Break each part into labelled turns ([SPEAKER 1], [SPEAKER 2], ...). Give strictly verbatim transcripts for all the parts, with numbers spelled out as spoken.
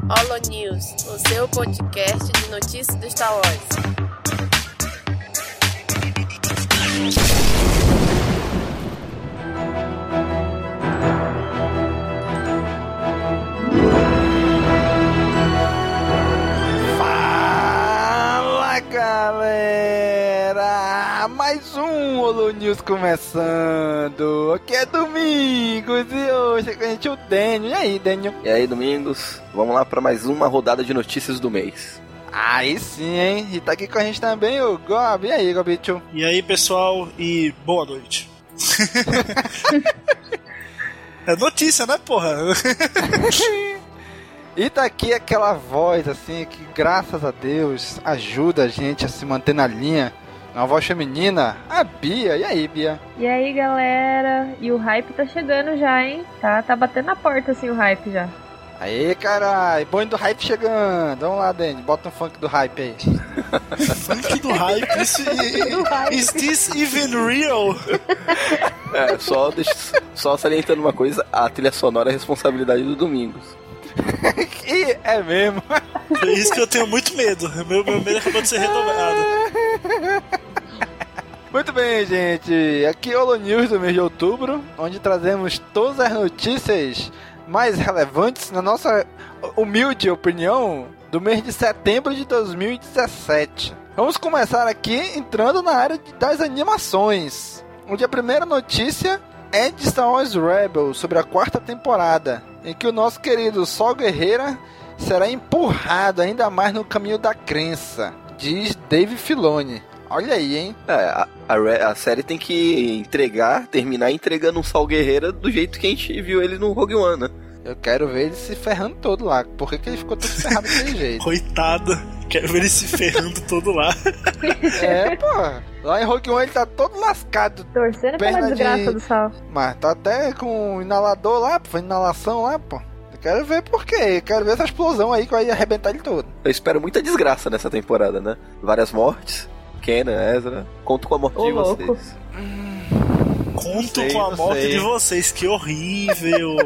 [SPEAKER 1] Holo News, o seu podcast de notícias do Star Wars.
[SPEAKER 2] Fala, galera! Mais um Holo News começando. Aqui é Domingos e hoje é com a gente o Daniel. E aí, Daniel?
[SPEAKER 3] E aí, Domingos? Vamos lá para mais uma rodada de notícias do mês.
[SPEAKER 2] Aí sim, hein? E tá aqui com a gente também o Gob. E aí, Gobicho?
[SPEAKER 4] E aí, pessoal, e boa noite. É notícia, né, porra?
[SPEAKER 2] E tá aqui aquela voz, assim, que graças a Deus ajuda a gente a se manter na linha. Uma voz feminina, a Bia. E aí, Bia?
[SPEAKER 5] E aí, galera? E o hype tá chegando já, hein? Tá, tá batendo na porta, assim, o hype já.
[SPEAKER 2] Aí, caralho, bonde do hype chegando. Vamos lá, Dani, bota um funk do hype aí.
[SPEAKER 4] Funk do hype? Isso, is this even real?
[SPEAKER 3] É, só, deixa, só salientando uma coisa, a trilha sonora é responsabilidade do Domingos.
[SPEAKER 2] E é mesmo.
[SPEAKER 4] É isso que eu tenho muito medo. Meu, meu medo acabou de ser redobrado.
[SPEAKER 2] Muito bem, gente. Aqui é o Holo News do mês de outubro, onde trazemos todas as notícias mais relevantes, na nossa humilde opinião, do mês de setembro de dois mil e dezessete. Vamos começar aqui entrando na área das animações, onde a primeira notícia é de Star Wars Rebels, sobre a quarta temporada, em que o nosso querido Sol Guerreira será empurrado ainda mais no caminho da crença, diz Dave Filoni. Olha aí, hein?
[SPEAKER 3] É, a, a, a série tem que entregar, terminar entregando um Sol Guerreira do jeito que a gente viu ele no Rogue One, né?
[SPEAKER 2] Eu quero ver ele se ferrando todo lá. Por que, que ele ficou todo ferrado daquele jeito?
[SPEAKER 4] Coitado. Quero ver ele se ferrando todo lá.
[SPEAKER 2] É, pô. Lá em Rogue One ele tá todo lascado.
[SPEAKER 5] Torcendo pela desgraça de... do Sol.
[SPEAKER 2] Mas tá até com um inalador lá, pô. Inalação lá, pô. Eu quero ver por quê. Eu quero ver essa explosão aí que vai arrebentar ele todo.
[SPEAKER 3] Eu espero muita desgraça nessa temporada, né? Várias mortes. Kenan, Ezra. Conto com a morte Ô, de
[SPEAKER 5] louco.
[SPEAKER 3] vocês.
[SPEAKER 2] Hum,
[SPEAKER 4] Conto
[SPEAKER 2] sei,
[SPEAKER 4] com a morte
[SPEAKER 2] sei.
[SPEAKER 4] de vocês. Que horrível.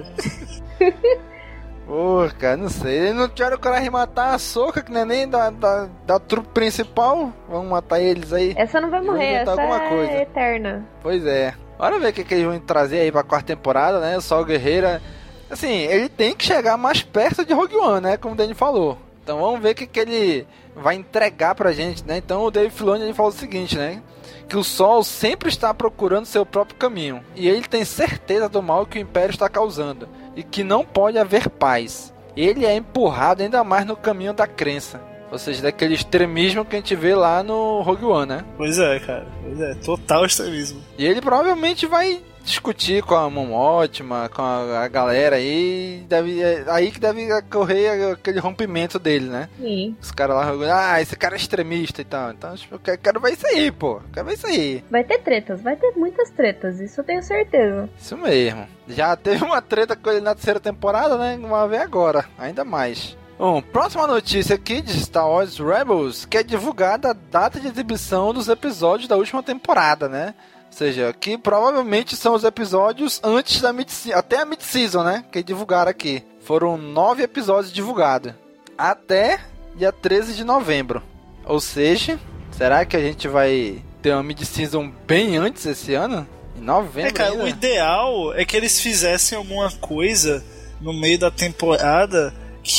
[SPEAKER 2] Pô, cara, não sei. Eles não tiveram coragem de matar a Soca, que não é nem da, da, da trupe principal. Vamos matar eles aí.
[SPEAKER 5] Essa não vai morrer, essa
[SPEAKER 2] alguma
[SPEAKER 5] é
[SPEAKER 2] coisa.
[SPEAKER 5] eterna.
[SPEAKER 2] Pois é. Bora ver o que, que eles vão trazer aí pra quarta temporada, né? O Sol Guerreira. Assim, ele tem que chegar mais perto de Rogue One, né? Como o Danny falou. Então vamos ver o que, que ele vai entregar pra gente, né? Então o Dave Filoni ele falou o seguinte, né? Que o Sol sempre está procurando seu próprio caminho. E ele tem certeza do mal que o Império está causando. E que não pode haver paz. Ele é empurrado ainda mais no caminho da crença. Ou seja, daquele extremismo que a gente vê lá no Rogue One, né?
[SPEAKER 4] Pois é, cara. Pois é, total extremismo.
[SPEAKER 2] E ele provavelmente vai discutir com a Mon Mothma, com a, a galera aí, deve, é aí que deve ocorrer aquele rompimento dele, né?
[SPEAKER 5] Sim.
[SPEAKER 2] Os caras lá, ah, esse cara é extremista e tal. Então eu quero, quero ver isso aí, pô. Quero ver isso aí.
[SPEAKER 5] Vai ter tretas, vai ter muitas tretas, isso eu tenho certeza.
[SPEAKER 2] Isso mesmo. Já teve uma treta com ele na terceira temporada, né? Vamos ver agora, ainda mais. Bom, próxima notícia aqui de Star Wars Rebels, que é divulgada a data de exibição dos episódios da última temporada, né? Ou seja, que provavelmente são os episódios antes da mid-season, até a mid-season, né? Que divulgaram aqui. Foram nove episódios divulgados. Até dia treze de novembro. Ou seja, será que a gente vai ter uma mid-season bem antes esse ano? Em novembro
[SPEAKER 4] É, cara,
[SPEAKER 2] ainda?
[SPEAKER 4] o ideal é que eles fizessem alguma coisa no meio da temporada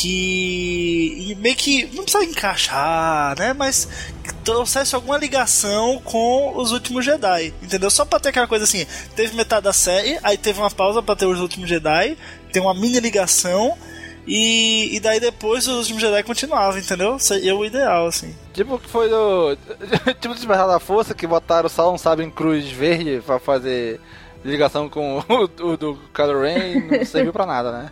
[SPEAKER 4] que meio que não precisa encaixar, né? Mas trouxesse alguma ligação com os últimos Jedi, entendeu? Só pra ter aquela coisa assim, teve metade da série, aí teve uma pausa pra ter os últimos Jedi, tem uma mini ligação e, e daí depois os últimos Jedi continuavam, entendeu? Seria o ideal, assim.
[SPEAKER 2] Tipo que foi do... tipo do Despertar da Força, que botaram só um sabre em cruz verde pra fazer ligação com o, o do Kylo Ren, não serviu pra nada, né?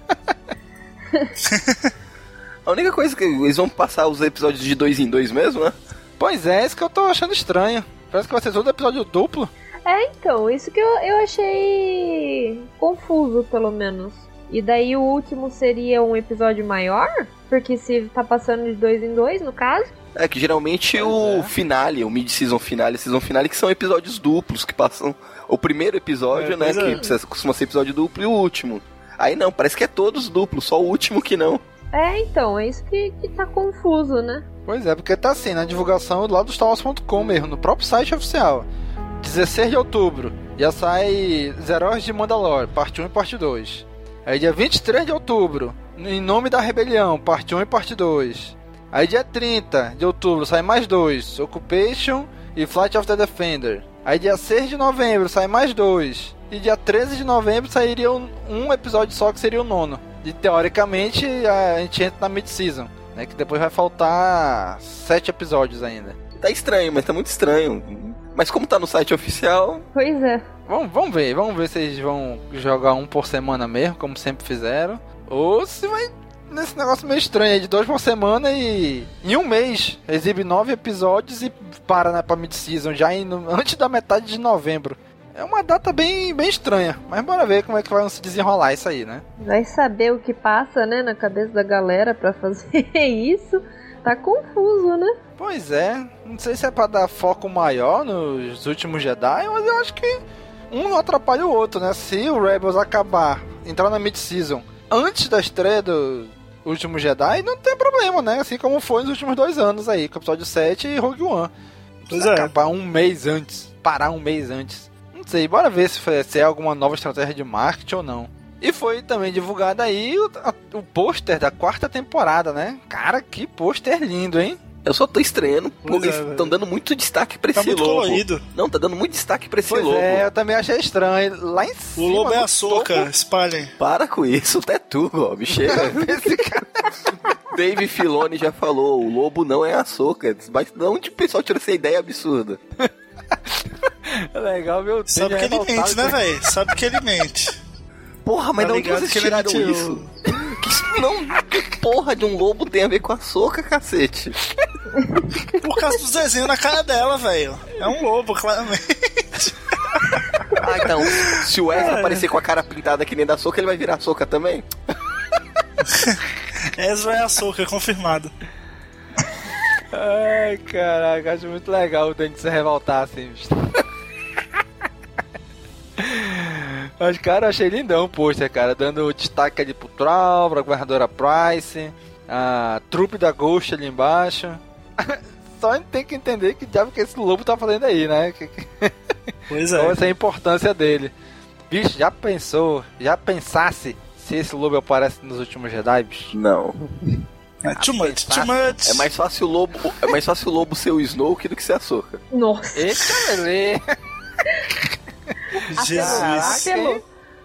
[SPEAKER 3] A única coisa é que eles vão passar os episódios de dois em dois mesmo, né?
[SPEAKER 2] Pois é, isso que eu tô achando estranho. Parece que vai ser todo episódio duplo.
[SPEAKER 5] É, então, isso que eu, eu achei confuso, pelo menos. E daí o último seria um episódio maior? Porque se tá passando de dois em dois, no caso?
[SPEAKER 3] É que geralmente
[SPEAKER 2] Pois
[SPEAKER 3] o
[SPEAKER 2] é.
[SPEAKER 3] finale, o mid-season finale, season finale, que são episódios duplos, que passam o primeiro episódio,
[SPEAKER 4] É,
[SPEAKER 3] né,
[SPEAKER 4] pois é.
[SPEAKER 3] que precisa- costuma ser episódio duplo, e o último. Aí não, parece que é todos duplos, só o último que não.
[SPEAKER 5] É, então, é isso que, que tá confuso, né?
[SPEAKER 2] Pois é, porque tá assim, na divulgação lá do Star Wars ponto com mesmo, no próprio site oficial. dezesseis de outubro, já sai Os Heróis de Mandalore, parte um e parte dois. Aí dia vinte e três de outubro, Em Nome da Rebelião, parte um e parte dois. Aí dia trinta de outubro sai mais dois, Occupation e Flight of the Defender. Aí dia seis de novembro sai mais dois. E dia treze de novembro sairia um, um episódio só, que seria o nono. E teoricamente a gente entra na mid-season, né? Que depois vai faltar sete episódios ainda.
[SPEAKER 3] Tá estranho, mas tá muito estranho. Mas como tá no site oficial...
[SPEAKER 5] Pois é.
[SPEAKER 2] Vamos, vamos ver, vamos ver se eles vão jogar um por semana mesmo, como sempre fizeram. Ou se vai nesse negócio meio estranho aí, de dois por semana e em um mês exibe nove episódios e para, né, pra mid-season, já indo, antes da metade de novembro. É uma data bem, bem estranha, mas bora ver como é que vai se desenrolar isso aí, né?
[SPEAKER 5] Vai saber o que passa, né, na cabeça da galera pra fazer isso. Tá confuso, né?
[SPEAKER 2] Pois é, não sei se é pra dar foco maior nos últimos Jedi, mas eu acho que um não atrapalha o outro, né? Se o Rebels acabar, entrar na mid-season antes da estreia do Último Jedi, não tem problema, né? Assim como foi nos últimos dois anos aí, com o episódio sete e Rogue One.
[SPEAKER 4] Pois
[SPEAKER 2] Se
[SPEAKER 4] é.
[SPEAKER 2] acabar um mês antes, parar um mês antes. Não sei, bora ver se, foi, se é alguma nova estratégia de marketing ou não. E foi também divulgado aí o, a, o pôster da quarta temporada, né? Cara, que pôster lindo, hein?
[SPEAKER 3] Eu só tô estranhando,
[SPEAKER 4] Pois
[SPEAKER 3] porque
[SPEAKER 4] é,
[SPEAKER 3] eles estão dando muito destaque pra
[SPEAKER 4] Tá
[SPEAKER 3] esse
[SPEAKER 4] muito
[SPEAKER 3] lobo.
[SPEAKER 4] colorido.
[SPEAKER 3] Não, tá dando muito destaque pra esse
[SPEAKER 2] Pois
[SPEAKER 3] lobo.
[SPEAKER 2] é, eu também achei estranho. Lá em
[SPEAKER 4] O
[SPEAKER 2] cima...
[SPEAKER 4] lobo é
[SPEAKER 2] no
[SPEAKER 4] a soca,
[SPEAKER 2] topo,
[SPEAKER 4] espalhem.
[SPEAKER 3] Para com isso, até tu, Rob, chega.
[SPEAKER 2] esse cara...
[SPEAKER 3] Dave Filoni já falou, o lobo não é a soca. Mas de onde o pessoal tirou essa ideia absurda?
[SPEAKER 2] É legal, meu Deus.
[SPEAKER 4] Sabe que ele mente, né, velho? Sabe que ele mente.
[SPEAKER 3] Porra, mas
[SPEAKER 4] Tá
[SPEAKER 3] de onde
[SPEAKER 4] ligado
[SPEAKER 3] vocês
[SPEAKER 4] que ele
[SPEAKER 3] tiraram
[SPEAKER 4] mentiu.
[SPEAKER 3] isso? Que isso não... Que porra de um lobo tem a ver com a soca, cacete?
[SPEAKER 4] Por causa dos desenhos na cara dela, velho. É um lobo, claramente.
[SPEAKER 3] Ah, então, se o Ezra aparecer com a cara pintada que nem da soca, ele vai virar soca também?
[SPEAKER 4] Ezra é a soca, confirmado.
[SPEAKER 2] Ai, caraca, acho muito legal o Dante se revoltar assim. Mas, cara, eu achei lindão o pôster, cara, dando destaque ali pro Troll, pra governadora Price, a trupe da Ghost ali embaixo. Só a gente tem que entender que diabo que esse lobo tá fazendo aí, né?
[SPEAKER 4] Pois
[SPEAKER 2] Qual
[SPEAKER 4] é.
[SPEAKER 2] vai ser a importância dele. Bicho, já pensou, já pensasse se esse lobo aparece nos últimos Jedi, bicho?
[SPEAKER 3] Não.
[SPEAKER 4] É too much, too much.
[SPEAKER 3] É mais fácil o lobo, é mais fácil o lobo ser o Snoke do que ser a soca.
[SPEAKER 5] Nossa.
[SPEAKER 2] Eita, belê!
[SPEAKER 4] Jesus.
[SPEAKER 5] Apelou.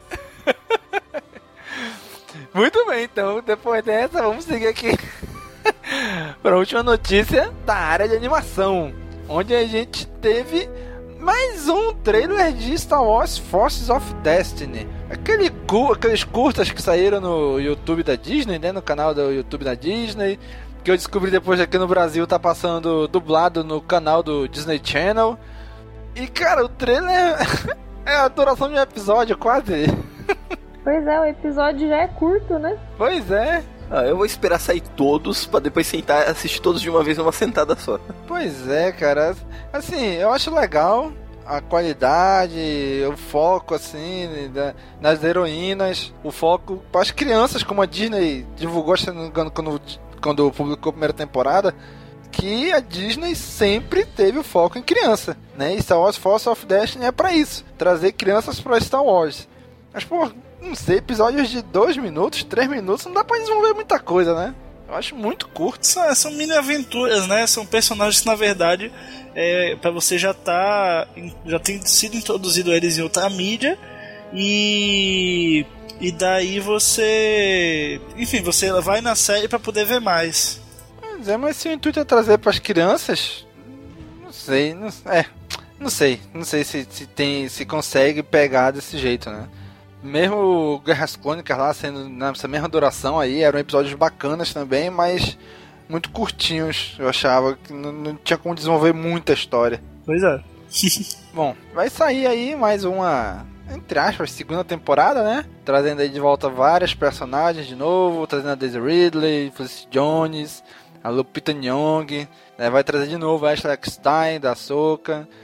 [SPEAKER 2] Muito bem, então, depois dessa, vamos seguir aqui para a última notícia da área de animação, onde a gente teve mais um trailer de Star Wars Forces of Destiny. Aquele cu- aqueles curtas que saíram no YouTube da Disney, né, no canal do YouTube da Disney, que eu descobri depois que aqui no Brasil tá passando dublado no canal do Disney Channel. E, cara, o trailer é a duração de um episódio, quase.
[SPEAKER 5] Pois é, o episódio já é curto, né?
[SPEAKER 2] Pois é.
[SPEAKER 3] Ah, eu vou esperar sair todos pra depois sentar e assistir todos de uma vez numa sentada só.
[SPEAKER 2] Pois é, cara. Assim, eu acho legal a qualidade, o foco, assim, da, nas heroínas, o foco para as crianças, como a Disney divulgou, se não me engano, quando, quando publicou a primeira temporada, que a Disney sempre teve o foco em criança, né? E Star Wars Force of Destiny é pra isso, trazer crianças pra Star Wars. Mas, pô, não sei, episódios de dois minutos, três minutos, não dá pra desenvolver muita coisa, né? Eu acho muito curto.
[SPEAKER 4] São, são mini aventuras, né? São personagens que, na verdade, é, pra você já tá. Já tem sido introduzido eles em outra mídia. E. E daí você. Enfim, você vai na série pra poder ver mais.
[SPEAKER 2] Pois é, mas se o intuito é trazer pras crianças, não sei, não, é, não sei, não sei se, se tem, se consegue pegar desse jeito, né? Mesmo Guerras Clônicas lá sendo nessa mesma duração aí, eram episódios bacanas também, mas muito curtinhos, eu achava que não, não tinha como desenvolver muita história.
[SPEAKER 4] Pois é.
[SPEAKER 2] Bom, vai sair aí mais uma, entre aspas, segunda temporada, né? Trazendo aí de volta vários personagens de novo, trazendo a Daisy Ridley, Felicity Jones, a Lupita Nyong'o, né? Vai trazer de novo a Ashley Eckstein da Ahsoka,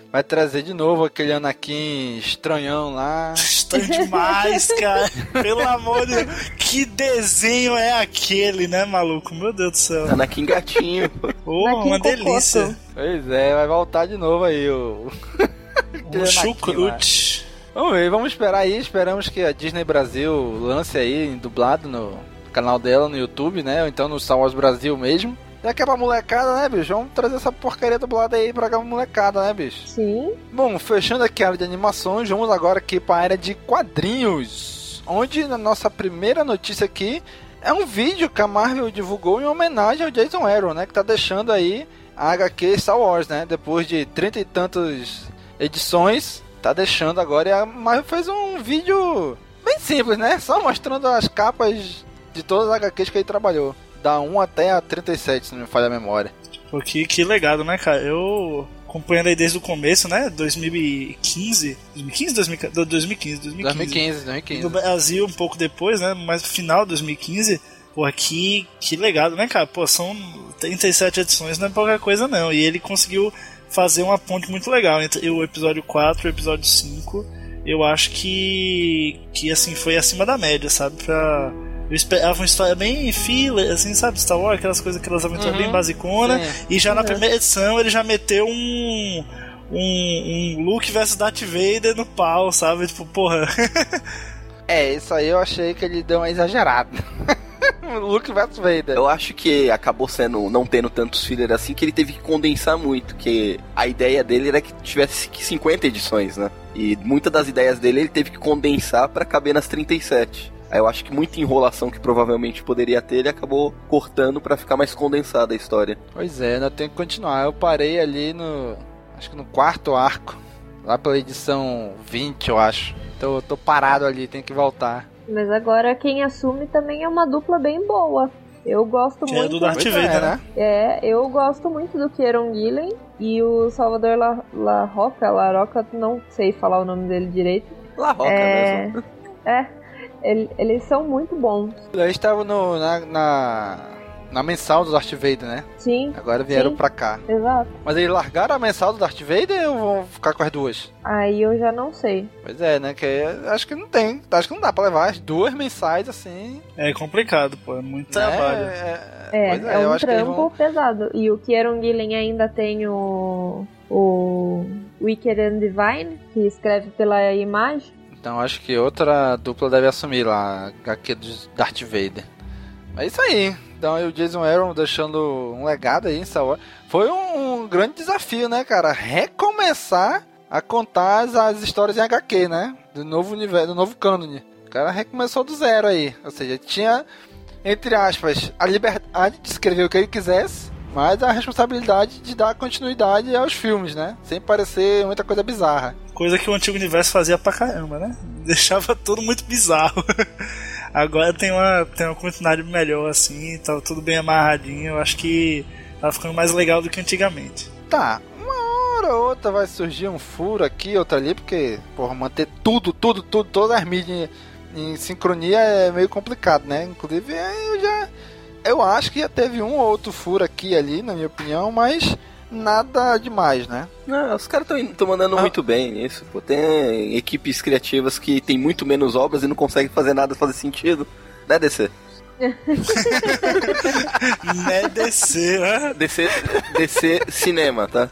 [SPEAKER 2] vai trazer de novo aquele Anakin estranhão lá.
[SPEAKER 4] Estranho demais, cara. Pelo amor de Deus. Que desenho é aquele, né, maluco? Meu Deus do céu.
[SPEAKER 3] Anakin gatinho.
[SPEAKER 4] Oh, uma delícia.
[SPEAKER 2] Pois é, vai voltar de novo aí o...
[SPEAKER 4] o chucrute.
[SPEAKER 2] Vamos ver, vamos esperar aí. Esperamos que a Disney Brasil lance aí dublado no canal dela no YouTube, né? Ou então no Star Wars Brasil mesmo. Já que é pra molecada, né, bicho? Vamos trazer essa porcaria dublada aí pra cá, molecada, né, bicho?
[SPEAKER 5] Sim.
[SPEAKER 2] Bom, fechando aqui a área de animações, vamos agora aqui pra área de quadrinhos. Onde na nossa primeira notícia aqui é um vídeo que a Marvel divulgou em homenagem ao Jason Aaron, né? Que tá deixando aí a H Q Star Wars, né? Depois de trinta e tantas edições, tá deixando agora. E a Marvel fez um vídeo bem simples, né? Só mostrando as capas de todas as H Qs que ele trabalhou. Da um até a trinta e sete, se não me falha a memória.
[SPEAKER 4] Pô, que, que legado, né, cara? Eu acompanhando aí desde o começo, né? dois mil e quinze. dois mil e quinze? dois mil e quinze? dois mil e quinze.
[SPEAKER 2] dois mil e quinze, dois mil e quinze.
[SPEAKER 4] No Brasil, um pouco depois, né? Mas no final de dois mil e quinze. Pô, que, que legado, né, cara? Pô, são trinta e sete edições, não é pouca coisa, não. E ele conseguiu fazer uma ponte muito legal entre o episódio quatro e o episódio cinco. Eu acho que, que assim, foi acima da média, sabe? Pra... Eu esperava uma história bem filler, assim, sabe? Star Wars, aquelas coisas, aquelas aventuras uhum, bem basicona. Sim. E já uhum. na primeira edição ele já meteu um. Um, um Luke versus Darth Vader no pau, sabe? Tipo, porra.
[SPEAKER 2] É, isso aí eu achei que ele deu uma exagerada. Luke versus Vader.
[SPEAKER 3] Eu acho que acabou sendo, não tendo tantos fillers assim, que ele teve que condensar muito, que a ideia dele era que tivesse cinquenta edições, né? E muitas das ideias dele ele teve que condensar pra caber nas trinta e sete. Aí eu acho que muita enrolação que provavelmente poderia ter, ele acabou cortando pra ficar mais condensada a história.
[SPEAKER 2] Pois é, ainda tem que continuar. Eu parei ali no... acho que no quarto arco. Lá pela edição vinte, eu acho. Então eu tô parado ali, tem que voltar.
[SPEAKER 5] Mas agora quem assume também é uma dupla bem boa. Eu gosto
[SPEAKER 4] que
[SPEAKER 5] muito...
[SPEAKER 4] é do Darth Vader, é, né?
[SPEAKER 5] É, eu gosto muito do Kieron Gillen e o Salvador La, La Roca, La Roca, não sei falar o nome dele direito.
[SPEAKER 3] La Roca
[SPEAKER 5] é...
[SPEAKER 3] mesmo.
[SPEAKER 5] É, ele, eles são muito bons.
[SPEAKER 2] Eles estavam no, na, na, na mensal do Darth Vader, né?
[SPEAKER 5] Sim.
[SPEAKER 2] Agora vieram
[SPEAKER 5] sim,
[SPEAKER 2] pra cá.
[SPEAKER 5] Exato.
[SPEAKER 2] Mas eles largaram a mensal do Darth Vader ou vão ficar com as duas?
[SPEAKER 5] Aí eu já não sei.
[SPEAKER 2] Pois é, né? Que acho que não tem. Acho que não dá pra levar as duas mensais assim.
[SPEAKER 4] É complicado, pô. É muito
[SPEAKER 2] né?
[SPEAKER 4] trabalho.
[SPEAKER 5] É, é, é, é um trampo vão... pesado. E o Kieron Gillen ainda tem o... o Wicked and Divine, que escreve pela Imagem.
[SPEAKER 2] Então acho que outra dupla deve assumir lá, a H Q do Darth Vader. É isso aí. Então aí o Jason Aaron deixando um legado aí em Star Wars. Foi um, um grande desafio, né, cara? Recomeçar a contar as, as histórias em H Q, né? Do novo universo, do novo cânone. O cara recomeçou do zero aí. Ou seja, tinha, entre aspas, a liberdade de escrever o que ele quisesse, mas a responsabilidade de dar continuidade aos filmes, né? Sem parecer muita coisa bizarra.
[SPEAKER 4] Coisa que o antigo universo fazia pra caramba, né? Deixava tudo muito bizarro. Agora tem uma, tem uma continuidade melhor, assim, tá tudo bem amarradinho. Eu acho que tá ficando mais legal do que antigamente.
[SPEAKER 2] Tá, uma hora ou outra vai surgir um furo aqui, outra ali, porque, porra, manter tudo, tudo, tudo, todas as mídias em, em sincronia é meio complicado, né? Inclusive, eu já... eu acho que já teve um ou outro furo aqui ali, na minha opinião, mas nada demais, né?
[SPEAKER 3] Não, os caras estão mandando ah. muito bem nisso. Pô. Tem equipes criativas que tem muito menos obras e não conseguem fazer nada fazer sentido. Né, D C?
[SPEAKER 4] Né, D C, né?
[SPEAKER 3] D C, D C Cinema, tá?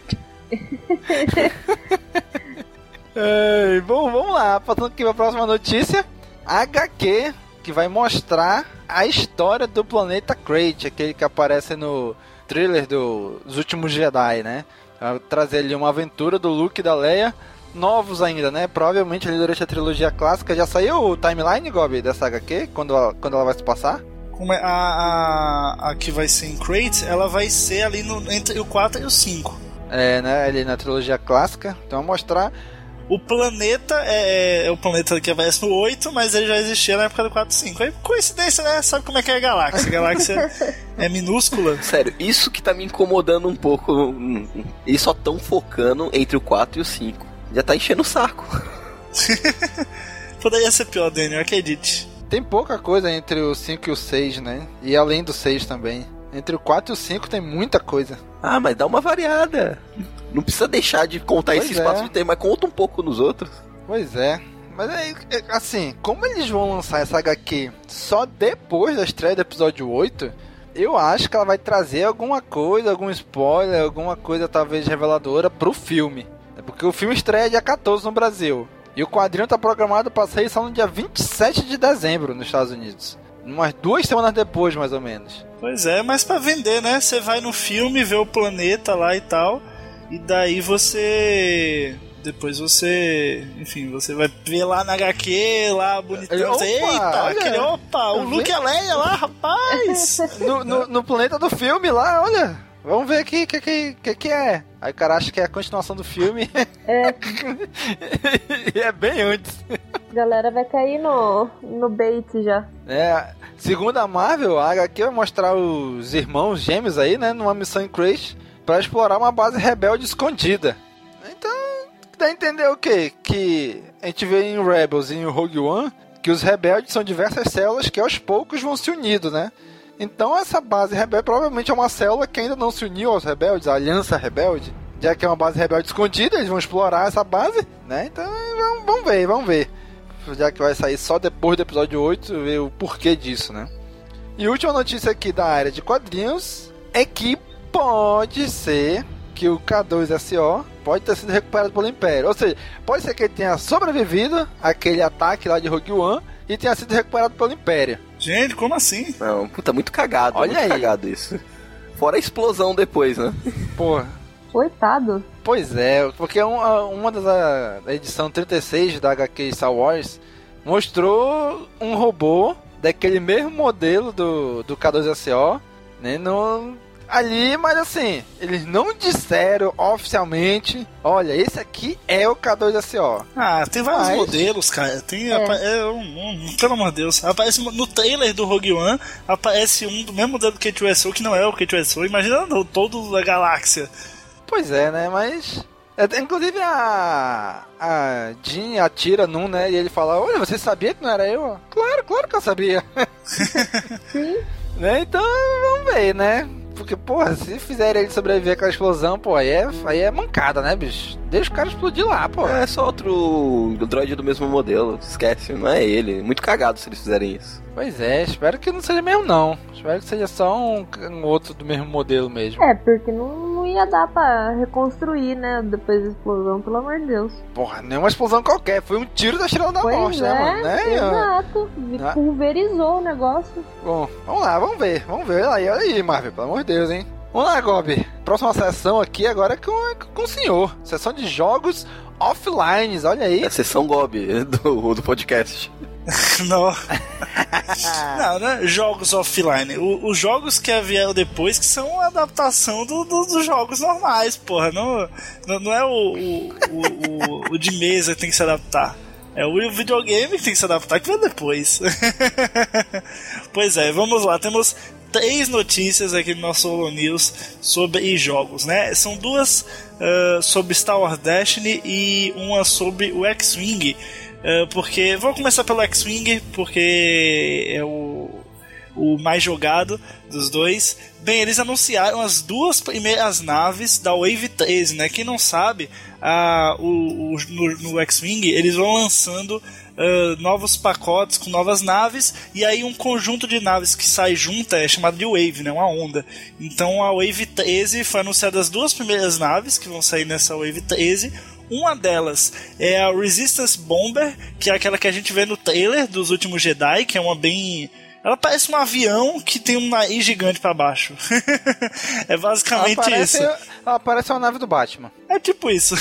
[SPEAKER 2] é, bom, vamos lá. Passando aqui para a próxima notícia. H Q que vai mostrar a história do planeta Crate, aquele que aparece no trailer do, dos Últimos Jedi, né? Vai trazer ali uma aventura do Luke e da Leia, novos ainda, né? Provavelmente ali durante a trilogia clássica. Já saiu o timeline, Gobi, dessa H Q? Quando ela, quando ela vai se passar?
[SPEAKER 4] Como é a, a, a que vai ser em Crate, ela vai ser ali no, entre o quatro e o cinco.
[SPEAKER 2] É, né? Ali na trilogia clássica. Então vai mostrar...
[SPEAKER 4] O planeta é, é o planeta que aparece no oito, mas ele já existia na época do quatro e cinco. Aí, coincidência, né? Sabe como é que é a galáxia? A galáxia é minúscula.
[SPEAKER 3] Sério, isso que tá me incomodando um pouco. Eles só tão focando entre o quatro e o cinco. Já tá enchendo o saco.
[SPEAKER 4] Poderia ser pior, Daniel, acredite.
[SPEAKER 2] Tem pouca coisa entre o cinco e o seis, né? E além do seis também. Entre o quatro e o cinco tem muita coisa.
[SPEAKER 3] Ah, mas dá uma variada. Não precisa deixar de contar
[SPEAKER 2] Pois
[SPEAKER 3] esse espaço
[SPEAKER 2] é.
[SPEAKER 3] de tempo, mas conta um pouco nos outros.
[SPEAKER 2] Pois é. Mas aí, assim, como eles vão lançar essa H Q só depois da estreia do episódio oito, eu acho que ela vai trazer alguma coisa, algum spoiler, alguma coisa talvez reveladora pro filme. Porque o filme estreia dia quatorze no Brasil. E o quadrinho tá programado para sair só no dia vinte e sete de dezembro nos Estados Unidos. Umas duas semanas depois, mais ou menos.
[SPEAKER 4] Pois é, mas pra vender, né? Você vai no filme, vê o planeta lá e tal, e daí você... Depois você... Enfim, você vai ver lá na H Q, lá bonitão.
[SPEAKER 2] Opa,
[SPEAKER 4] Você, Eita,
[SPEAKER 2] olha,
[SPEAKER 4] aquele, opa, o Luke e a Leia lá, rapaz!
[SPEAKER 2] No, no, no planeta do filme lá, olha. Vamos ver aqui o que, que, que, que é. Aí o cara acha que é a continuação do filme.
[SPEAKER 5] É,
[SPEAKER 2] E é bem antes.
[SPEAKER 5] a galera vai cair no, no bait já.
[SPEAKER 2] É, segundo a Marvel, a H Q vai mostrar os irmãos gêmeos aí, né, numa missão em Crash pra explorar uma base rebelde escondida. Então, dá a entender o quê? Que a gente vê em Rebels e em Rogue One que os rebeldes são diversas células que aos poucos vão se unindo, né? Então essa base rebelde provavelmente é uma célula que ainda não se uniu aos rebeldes, a Aliança Rebelde. Já que é uma base rebelde escondida, eles vão explorar essa base, né? Então vamos, vamos ver, vamos ver. Já que vai sair só depois do episódio oito, ver o porquê disso, né? E última notícia aqui da área de quadrinhos é que pode ser que o K dois S O pode ter sido recuperado pelo Império. Ou seja, pode ser que ele tenha sobrevivido àquele ataque lá de Rogue One e tenha sido recuperado pelo Império.
[SPEAKER 4] Gente, como assim?
[SPEAKER 3] Não, puta, muito cagado.
[SPEAKER 2] Olha
[SPEAKER 3] muito
[SPEAKER 2] aí.
[SPEAKER 3] cagado isso. Fora a explosão depois, né?
[SPEAKER 2] Porra.
[SPEAKER 5] Coitado.
[SPEAKER 2] Pois é, porque uma, uma das a, da edição trinta e seis da H Q Star Wars mostrou um robô daquele mesmo modelo do, do K dois S O, né, no, ali, mas assim, eles não disseram oficialmente, olha, esse aqui é o K dois S O.
[SPEAKER 4] Ah, tem vários
[SPEAKER 2] Mas-
[SPEAKER 4] modelos, cara. Tem,
[SPEAKER 5] É.
[SPEAKER 4] apa- é, um, um, pelo amor de Deus. Aparece no trailer do Rogue One, aparece um do mesmo modelo do K dois S O, que não é o K dois S O. Imagina no, todo a galáxia.
[SPEAKER 2] Pois é, né, mas... é, inclusive a... a Jean atira num, né, e ele fala, olha, você sabia que não era eu? Claro, claro que eu sabia.
[SPEAKER 5] Sim.
[SPEAKER 2] Né? Então, vamos ver, né? Porque, porra, se fizerem ele sobreviver com a explosão, pô, aí é, aí é mancada, né, bicho? Deixa o cara explodir lá, pô.
[SPEAKER 3] É só outro droid do mesmo modelo. Esquece, não é ele. Muito cagado se eles fizerem isso.
[SPEAKER 2] Pois é, espero que não seja mesmo, não. Espero que seja só um, um outro do mesmo modelo mesmo.
[SPEAKER 5] É, porque não, não ia dar pra reconstruir, né? Depois da explosão, pelo amor de Deus.
[SPEAKER 2] Porra, nem uma explosão qualquer. Foi um tiro da Estrela da
[SPEAKER 5] Pois
[SPEAKER 2] Morte, né,
[SPEAKER 5] é,
[SPEAKER 2] mano? Né?
[SPEAKER 5] exato.
[SPEAKER 2] Ah.
[SPEAKER 5] Pulverizou o negócio.
[SPEAKER 2] Bom, vamos lá, vamos ver. Vamos ver. Olha aí, olha aí, Marvel, pelo amor de Deus, hein? Vamos lá, Gobi. Próxima sessão aqui agora é com, com o senhor. Sessão de jogos offline, olha aí.
[SPEAKER 3] É a sessão Gobi do, do podcast.
[SPEAKER 4] Não. Não, né? Jogos offline. O- os jogos que vieram depois que são a adaptação do- do- dos jogos normais, porra. Não, não, não é o, o, o, o- o de mesa que tem que se adaptar. É o videogame que tem que se adaptar, que vem depois. Pois é, vamos lá. Temos três notícias aqui no nosso Holo News sobre jogos, né? São duas ah, sobre Star Wars Destiny e uma sobre o X-Wing. Uh, porque vou começar pelo X-Wing, porque é o, o mais jogado dos dois. Bem, eles anunciaram as duas primeiras naves da Wave treze, né? Quem não sabe, uh, o, o, no, no X-Wing eles vão lançando uh, novos pacotes com novas naves, e aí um conjunto de naves que sai junta é chamado de Wave, né? Uma onda. Então a Wave treze foi anunciada as duas primeiras naves que vão sair nessa Wave treze. Uma delas é a Resistance Bomber, que é aquela que a gente vê no trailer dos últimos Jedi, que é uma bem... Ela parece um avião que tem um nariz gigante pra baixo. É basicamente
[SPEAKER 2] Ela parece,
[SPEAKER 4] isso.
[SPEAKER 2] ela parece uma nave do Batman.
[SPEAKER 4] É tipo isso.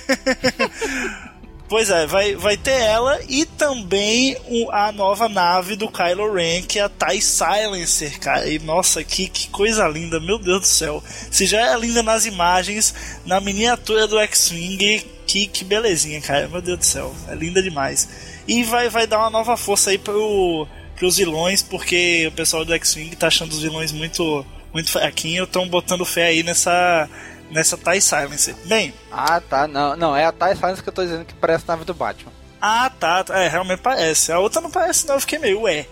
[SPEAKER 4] Pois é, vai, vai ter ela e também o- a nova nave do Kylo Ren, que é a TIE Silencer, cara. E nossa, que, que coisa linda, meu Deus do céu. Se já é linda nas imagens, na miniatura do X-Wing, que, que belezinha, cara. Meu Deus do céu, é linda demais. E vai, vai dar uma nova força aí pro, pros vilões, porque o pessoal do X-Wing tá achando os vilões muito, muito fraquinhos, estão botando fé aí nessa... nessa TIE Silencer. Bem...
[SPEAKER 2] Ah, tá. Não, não é a TIE Silencer que eu tô dizendo que parece a nave do Batman.
[SPEAKER 4] Ah, tá. É, realmente parece. A outra não parece, não. Eu fiquei meio, ué.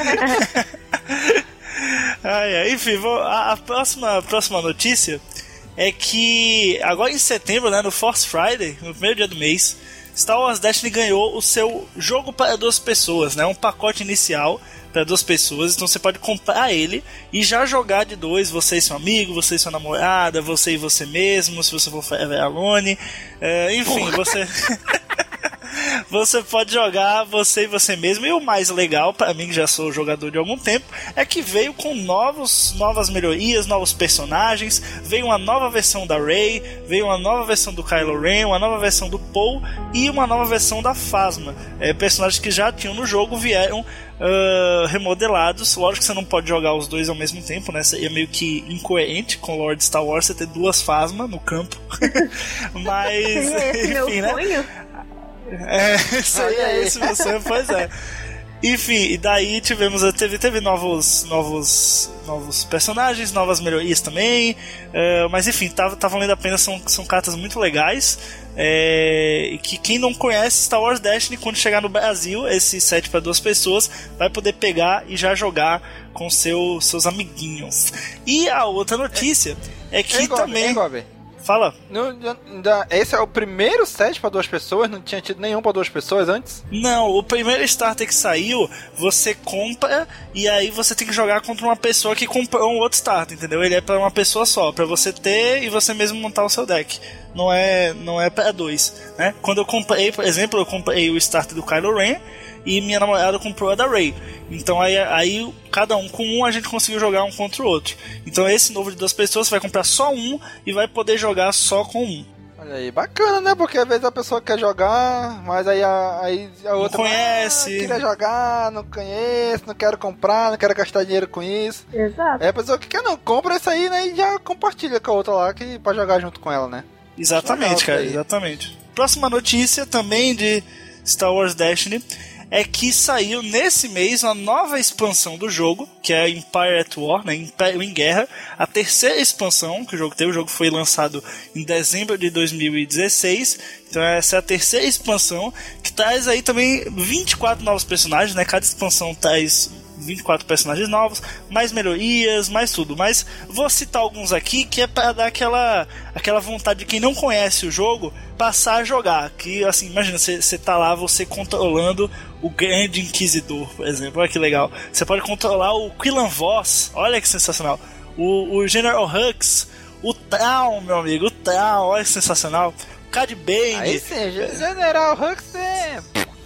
[SPEAKER 4] Ai, ai, enfim, vou, a, a, próxima, a próxima notícia é que agora em setembro, né, no Force Friday, no primeiro dia do mês, Star Wars Destiny ganhou o seu jogo para duas pessoas, né, um pacote inicial para duas pessoas, então você pode comprar ele e já jogar de dois, você e seu amigo, você e sua namorada, você e você mesmo, se você for Forever Alone, é, enfim, Porra. você... Você pode jogar você e você mesmo. E o mais legal, pra mim que já sou jogador de algum tempo, é que veio com novos, novas melhorias, novos personagens. Veio uma nova versão da Rey, veio uma nova versão do Kylo Ren, uma nova versão do Poe e uma nova versão da Phasma. É, personagens que já tinham no jogo vieram uh, remodelados. Lógico que você não pode jogar os dois ao mesmo tempo, né? Seria meio que incoerente com o Lord Star Wars você ter duas Phasma no campo. Mas,
[SPEAKER 5] esse
[SPEAKER 4] enfim,
[SPEAKER 5] meu
[SPEAKER 4] né?
[SPEAKER 5] sonho.
[SPEAKER 4] É, isso aí é esse meu sonho, pois é. Enfim, e daí tivemos, teve, teve novos, novos, novos personagens, novas melhorias também, uh, mas enfim, tava, tá valendo a pena, são, são cartas muito legais, é, e que quem não conhece Star Wars Destiny, quando chegar no Brasil, esse set para duas pessoas, vai poder pegar e já jogar com seu, seus amiguinhos. E a outra notícia é, é que
[SPEAKER 2] ei, Gobi,
[SPEAKER 4] também...
[SPEAKER 2] ei, Gobi.
[SPEAKER 4] Fala.
[SPEAKER 2] No, da, esse é o primeiro set pra duas pessoas? Não tinha tido nenhum pra duas pessoas antes?
[SPEAKER 4] Não, o primeiro starter que saiu, você compra e aí você tem que jogar contra uma pessoa que comprou um outro starter, entendeu? Ele é pra uma pessoa só, pra você ter e você mesmo montar o seu deck. Não é, não é pra dois, né? Quando eu comprei, por exemplo, eu comprei o starter do Kylo Ren e minha namorada comprou a da Rey. Então aí, aí cada um com um a gente conseguiu jogar um contra o outro. Então esse novo de duas pessoas você vai comprar só um e vai poder jogar só com um.
[SPEAKER 2] Olha aí, bacana, né? Porque às vezes a pessoa quer jogar, mas aí a, aí a outra
[SPEAKER 4] não conhece.
[SPEAKER 2] Ah, queria jogar, não conheço, não quero comprar, não quero gastar dinheiro com isso.
[SPEAKER 5] Exato.
[SPEAKER 2] Aí a pessoa que quer não compra isso aí, né? E já compartilha com a outra lá que, pra jogar junto com ela, né?
[SPEAKER 4] Exatamente, cara, exatamente. Próxima notícia também de Star Wars Destiny é que saiu nesse mês uma nova expansão do jogo, que é Empire at War, né, Império em Guerra, a terceira expansão que o jogo teve. O jogo foi lançado em dezembro de dois mil e dezesseis, então essa é a terceira expansão, que traz aí também vinte e quatro novos personagens, né, cada expansão traz vinte e quatro personagens novos, mais melhorias, mais tudo. Mas vou citar alguns aqui que é para dar aquela, aquela vontade de quem não conhece o jogo passar a jogar. Que assim, imagina, você tá lá, você controlando o Grande Inquisidor, por exemplo. Olha que legal. Você pode controlar o Quillan Voss, olha que sensacional. O, o General Hux, o Traum, meu amigo, o Traum, olha que sensacional. O Cad Bane.
[SPEAKER 2] Aí sim, General Hux é...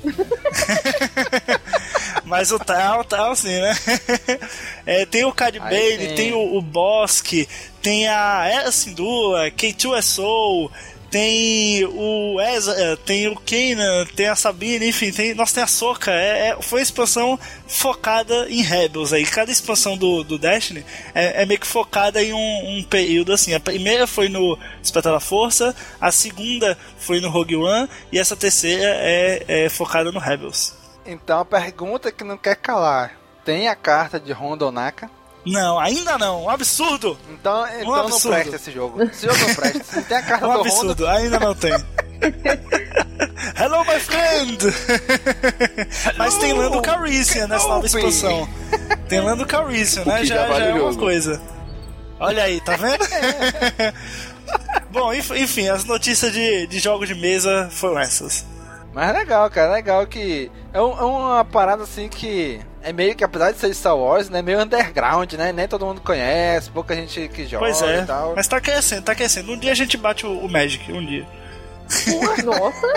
[SPEAKER 4] Mas o tal, tal sim, né? É, tem o Cad Bane, tem o, o Bossk, tem a Era Syndulla, K dois S O, tem o Ezra, tem o Kanan, tem a Sabine, enfim, tem, nossa, tem a Ahsoka. É, é, foi uma expansão focada em Rebels aí. Cada expansão do, do Destiny é, é meio que focada em um, um período assim. A primeira foi no Despertar da Força, a segunda foi no Rogue One e essa terceira é, é focada no Rebels.
[SPEAKER 2] Então a pergunta que não quer calar: tem a carta de Rondonaka?
[SPEAKER 4] Não, ainda não, um absurdo!
[SPEAKER 2] Então,
[SPEAKER 4] um
[SPEAKER 2] então
[SPEAKER 4] absurdo.
[SPEAKER 2] não presta esse jogo. Esse jogo não presta. Se tem a carta
[SPEAKER 4] um
[SPEAKER 2] do
[SPEAKER 4] absurdo,
[SPEAKER 2] Honda...
[SPEAKER 4] ainda não tem. Hello, my friend! Mas tem Lando Calrissian nessa nova expansão. Tem Lando Calrissian, né? Já, já, já é uma jogo. coisa. Olha aí, tá vendo? Bom, enfim, as notícias de, de jogos de mesa foram essas.
[SPEAKER 2] Mas é legal, cara, é legal que... É, um, é uma parada assim que... É meio que, apesar de ser Star Wars, né, meio underground, né? Nem todo mundo conhece, pouca gente que joga
[SPEAKER 4] pois é,
[SPEAKER 2] e tal.
[SPEAKER 4] Mas tá crescendo, tá crescendo. Um dia a gente bate o, o Magic, um dia.
[SPEAKER 5] Nossa!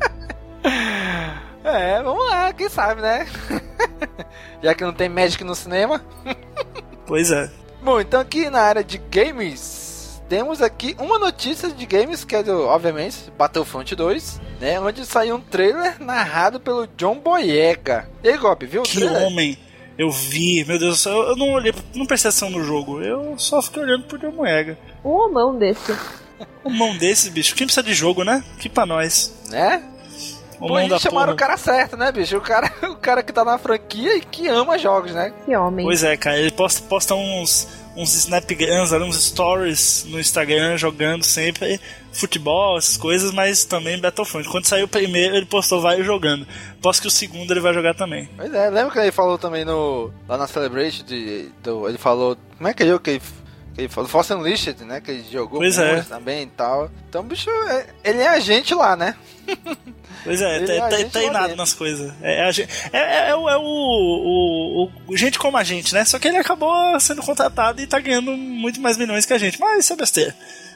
[SPEAKER 2] É, vamos lá, quem sabe, né? Já que não tem Magic no cinema.
[SPEAKER 4] Pois é.
[SPEAKER 2] Bom, então aqui na área de games, temos aqui uma notícia de games, que é do, obviamente, Battlefront dois, né? Onde saiu um trailer narrado pelo John Boyega. E aí, Gob, viu o
[SPEAKER 4] que
[SPEAKER 2] trailer?
[SPEAKER 4] homem! Eu vi, meu Deus do céu, eu não olhei, não prestei atenção no jogo, eu só fiquei olhando pro John Boyega.
[SPEAKER 5] Um homão desse.
[SPEAKER 4] Um mão desse, bicho, quem precisa de jogo, né? Que pra nós.
[SPEAKER 2] Né?
[SPEAKER 4] O
[SPEAKER 2] Pô, eles chamaram o cara certo, né, bicho? O cara, o cara que tá na franquia e que ama jogos, né?
[SPEAKER 5] Que homem.
[SPEAKER 4] Pois é, cara, ele posta, posta uns, uns snapgrams, uns stories no Instagram, jogando sempre futebol, essas coisas, mas também Battlefront. Quando saiu o primeiro, ele postou vários jogando. Posso que o segundo ele vai jogar também.
[SPEAKER 2] Pois é, lembra que ele falou também no lá na Celebration, de, do, ele falou... Como é que é o que ele, que Que ele falou, Force Unleashed, né? Que ele jogou
[SPEAKER 4] pois é.
[SPEAKER 2] também e tal. Então, bicho, é, ele é agente lá, né?
[SPEAKER 4] Pois é,
[SPEAKER 2] Ele é
[SPEAKER 4] tá,
[SPEAKER 2] agente
[SPEAKER 4] tá
[SPEAKER 2] lá
[SPEAKER 4] inado
[SPEAKER 2] dentro.
[SPEAKER 4] nas coisas. É, é, é, é, o, é o, o, o gente como a gente, né? Só que ele acabou sendo contratado e tá ganhando muito mais milhões que a gente. Mas isso é besteira.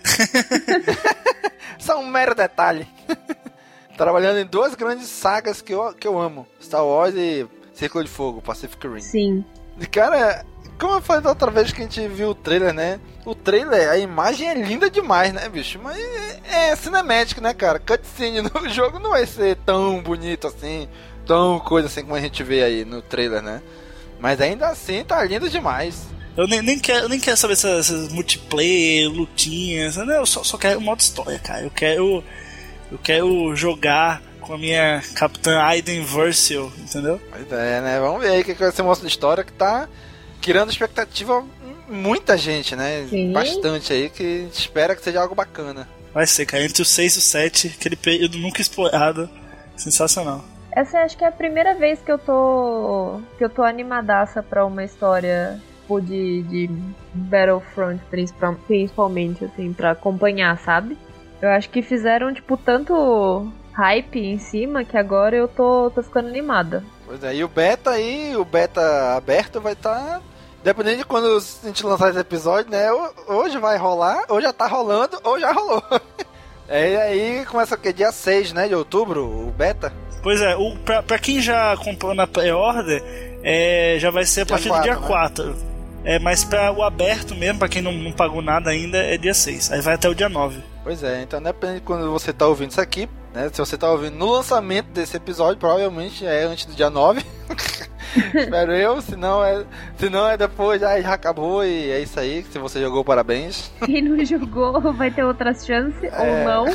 [SPEAKER 2] Só um mero detalhe. Trabalhando em duas grandes sagas que eu, que eu amo. Star Wars e Círculo de Fogo, Pacific Rim.
[SPEAKER 5] Sim.
[SPEAKER 2] E, cara, como eu falei da outra vez que a gente viu o trailer, né? O trailer, a imagem é linda demais, né, bicho? Mas é, é cinemático, né, cara? Cutscene no jogo não vai ser tão bonito assim, tão coisa assim como a gente vê aí no trailer, né? Mas ainda assim tá lindo demais.
[SPEAKER 4] Eu nem, nem, quero, eu nem quero saber essas, essas multiplayer, lutinhas, né? Eu só, só quero modo história, cara. Eu quero, eu quero jogar com a minha Capitã Aiden Versio, entendeu?
[SPEAKER 2] Pois é, né? Vamos ver aí o que vai ser um monstro de história que tá criando expectativa em muita gente, né?
[SPEAKER 5] Sim.
[SPEAKER 2] Bastante aí, que a gente espera que seja algo bacana.
[SPEAKER 4] Vai ser, cara. Entre o seis e o sete, aquele período nunca explorado. Sensacional.
[SPEAKER 5] Essa acho que é a primeira vez que eu tô. que eu tô animadaça pra uma história tipo, de, de Battlefront, principal- principalmente, assim, pra acompanhar, sabe? Eu acho que fizeram, tipo, tanto hype em cima que agora eu tô, tô ficando animada.
[SPEAKER 2] Pois é, e o beta aí, o beta aberto vai estar. Tá, dependendo de quando a gente lançar esse episódio, né? Hoje vai rolar, ou já tá rolando, ou já rolou. É, e aí começa o quê? Dia seis, né? De outubro, o beta.
[SPEAKER 4] Pois é, o, pra, pra quem já comprou na pré-order, é, já vai ser a
[SPEAKER 2] Dia
[SPEAKER 4] partir
[SPEAKER 2] quatro,
[SPEAKER 4] do dia
[SPEAKER 2] né?
[SPEAKER 4] quatro. É, mas pra o aberto mesmo, pra quem não, não pagou nada ainda, é dia seis. Aí vai até o dia nove.
[SPEAKER 2] Pois é, então depende de quando você tá ouvindo isso aqui, né? Se você tá ouvindo no lançamento desse episódio, provavelmente é antes do dia nove. Espero eu, se não é, se não é depois, já, já acabou e é isso aí. Se você jogou, parabéns.
[SPEAKER 5] Quem não jogou vai ter outras chances,
[SPEAKER 2] É.
[SPEAKER 5] ou não.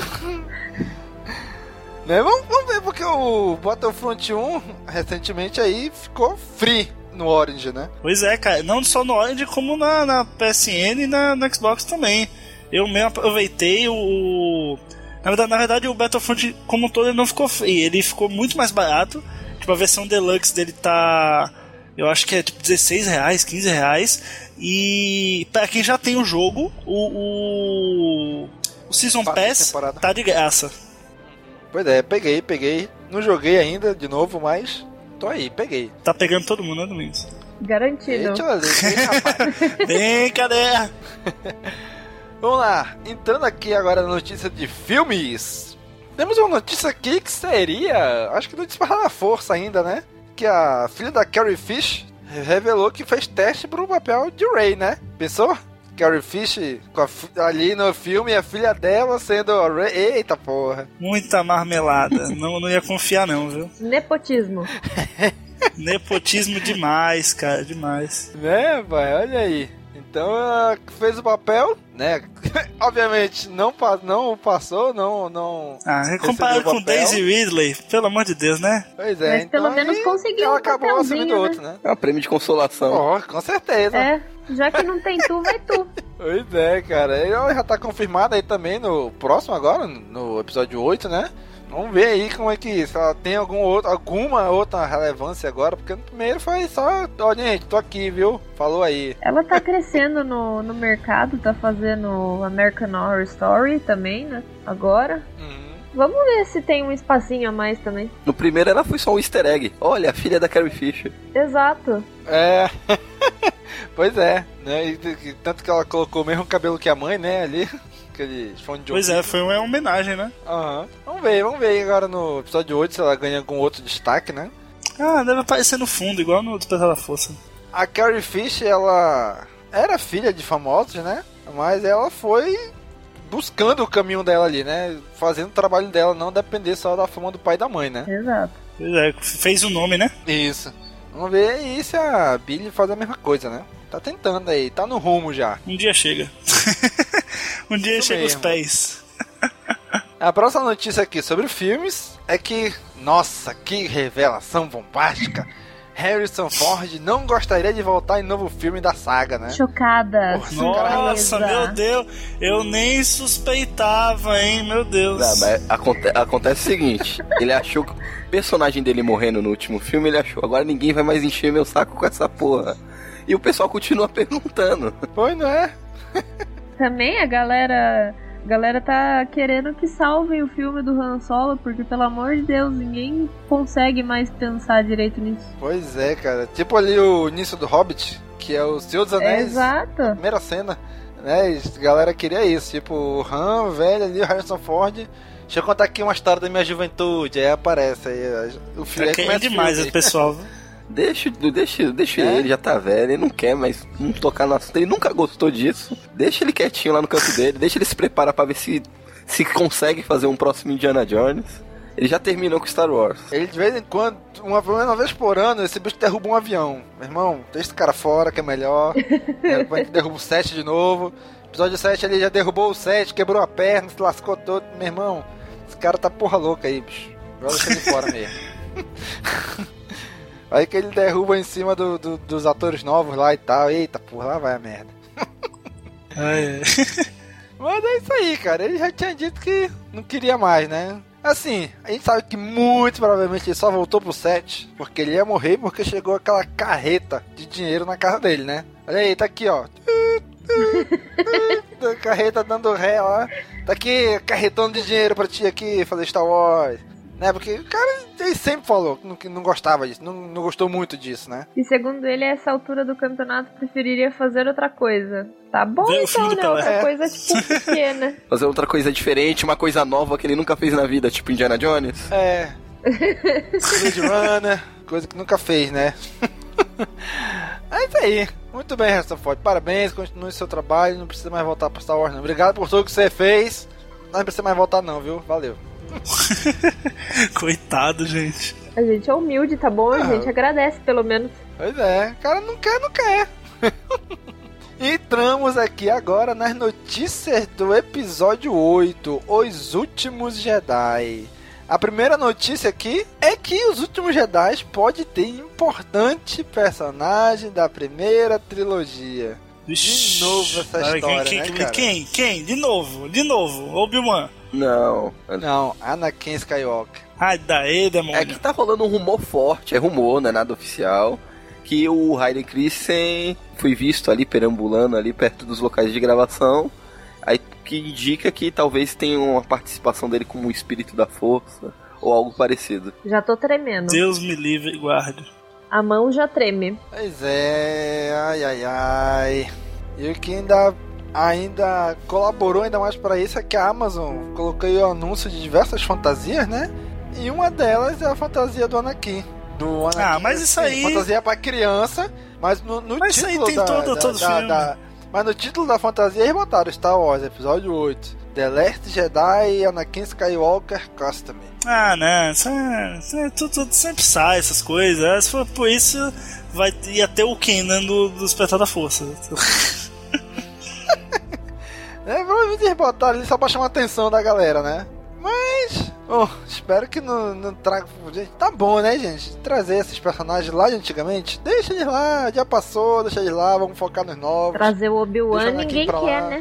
[SPEAKER 2] Né? Vamos, vamos ver, porque o Battlefront um recentemente aí ficou free no Orange, né?
[SPEAKER 4] Pois é, cara, não só no Orange, como na, na P S N e na, na Xbox também. Eu mesmo aproveitei o... Na verdade, na verdade, o Battlefront como um todo ele não ficou free, ele ficou muito mais barato. Tipo, a versão Deluxe dele tá... Eu acho que é tipo dezesseis reais, quinze reais. E pra quem já tem o jogo, o, o, o Season
[SPEAKER 2] Passa a
[SPEAKER 4] Pass
[SPEAKER 2] temporada.
[SPEAKER 4] tá de graça.
[SPEAKER 2] Pois é, peguei, peguei. Não joguei ainda de novo, mas tô aí, peguei.
[SPEAKER 4] Tá pegando todo mundo, né, Domingos?
[SPEAKER 5] Garantido.
[SPEAKER 2] Eita, olha, rapaz.
[SPEAKER 4] Brincadeira!
[SPEAKER 2] Vamos lá, entrando aqui agora na notícia de filmes. Temos uma notícia aqui que seria, acho que não disparar na força ainda, né? Que a filha da Carrie Fish revelou que fez teste pro papel de Rey, né? Pensou? Carrie Fish com a fi- ali no filme, a filha dela sendo a Rey. Eita porra.
[SPEAKER 4] Muita marmelada. não, não ia confiar não, viu?
[SPEAKER 5] Nepotismo.
[SPEAKER 4] Nepotismo demais, cara, demais.
[SPEAKER 2] Né, pai? Olha aí. Então ela fez o papel, né? Obviamente não, pa- não passou, não, não.
[SPEAKER 4] Ah,
[SPEAKER 2] recebeu
[SPEAKER 4] comparado
[SPEAKER 2] o
[SPEAKER 4] com
[SPEAKER 2] papel.
[SPEAKER 4] Daisy Ridley, pelo amor de Deus, né?
[SPEAKER 2] Pois é,
[SPEAKER 5] Mas
[SPEAKER 2] então
[SPEAKER 5] pelo menos
[SPEAKER 2] aí
[SPEAKER 5] conseguiu
[SPEAKER 2] ela
[SPEAKER 5] um
[SPEAKER 2] acabou
[SPEAKER 5] papelzinho,
[SPEAKER 2] assumindo
[SPEAKER 5] né?
[SPEAKER 2] outro, né?
[SPEAKER 3] É um prêmio de consolação.
[SPEAKER 2] Oh, com certeza.
[SPEAKER 5] É, já que não tem tu, vai tu.
[SPEAKER 2] Pois é, cara. Ela já tá confirmada aí também no próximo agora, no episódio oito, né? Vamos ver aí como é que se ela tem algum outro, alguma outra relevância agora, porque no primeiro foi só, ó, gente, tô aqui, viu? Falou aí.
[SPEAKER 5] Ela tá crescendo no, no mercado, tá fazendo American Horror Story também, né? Agora.
[SPEAKER 2] Uhum.
[SPEAKER 5] Vamos ver se tem um espacinho a mais também.
[SPEAKER 3] No primeiro ela foi só um easter egg. Olha, a filha da Carrie Fisher.
[SPEAKER 5] Exato.
[SPEAKER 2] É. Pois é, né? E, e, tanto que ela colocou o mesmo cabelo que a mãe, né? Ali. Aquele fone de
[SPEAKER 4] Pois é, foi uma homenagem, né?
[SPEAKER 2] Aham. Vamos ver, vamos ver agora no episódio oito se ela ganha algum outro destaque, né?
[SPEAKER 4] Ah, deve aparecer no fundo, igual no Despertar da Força.
[SPEAKER 2] A Carrie Fish, ela era filha de famosos, né? Mas ela foi buscando o caminho dela ali, né? Fazendo o trabalho dela, não depender só da fama do pai e da mãe, né?
[SPEAKER 5] Exato.
[SPEAKER 4] Pois é, fez o nome, né?
[SPEAKER 2] Isso. Vamos ver aí se a Billy faz a mesma coisa, né? Tá tentando aí, tá no rumo já.
[SPEAKER 4] Um dia chega. um dia
[SPEAKER 2] Isso
[SPEAKER 4] chega os
[SPEAKER 2] mesmo.
[SPEAKER 4] pés.
[SPEAKER 2] A próxima notícia aqui sobre filmes é que, nossa, que revelação bombástica! Harrison Ford não gostaria de voltar em novo filme da saga, né?
[SPEAKER 5] Chocada.
[SPEAKER 2] Nossa,
[SPEAKER 4] Nossa,
[SPEAKER 5] surpresa.
[SPEAKER 4] meu Deus. Eu nem suspeitava, hein, meu Deus.
[SPEAKER 3] Não, mas aconte- acontece o seguinte: ele achou que o personagem dele morrendo no último filme, ele achou, agora ninguém vai mais encher meu saco com essa porra. E o pessoal continua perguntando.
[SPEAKER 2] Pois não é?
[SPEAKER 5] Também a galera... A galera tá querendo que salvem o filme do Han Solo, porque, pelo amor de Deus, ninguém consegue mais pensar direito nisso.
[SPEAKER 2] Pois é, cara. Tipo ali o início do Hobbit, que é o Senhor dos Anéis.
[SPEAKER 5] Exato.
[SPEAKER 2] A primeira cena, né? A galera queria isso. Tipo, o Han, velho ali, o Harrison Ford. Deixa eu contar aqui uma história da minha juventude. Aí aparece. Aí, o filme
[SPEAKER 4] é, é demais esse pessoal.
[SPEAKER 3] Deixa, deixa, deixa é? ele, já tá velho, ele não quer mais não tocar no assunto, ele nunca gostou disso. Deixa ele quietinho lá no canto dele, deixa ele se preparar pra ver se, se consegue fazer um próximo Indiana Jones. Ele já terminou com Star Wars.
[SPEAKER 2] Ele de vez em quando, uma, uma vez por ano, esse bicho derruba um avião. Meu irmão, deixa esse cara fora que é melhor. Depois derruba o sete de novo. Episódio sete ele já derrubou o sete, quebrou a perna, se lascou todo. Meu irmão, esse cara tá porra louca aí, bicho. Vai deixar ele fora mesmo. Aí que ele derruba em cima do, do, dos atores novos lá e tal. Eita, porra, lá vai a merda.
[SPEAKER 4] Ai,
[SPEAKER 2] Mas é isso aí, cara. Ele já tinha dito que não queria mais, né? Assim, a gente sabe que muito provavelmente ele só voltou pro set porque ele ia morrer, porque chegou aquela carreta de dinheiro na casa dele, né? Olha aí, tá aqui, ó. A carreta dando ré lá. Tá aqui, carretão de dinheiro pra ti aqui, fazer Star Wars. Né, porque o cara, ele sempre falou que não, não gostava disso, não, não gostou muito disso, né?
[SPEAKER 5] E segundo ele, a essa altura do campeonato, preferiria fazer outra coisa. Tá bom,
[SPEAKER 4] Vê o
[SPEAKER 5] então,
[SPEAKER 4] filme do
[SPEAKER 5] né?
[SPEAKER 4] Pelé.
[SPEAKER 5] Outra
[SPEAKER 2] É.
[SPEAKER 5] coisa, tipo, pequena.
[SPEAKER 3] Fazer outra coisa diferente, uma coisa nova que ele nunca fez na vida, tipo Indiana Jones.
[SPEAKER 2] É. Blade Runner, coisa que nunca fez, né? É isso aí. Muito bem, Harrison Ford. Parabéns, continue seu trabalho. Não precisa mais voltar pra Star Wars, não. Obrigado por tudo que você fez. Não precisa mais voltar, não, viu? Valeu.
[SPEAKER 4] Coitado, gente.
[SPEAKER 5] A gente é humilde, tá bom? A
[SPEAKER 2] Ah.
[SPEAKER 5] gente agradece, pelo menos.
[SPEAKER 2] Pois é, o cara não quer, não quer. Entramos aqui agora nas notícias do episódio oito, Os Últimos Jedi. A primeira notícia aqui é que Os Últimos Jedi pode ter importante personagem da primeira trilogia.
[SPEAKER 4] Vixe.
[SPEAKER 2] De novo essa
[SPEAKER 4] Ai,
[SPEAKER 2] história,
[SPEAKER 4] quem,
[SPEAKER 2] né,
[SPEAKER 4] quem,
[SPEAKER 2] cara?
[SPEAKER 4] Quem? Quem? De novo, de novo. Obi-Wan.
[SPEAKER 3] Não.
[SPEAKER 2] Não, Anakin Skywalker.
[SPEAKER 4] Ai, daí, demônio.
[SPEAKER 3] É que tá rolando um rumor forte, é rumor, não é nada oficial, que o Hayden Christensen foi visto ali perambulando ali perto dos locais de gravação, aí que indica que talvez tenha uma participação dele como um espírito da força ou algo parecido.
[SPEAKER 5] Já tô tremendo.
[SPEAKER 4] Deus me livre e guarde.
[SPEAKER 5] A mão já treme.
[SPEAKER 2] Pois é, ai ai ai. E o que ainda, ainda colaborou ainda mais para isso é que a Amazon colocou aí o anúncio de diversas fantasias, né? E uma delas é a fantasia do Anakin. Do Anakin
[SPEAKER 4] Ah, mas isso
[SPEAKER 2] assim,
[SPEAKER 4] aí-
[SPEAKER 2] fantasia pra criança, mas no, no
[SPEAKER 4] Mas isso aí
[SPEAKER 2] título
[SPEAKER 4] tem
[SPEAKER 2] da,
[SPEAKER 4] todo-
[SPEAKER 2] da,
[SPEAKER 4] todo
[SPEAKER 2] da-
[SPEAKER 4] filme.
[SPEAKER 2] da- mas no título da fantasia eles botaram Star Wars, episódio oito. The Last Jedi Anakin Skywalker Costume.
[SPEAKER 4] Ah, né? Isso é, isso é tudo, tudo sempre sai essas coisas. É, se for por isso, vai, ia ter o Kenan do, do Despertar da Força.
[SPEAKER 2] É, provavelmente eles botaram ali só pra chamar a atenção da galera, né? Mas, bom, espero que não, não traga. Gente, tá bom, né, gente? Trazer esses personagens lá de antigamente, deixa eles lá, já passou, deixa eles lá, vamos focar nos novos.
[SPEAKER 5] Trazer o Obi-Wan
[SPEAKER 2] Deixa o Anakin
[SPEAKER 5] ninguém
[SPEAKER 2] pra
[SPEAKER 5] quer,
[SPEAKER 2] lá.
[SPEAKER 5] né?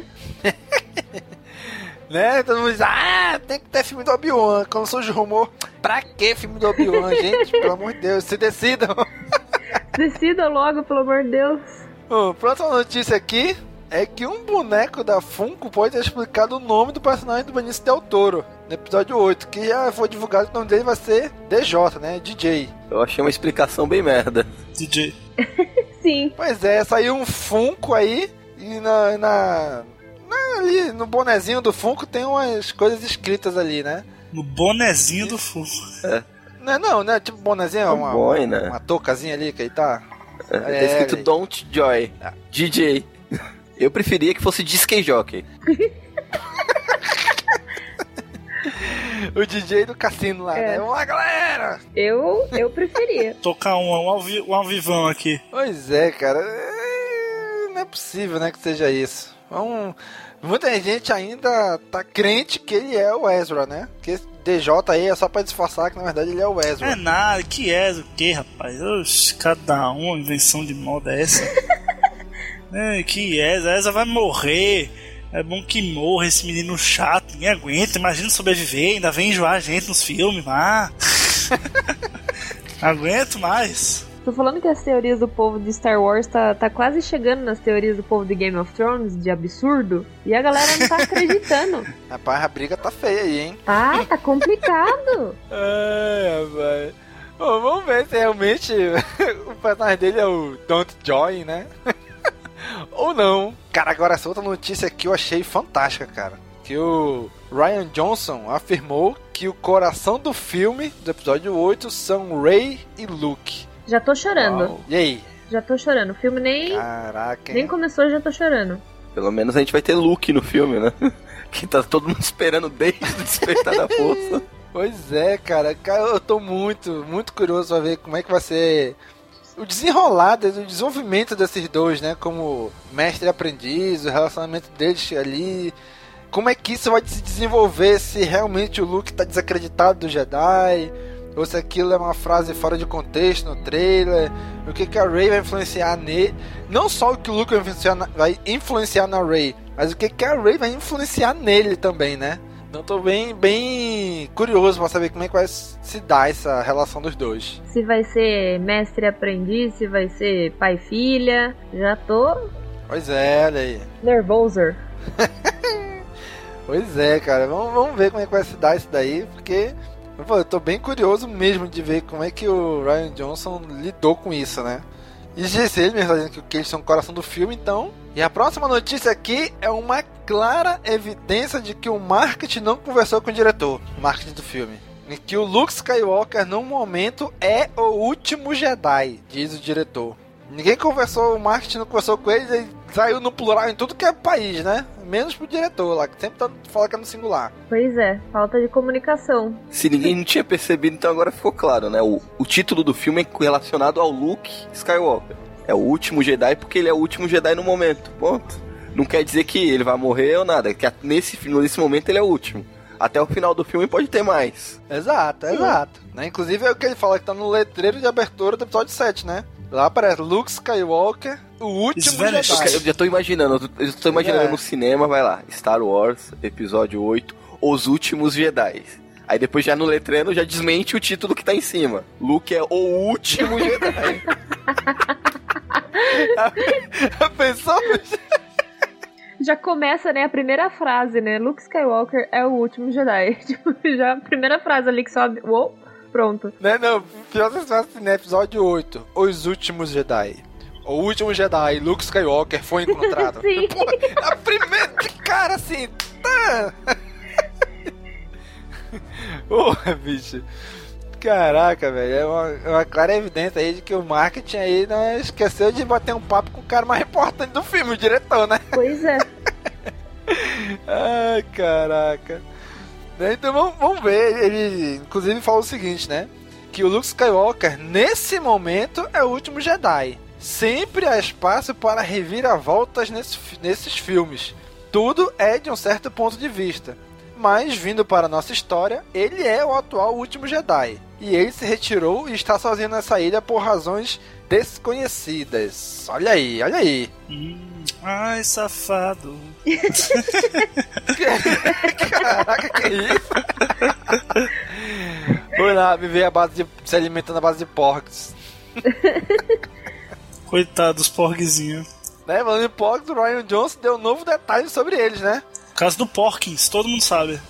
[SPEAKER 2] Né? Todo mundo diz, ah, tem que ter filme do Obi-Wan. Quando surge o rumor, pra que filme do Obi-Wan, gente? Pelo amor de Deus, se decidam.
[SPEAKER 5] Decida logo, pelo amor de Deus.
[SPEAKER 2] Bom, próxima notícia aqui é que um boneco da Funko pode ter explicado o nome do personagem do Benício Del Toro no episódio oito, que já foi divulgado que o nome dele vai ser D J, né? D J.
[SPEAKER 3] Eu achei uma explicação bem merda.
[SPEAKER 4] D J.
[SPEAKER 5] Sim.
[SPEAKER 2] Pois é, saiu um Funko aí e na, na, na- ali no bonezinho do Funko tem umas coisas escritas ali, né?
[SPEAKER 4] No bonezinho do Funko.
[SPEAKER 2] Não é não, né? Tipo bonezinho,
[SPEAKER 3] É
[SPEAKER 2] uma,
[SPEAKER 3] bom,
[SPEAKER 2] uma,
[SPEAKER 3] né?
[SPEAKER 2] uma toucazinha ali que aí tá.
[SPEAKER 3] É, tá escrito
[SPEAKER 2] velho.
[SPEAKER 3] Don't Joy. D J. Eu preferia que fosse Disc Jockey.
[SPEAKER 2] O D J do cassino lá,
[SPEAKER 5] É.
[SPEAKER 2] né? Vamos lá, galera!
[SPEAKER 5] Eu, eu preferia.
[SPEAKER 4] Tocar um, um, alvi, um alvivão aqui.
[SPEAKER 2] Pois é, cara. É, não é possível, né, que seja isso. Vamos... Muita gente ainda tá crente que ele é o Ezra, né? Que esse D J aí é só pra disfarçar que na verdade ele é o Ezra.
[SPEAKER 4] É nada, que é o que, rapaz? Oxi, cada um, invenção de moda é essa. É, que é, essa vai morrer. É bom que morra esse menino chato, ninguém aguenta. Imagina sobreviver, ainda vem enjoar a gente nos filmes, ah. Não aguento mais.
[SPEAKER 5] Tô falando que as teorias do povo de Star Wars tá, tá quase chegando nas teorias do povo de Game of Thrones, de absurdo, e a galera não tá acreditando.
[SPEAKER 2] Rapaz, a briga tá feia aí, hein?
[SPEAKER 5] Tá, tá complicado.
[SPEAKER 2] Ai, rapaz. Bom, vamos ver se realmente o personagem dele é o Don't Join, né? Ou não. Cara, agora essa outra notícia aqui eu achei fantástica, cara. Que o Rian Johnson afirmou que o coração do filme, do episódio oito, são Rey e Luke.
[SPEAKER 5] Já tô chorando.
[SPEAKER 2] Uau. E aí?
[SPEAKER 5] Já tô chorando. O filme nem,
[SPEAKER 2] Caraca,
[SPEAKER 5] nem
[SPEAKER 2] hein?
[SPEAKER 5] começou, já tô chorando.
[SPEAKER 3] Pelo menos a gente vai ter Luke no filme, né? Que tá todo mundo esperando desde o Despertar da Força.
[SPEAKER 2] Pois é, cara. Cara, eu tô muito, muito curioso pra ver como é que vai ser o desenrolar, o desenvolvimento desses dois, né? Como mestre e aprendiz, o relacionamento deles ali. Como é que isso vai se desenvolver, se realmente o Luke tá desacreditado do Jedi, ou se aquilo é uma frase fora de contexto no trailer, o que, que a Rey vai influenciar nele. Não só o que o Luke vai influenciar na, vai influenciar na Rey, mas o que, que a Rey vai influenciar nele também, né? Então tô bem, bem curioso pra saber como é que vai se dar essa relação dos dois.
[SPEAKER 5] Se vai ser mestre e aprendiz, se vai ser pai e filha, já tô
[SPEAKER 2] Pois é, olha aí.
[SPEAKER 5] nervoso.
[SPEAKER 2] Pois é, cara. Vamos, vamos ver como é que vai se dar isso daí, porque pô, eu tô bem curioso mesmo de ver como é que o Rian Johnson lidou com isso, né? E disse ele mesmo dizendo que, que eles são o coração do filme, então. E a próxima notícia aqui é uma clara evidência de que o marketing não conversou com o diretor, o marketing do filme. Em que o Luke Skywalker, no momento, é o último Jedi, diz o diretor. Ninguém conversou, o marketing não conversou com ele, ele saiu no plural em tudo que é país, né? Menos pro diretor lá, que sempre tá, fala que é no singular.
[SPEAKER 5] Pois é, falta de comunicação.
[SPEAKER 3] Se ninguém não tinha percebido, então agora ficou claro, né? O, o título do filme é relacionado ao Luke Skywalker. É o último Jedi porque ele é o último Jedi no momento, ponto. Não quer dizer que ele vai morrer ou nada, que nesse, nesse momento ele é o último. Até o final do filme pode ter mais.
[SPEAKER 2] Exato,
[SPEAKER 5] Sim.
[SPEAKER 2] exato. Né? Inclusive é o que ele fala que tá no letreiro de abertura do episódio sete, né? Lá aparece Luke Skywalker, o último
[SPEAKER 4] Velho,
[SPEAKER 2] Jedi.
[SPEAKER 3] Eu já tô imaginando, eu tô imaginando
[SPEAKER 2] É.
[SPEAKER 3] no cinema, vai lá, Star Wars, episódio oito, Os Últimos Jedi. Aí depois já no letreiro já desmente o título que tá em cima. Luke é o último Jedi.
[SPEAKER 2] Pensou?
[SPEAKER 5] Já começa, né, a primeira frase, né? Luke Skywalker é o último Jedi. Tipo, já a primeira frase ali que sobe. Uou, pronto.
[SPEAKER 2] Né, não, pior que assim, né? Episódio oito, Os Últimos Jedi. O último Jedi, Luke Skywalker, foi encontrado.
[SPEAKER 5] Sim.
[SPEAKER 2] Pô, a primeira. Cara, assim. Tá. Porra, bicho. Caraca, velho. É uma, é uma clara evidência aí de que o marketing aí não esqueceu de bater um papo com o cara mais importante do filme, o diretor, né?
[SPEAKER 5] Pois é.
[SPEAKER 2] Ai, caraca. Então vamos, vamos ver. Ele inclusive fala o seguinte, né? Que o Luke Skywalker, nesse momento, é o último Jedi. Sempre há espaço para reviravoltas nesse, nesses filmes. Tudo é de um certo ponto de vista. Mas, vindo para a nossa história, ele é o atual último Jedi. E ele se retirou e está sozinho nessa ilha por razões desconhecidas. Olha aí, olha aí.
[SPEAKER 4] Hum, ai, safado.
[SPEAKER 2] Caraca, que isso? Foi lá viver a base de, se alimentando à base de porcos.
[SPEAKER 4] Coitado dos porquezinhos.
[SPEAKER 2] Né, falando em porcos, o Rian Johnson deu um novo detalhe sobre eles, né?
[SPEAKER 4] Caso do Porkins, todo mundo sabe.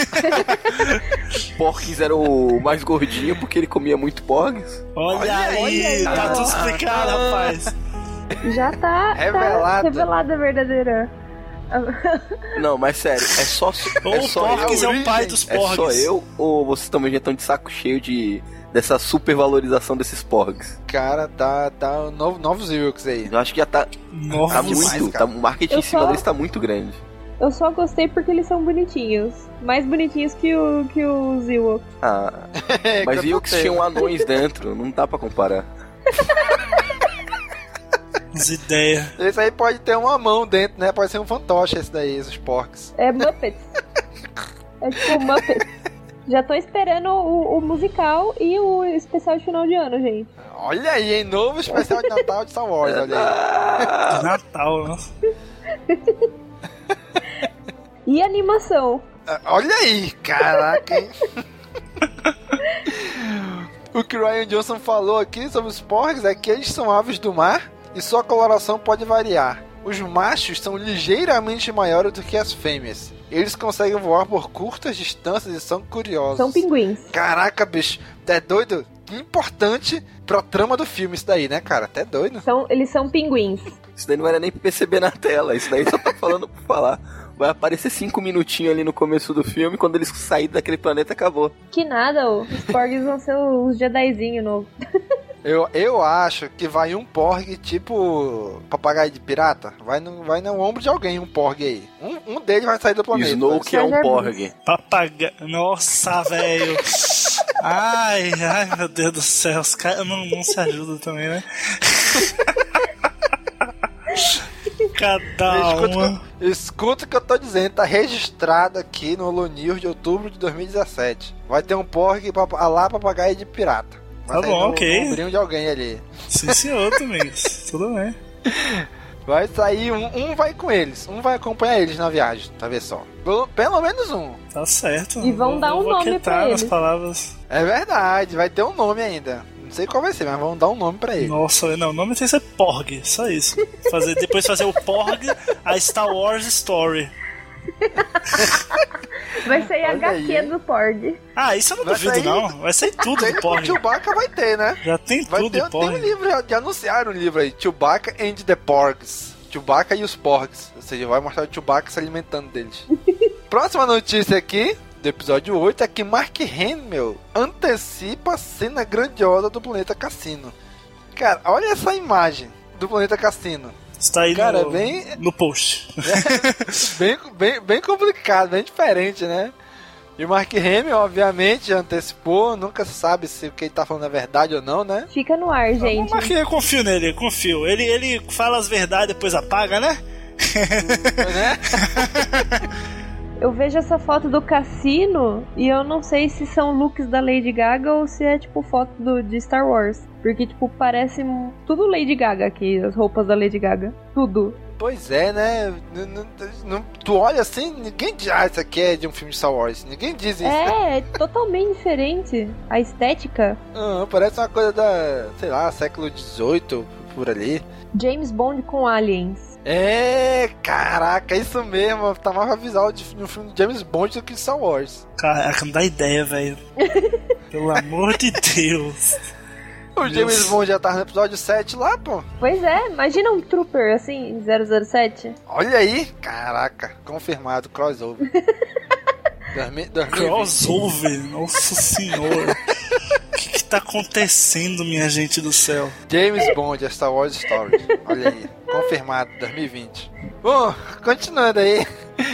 [SPEAKER 3] Porkins era o mais gordinho porque ele comia muito porgs.
[SPEAKER 4] Olha,
[SPEAKER 2] Olha
[SPEAKER 4] aí,
[SPEAKER 5] aí,
[SPEAKER 4] tá
[SPEAKER 5] ó.
[SPEAKER 4] tudo explicado, rapaz.
[SPEAKER 5] Já tá
[SPEAKER 2] Revelado.
[SPEAKER 5] tá revelada a verdadeira.
[SPEAKER 3] Não, mas sério, é só,
[SPEAKER 4] Ou
[SPEAKER 3] é
[SPEAKER 4] o
[SPEAKER 3] só
[SPEAKER 4] Porkins é
[SPEAKER 3] eu,
[SPEAKER 4] o pai dos
[SPEAKER 3] é
[SPEAKER 4] porgs.
[SPEAKER 3] só eu ou vocês também já estão de saco cheio de dessa supervalorização desses porgs?
[SPEAKER 2] Cara, tá, tá novo, novos Wilkes aí.
[SPEAKER 3] Eu acho que já tá,
[SPEAKER 4] Nossa,
[SPEAKER 3] tá
[SPEAKER 2] demais,
[SPEAKER 3] muito,
[SPEAKER 2] cara.
[SPEAKER 3] tá, o marketing
[SPEAKER 5] Eu
[SPEAKER 3] em cima
[SPEAKER 5] só-
[SPEAKER 3] deles tá muito grande.
[SPEAKER 5] Eu só gostei porque eles são bonitinhos. Mais bonitinhos que o que os Ewoks.
[SPEAKER 3] Ah, mas viu que tinham anões dentro, não dá pra comparar.
[SPEAKER 4] as ideias.
[SPEAKER 2] Esse aí pode ter uma mão dentro, né? Pode ser um fantoche esse daí, esses porcos.
[SPEAKER 5] É Muppets. É tipo Muppets. Já tô esperando o, o musical e o especial de final de ano, gente.
[SPEAKER 2] Olha aí, hein? Novo especial de Natal de Star Wars, olha aí.
[SPEAKER 4] É Natal, né?
[SPEAKER 5] E animação.
[SPEAKER 2] Ah, olha aí, caraca, hein? O que o Ryan Johnson falou aqui sobre os porgs é que eles são aves do mar e sua coloração pode variar. Os machos são ligeiramente maiores do que as fêmeas. Eles conseguem voar por curtas distâncias e são curiosos.
[SPEAKER 5] São pinguins.
[SPEAKER 2] Caraca, bicho, é doido? Que importante pra trama do filme isso daí, né, cara? Até doido.
[SPEAKER 5] São, eles são pinguins.
[SPEAKER 3] Isso daí não era nem pra perceber na tela, isso daí só tá falando por falar. Vai aparecer cinco minutinhos ali no começo do filme, quando eles saírem daquele planeta, acabou.
[SPEAKER 5] Que nada, ô. Os porgs vão ser os Jedizinhos novos.
[SPEAKER 2] Eu, eu acho que vai um porg tipo papagaio de pirata. Vai no, vai no ombro de alguém, um porg aí. Um, um deles vai sair do planeta.
[SPEAKER 3] Snoke é um porg.
[SPEAKER 4] Papagaio. Nossa, velho. Ai, ai, meu Deus do céu. Os caras não, não se ajudam também, né? Cada uma.
[SPEAKER 2] Escuta o que eu tô dizendo, tá registrado aqui no Holo News de outubro de dois mil e dezessete. Vai ter um porg a lá papagaio de pirata. Vai
[SPEAKER 4] tá bom,
[SPEAKER 2] no,
[SPEAKER 4] ok.
[SPEAKER 2] No ombrinho de alguém ali.
[SPEAKER 4] Sim, senhor, Domingos. Tudo bem.
[SPEAKER 2] Vai sair, um, um vai com eles, um vai acompanhar eles na viagem, tá vendo só? Pelo, pelo menos um.
[SPEAKER 4] Tá certo.
[SPEAKER 5] E vão
[SPEAKER 4] vou,
[SPEAKER 5] dar um
[SPEAKER 4] vou
[SPEAKER 5] nome pra
[SPEAKER 4] nas
[SPEAKER 5] eles.
[SPEAKER 4] Palavras.
[SPEAKER 2] É verdade, vai ter um nome ainda. Não sei qual vai ser, mas vamos dar um nome pra ele.
[SPEAKER 4] Nossa, não, o nome tem que ser Porg, só isso. Fazer, depois fazer o Porg, a Star Wars Story.
[SPEAKER 5] Vai sair a
[SPEAKER 2] Olha
[SPEAKER 5] H Q
[SPEAKER 2] aí.
[SPEAKER 5] do porg.
[SPEAKER 4] Ah, isso eu não
[SPEAKER 2] Vai
[SPEAKER 4] duvido,
[SPEAKER 2] sair-
[SPEAKER 4] não. Vai sair tudo
[SPEAKER 2] Tem
[SPEAKER 4] do
[SPEAKER 2] o
[SPEAKER 4] Porg.
[SPEAKER 2] Chewbacca vai ter, né?
[SPEAKER 4] Já tem
[SPEAKER 2] Vai
[SPEAKER 4] tudo
[SPEAKER 2] ter,
[SPEAKER 4] do
[SPEAKER 2] tem um
[SPEAKER 4] Porg.
[SPEAKER 2] livro, já, já anunciaram um livro aí, Chewbacca and the Porgs. Chewbacca e os Porgs. Ou seja, vai mostrar o Chewbacca se alimentando deles. Próxima notícia aqui, do episódio oito, é que Mark Hamill antecipa a cena grandiosa do planeta Cassino. Cara, olha essa imagem do planeta Cassino.
[SPEAKER 4] Está aí
[SPEAKER 2] Cara,
[SPEAKER 4] no,
[SPEAKER 2] bem-
[SPEAKER 4] no post.
[SPEAKER 2] bem, bem, bem complicado, bem diferente, né? E o Mark Hamill, obviamente, antecipou. Nunca se sabe se o que ele tá falando é verdade ou não, né?
[SPEAKER 5] Fica no ar,
[SPEAKER 4] Não,
[SPEAKER 5] gente.
[SPEAKER 4] mas que eu confio nele, eu confio. Ele, ele fala as verdades e depois apaga, né?
[SPEAKER 2] né?
[SPEAKER 5] Eu vejo essa foto do cassino e eu não sei se são looks da Lady Gaga ou se é tipo foto do, de Star Wars. Porque, tipo, parece tudo Lady Gaga aqui, as roupas da Lady Gaga. Tudo.
[SPEAKER 2] Pois é, né? N- n- n- tu olha assim, ninguém diz, ah, isso aqui é de um filme de Star Wars. Ninguém diz isso.
[SPEAKER 5] É, é totalmente diferente. A estética.
[SPEAKER 2] Ah, parece uma coisa da, sei lá, século dezoito, por ali.
[SPEAKER 5] James Bond com aliens.
[SPEAKER 2] É, caraca, isso mesmo. Tá mais visual de um filme de James Bond do que de Star Wars.
[SPEAKER 4] Caraca, não dá ideia, velho. Pelo amor de Deus.
[SPEAKER 2] O
[SPEAKER 4] Deus.
[SPEAKER 2] James Bond já tava no episódio sete lá, pô.
[SPEAKER 5] Pois é, imagina um trooper assim, zero zero sete.
[SPEAKER 2] Olha aí, caraca, confirmado, crossover. dois mil, dois mil e vinte.
[SPEAKER 4] Crossover, nossa senhora. O que, que tá acontecendo, minha gente do céu?
[SPEAKER 2] James Bond, a Star Wars Story. Olha aí, confirmado, dois mil e vinte. Bom, continuando aí.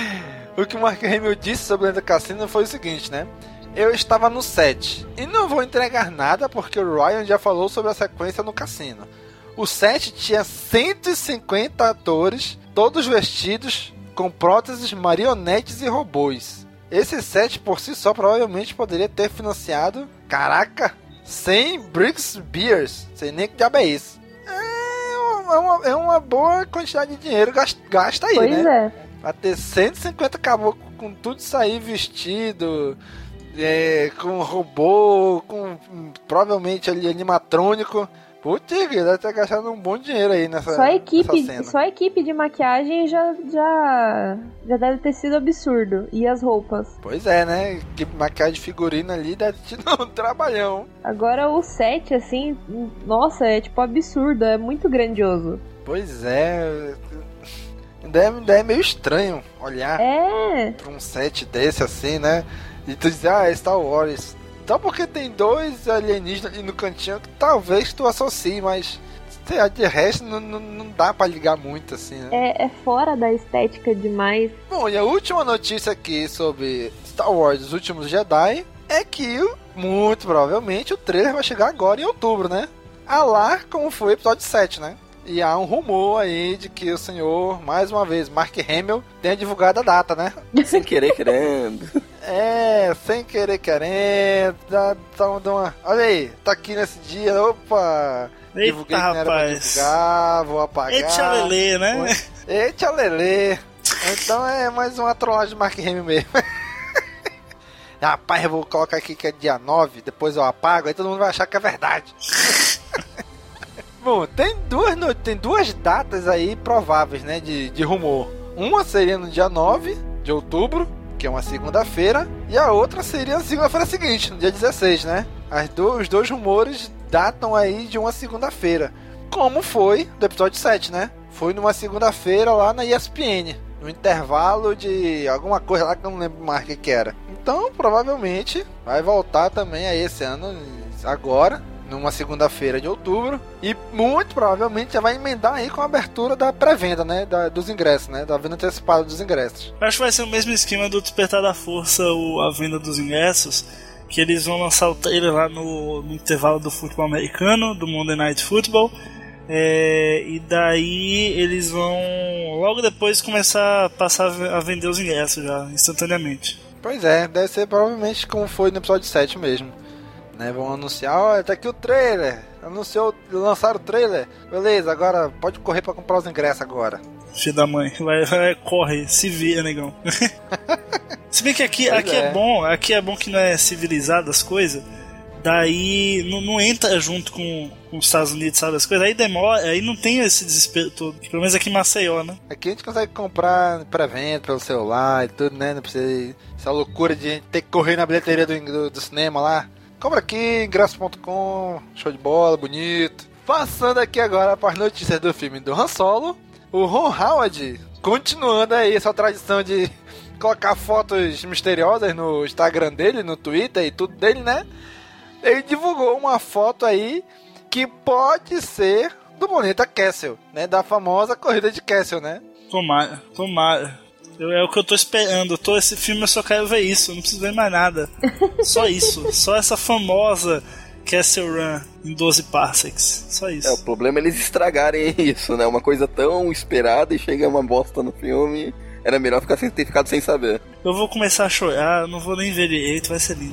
[SPEAKER 2] O que o Mark Hamill disse sobre o Planeta Cassino foi o seguinte, né? Eu estava no set e não vou entregar nada porque o Ryan já falou sobre a sequência no cassino. O set tinha cento e cinquenta atores, todos vestidos com próteses, marionetes e robôs. Esse set por si só provavelmente poderia ter financiado, caraca, cem Briggs Beers. Sei nem que diabo é isso. É uma, é uma boa quantidade de dinheiro gasta, gasta aí,
[SPEAKER 5] Pois
[SPEAKER 2] né?
[SPEAKER 5] é.
[SPEAKER 2] Pra ter cento e cinquenta caboclos com tudo isso aí vestido, é, com robô, com hum, provavelmente ali animatrônico. Putz, deve ter gastado um bom dinheiro aí nessa,
[SPEAKER 5] Só a equipe,
[SPEAKER 2] nessa cena.
[SPEAKER 5] só a equipe de maquiagem já, já, já deve ter sido absurdo. E as roupas.
[SPEAKER 2] Pois é, né? Que maquiagem de figurino ali deve ter tido um trabalhão.
[SPEAKER 5] Agora o set, assim, nossa, é tipo absurdo, é muito grandioso.
[SPEAKER 2] Pois é. Ainda é, ainda é meio estranho olhar
[SPEAKER 5] É,
[SPEAKER 2] pra um set desse assim, né? E tu dizer, ah, é Star Wars. Só porque tem dois alienígenas ali no cantinho que talvez tu associe, mas sei lá, de resto não, não, não dá pra ligar muito assim, né?
[SPEAKER 5] é, é fora da estética demais.
[SPEAKER 2] Bom, e a última notícia aqui sobre Star Wars Os Últimos Jedi é que, muito provavelmente, o trailer vai chegar agora em outubro, né? A lá como foi o episódio sete, né? E há um rumor aí de que o senhor, mais uma vez, Mark Hamill, tenha divulgado a data, né?
[SPEAKER 3] Sem querer, querendo.
[SPEAKER 2] É, sem querer querendo, dá, dá uma, dá uma- olha aí, tá aqui nesse dia, opa,
[SPEAKER 4] Eita,
[SPEAKER 2] divulguei que não era pra
[SPEAKER 4] rapaz.
[SPEAKER 2] divulgar, vou apagar.
[SPEAKER 4] Eita, Lelê, né?
[SPEAKER 2] Eita, Lelê. Então é mais uma trollagem do Mark Hamill mesmo. Rapaz, eu vou colocar aqui que é dia nove, depois eu apago, aí todo mundo vai achar que é verdade. Bom, tem duas, tem duas datas aí prováveis, né, de, de rumor. Uma seria no dia nove de outubro, que é uma segunda-feira, e a outra seria na segunda-feira seguinte, no dia dezesseis, né? As do, os dois rumores datam aí de uma segunda-feira, como foi do episódio sete, né? Foi numa segunda-feira lá na E S P N, no intervalo de alguma coisa lá que eu não lembro mais o que, que era. Então, provavelmente, vai voltar também aí esse ano, agora, numa segunda-feira de outubro, e muito provavelmente já vai emendar aí com a abertura da pré-venda, né, da, dos ingressos, né, da venda antecipada dos ingressos.
[SPEAKER 4] Eu acho que vai ser o mesmo esquema do Despertar da Força, o, a venda dos ingressos, que eles vão lançar o trailer lá no, no intervalo do futebol americano, do Monday Night Football, é, e daí eles vão logo depois começar a passar a vender os ingressos já, instantaneamente.
[SPEAKER 2] Pois é, deve ser provavelmente como foi no episódio sete mesmo. Né, vão anunciar, olha, tá aqui o trailer. Anunciou, lançaram o trailer. Beleza, agora pode correr pra comprar os ingressos agora.
[SPEAKER 4] Filho da mãe, vai, vai, corre, se vira, negão. Se bem que aqui, aqui é. é bom, aqui é bom que não é civilizado as coisas. Daí não, não entra junto com, com os Estados Unidos, sabe, as coisas. Aí demora, aí não tem esse desespero todo. Pelo menos aqui em Maceió, né?
[SPEAKER 2] Aqui a gente consegue comprar pré-venda pelo celular e tudo, né? Não precisa essa loucura de a gente ter que correr na bilheteria do, do, do cinema lá. Compra aqui, ingresso ponto com, show de bola, bonito. Passando aqui agora para as notícias do filme do Han Solo, o Ron Howard, continuando aí sua tradição de colocar fotos misteriosas no Instagram dele, no Twitter e tudo dele, né? Ele divulgou uma foto aí que pode ser do planeta Kessel, né? Da famosa corrida de Kessel, né?
[SPEAKER 4] Tomara, tomara. Eu, é o que eu tô esperando. Eu tô, esse filme eu só quero ver isso. Eu não preciso ver mais nada. Só isso. Só essa famosa Kessel Run em doze parsecs. Só isso.
[SPEAKER 3] É, o problema é eles estragarem isso, né? Uma coisa tão esperada e chega uma bosta no filme. Era melhor ficar sem, ter ficado sem saber.
[SPEAKER 4] Eu vou começar a chorar. Eu não vou nem ver direito. Vai ser lindo.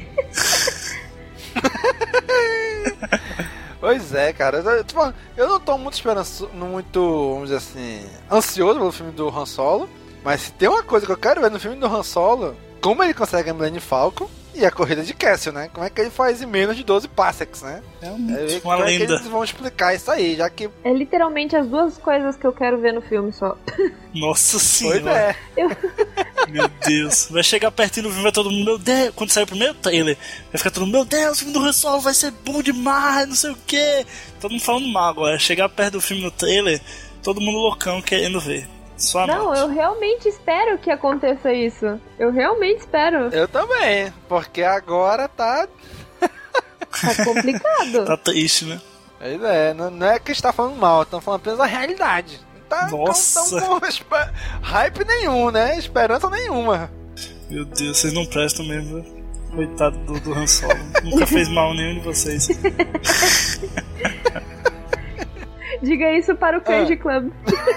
[SPEAKER 2] Pois é, cara. Eu, tipo, eu não tô muito esperançoso, muito, vamos dizer assim, ansioso pelo filme do Han Solo. Mas se tem uma coisa que eu quero ver no filme do Han Solo, como ele consegue a Millennium Falcon e a corrida de Kessel, né? Como é que ele faz em menos de doze parsecs, né?
[SPEAKER 4] É um,
[SPEAKER 2] é,
[SPEAKER 4] uma
[SPEAKER 2] como
[SPEAKER 4] lenda.
[SPEAKER 2] É que eles vão explicar isso aí, já que...
[SPEAKER 5] É literalmente as duas coisas que eu quero ver no filme só.
[SPEAKER 4] Nossa senhora.
[SPEAKER 2] Pois é.
[SPEAKER 5] Eu...
[SPEAKER 4] Meu Deus. Vai chegar pertinho do filme, vai todo mundo, meu Deus. Quando sair o primeiro trailer, vai ficar todo mundo, meu Deus, o filme do Han Solo vai ser bom demais, não sei o que. Todo mundo falando mal agora. Chegar perto do filme no trailer, todo mundo loucão querendo ver. Só
[SPEAKER 5] Não,
[SPEAKER 4] noite.
[SPEAKER 5] eu realmente espero que aconteça isso. Eu realmente espero.
[SPEAKER 2] Eu também, porque agora tá...
[SPEAKER 5] Tá complicado.
[SPEAKER 4] Tá triste, né?
[SPEAKER 2] Pois é, não, não é que está falando mal, estão falando apenas a realidade. Não tá,
[SPEAKER 4] Nossa.
[SPEAKER 2] Não tão com esper... hype nenhum, né? Esperança nenhuma.
[SPEAKER 4] Meu Deus, vocês não prestam mesmo, viu? Coitado do, do Han Solo. Nunca fez mal nenhum de vocês.
[SPEAKER 5] Diga isso para o Candy
[SPEAKER 2] ah.
[SPEAKER 5] Club.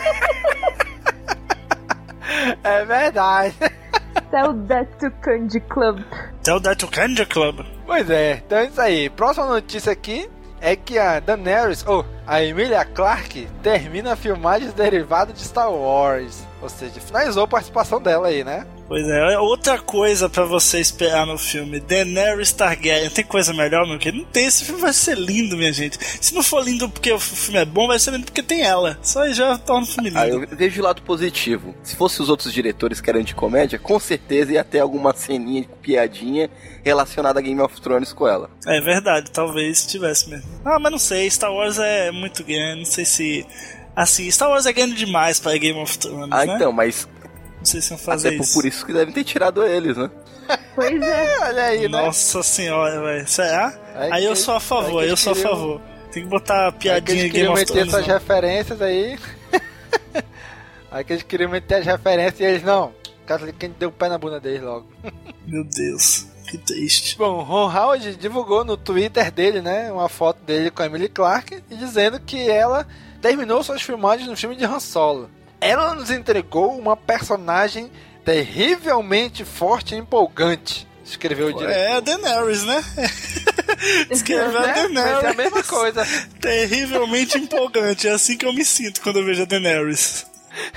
[SPEAKER 2] É verdade.
[SPEAKER 5] Tell that to Candy Club.
[SPEAKER 4] Tell that to Candy Club.
[SPEAKER 2] Pois é, então é isso aí. Próxima notícia aqui é que a Daenerys, ou a Emilia Clarke, termina a filmagem derivada de Star Wars. Ou seja, finalizou a participação dela aí, né?
[SPEAKER 4] Pois é, outra coisa pra você esperar no filme, Daenerys Targaryen. Tem coisa melhor, meu querido? Não tem, esse filme vai ser lindo, minha gente. Se não for lindo porque o filme é bom, vai ser lindo porque tem ela. Só aí já torna o filme lindo.
[SPEAKER 3] Ah, eu vejo o lado positivo. Se fosse os outros diretores que eram de comédia, com certeza ia ter alguma ceninha, piadinha relacionada a Game of Thrones com ela.
[SPEAKER 4] É verdade, talvez tivesse mesmo. Ah, mas não sei, Star Wars é muito grande, não sei se... Assim, Star Wars é grande demais para Game of Thrones,
[SPEAKER 3] ah,
[SPEAKER 4] né?
[SPEAKER 3] então, mas...
[SPEAKER 4] Não sei se vão fazer
[SPEAKER 3] até
[SPEAKER 4] isso.
[SPEAKER 3] por isso que devem ter tirado eles, né?
[SPEAKER 5] Pois é.
[SPEAKER 2] Olha aí, né?
[SPEAKER 4] Nossa senhora, velho. Será?
[SPEAKER 2] Aí
[SPEAKER 4] Aí
[SPEAKER 2] que-
[SPEAKER 4] eu sou a favor,
[SPEAKER 2] aí que
[SPEAKER 4] eu sou a
[SPEAKER 2] queriam-
[SPEAKER 4] favor. Tem que botar
[SPEAKER 2] Aí que
[SPEAKER 4] piadinha
[SPEAKER 2] eles
[SPEAKER 4] em Game
[SPEAKER 2] queriam
[SPEAKER 4] of
[SPEAKER 2] meter
[SPEAKER 4] Thrones.
[SPEAKER 2] essas
[SPEAKER 4] não.
[SPEAKER 2] referências aí. Aí que eles queriam meter as referências e eles não. Cara, quem deu o pé na bunda deles logo.
[SPEAKER 4] Meu Deus, que triste.
[SPEAKER 2] Bom, Ron Howard divulgou no Twitter dele, né, uma foto dele com a Emilia Clarke e dizendo que ela terminou suas filmagens no filme de Han Solo. Ela nos entregou uma personagem terrivelmente forte e empolgante, escreveu o diretor.
[SPEAKER 4] É a Daenerys, né? Escreveu a
[SPEAKER 2] Né? Vai ser
[SPEAKER 4] Daenerys.
[SPEAKER 2] a mesma coisa.
[SPEAKER 4] Terrivelmente empolgante. É assim que eu me sinto quando eu vejo a Daenerys.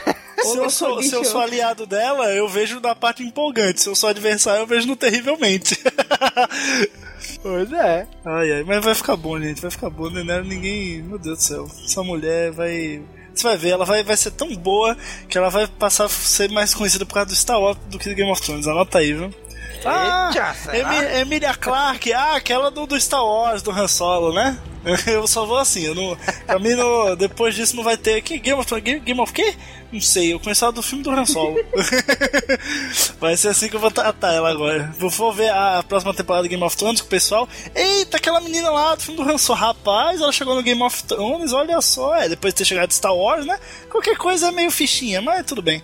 [SPEAKER 4] Se eu, sou, se eu sou aliado dela, eu vejo na parte empolgante. Se eu sou adversário, eu vejo no terrivelmente.
[SPEAKER 2] Pois é.
[SPEAKER 4] Ai, ai, mas vai ficar bom, gente. Vai ficar bom, né? Ninguém... Meu Deus do céu. Essa mulher vai... Você vai ver, ela vai, vai ser tão boa que ela vai passar a ser mais conhecida por causa do Star Wars do que do Game of Thrones. Anota aí, viu? Ah, Emi- Emilia Clarke, ah, aquela do, do Star Wars, do Han Solo, né? Eu só vou assim, eu não, pra mim no, depois disso não vai ter que Game of Game, Game of quê? Não sei, eu conheço ela do filme do Han Solo. Vai ser assim que eu vou tratar ela agora. Vou ver a próxima temporada do Game of Thrones com o pessoal. Eita, aquela menina lá do filme do Han Solo, rapaz, ela chegou no Game of Thrones, olha só, é, depois de ter chegado de Star Wars, né? Qualquer coisa é meio fichinha, mas tudo bem.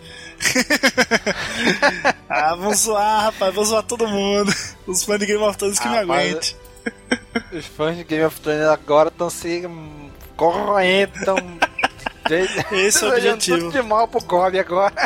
[SPEAKER 4] Ah, vamos zoar, rapaz, vamos zoar todo mundo. Os fãs de Game of Thrones que ah, me aguentem.
[SPEAKER 2] Os fãs de Game of Thrones agora estão se corroendo, estão.
[SPEAKER 4] Esse é o objetivo.
[SPEAKER 2] Tudo de mal pro Gob agora.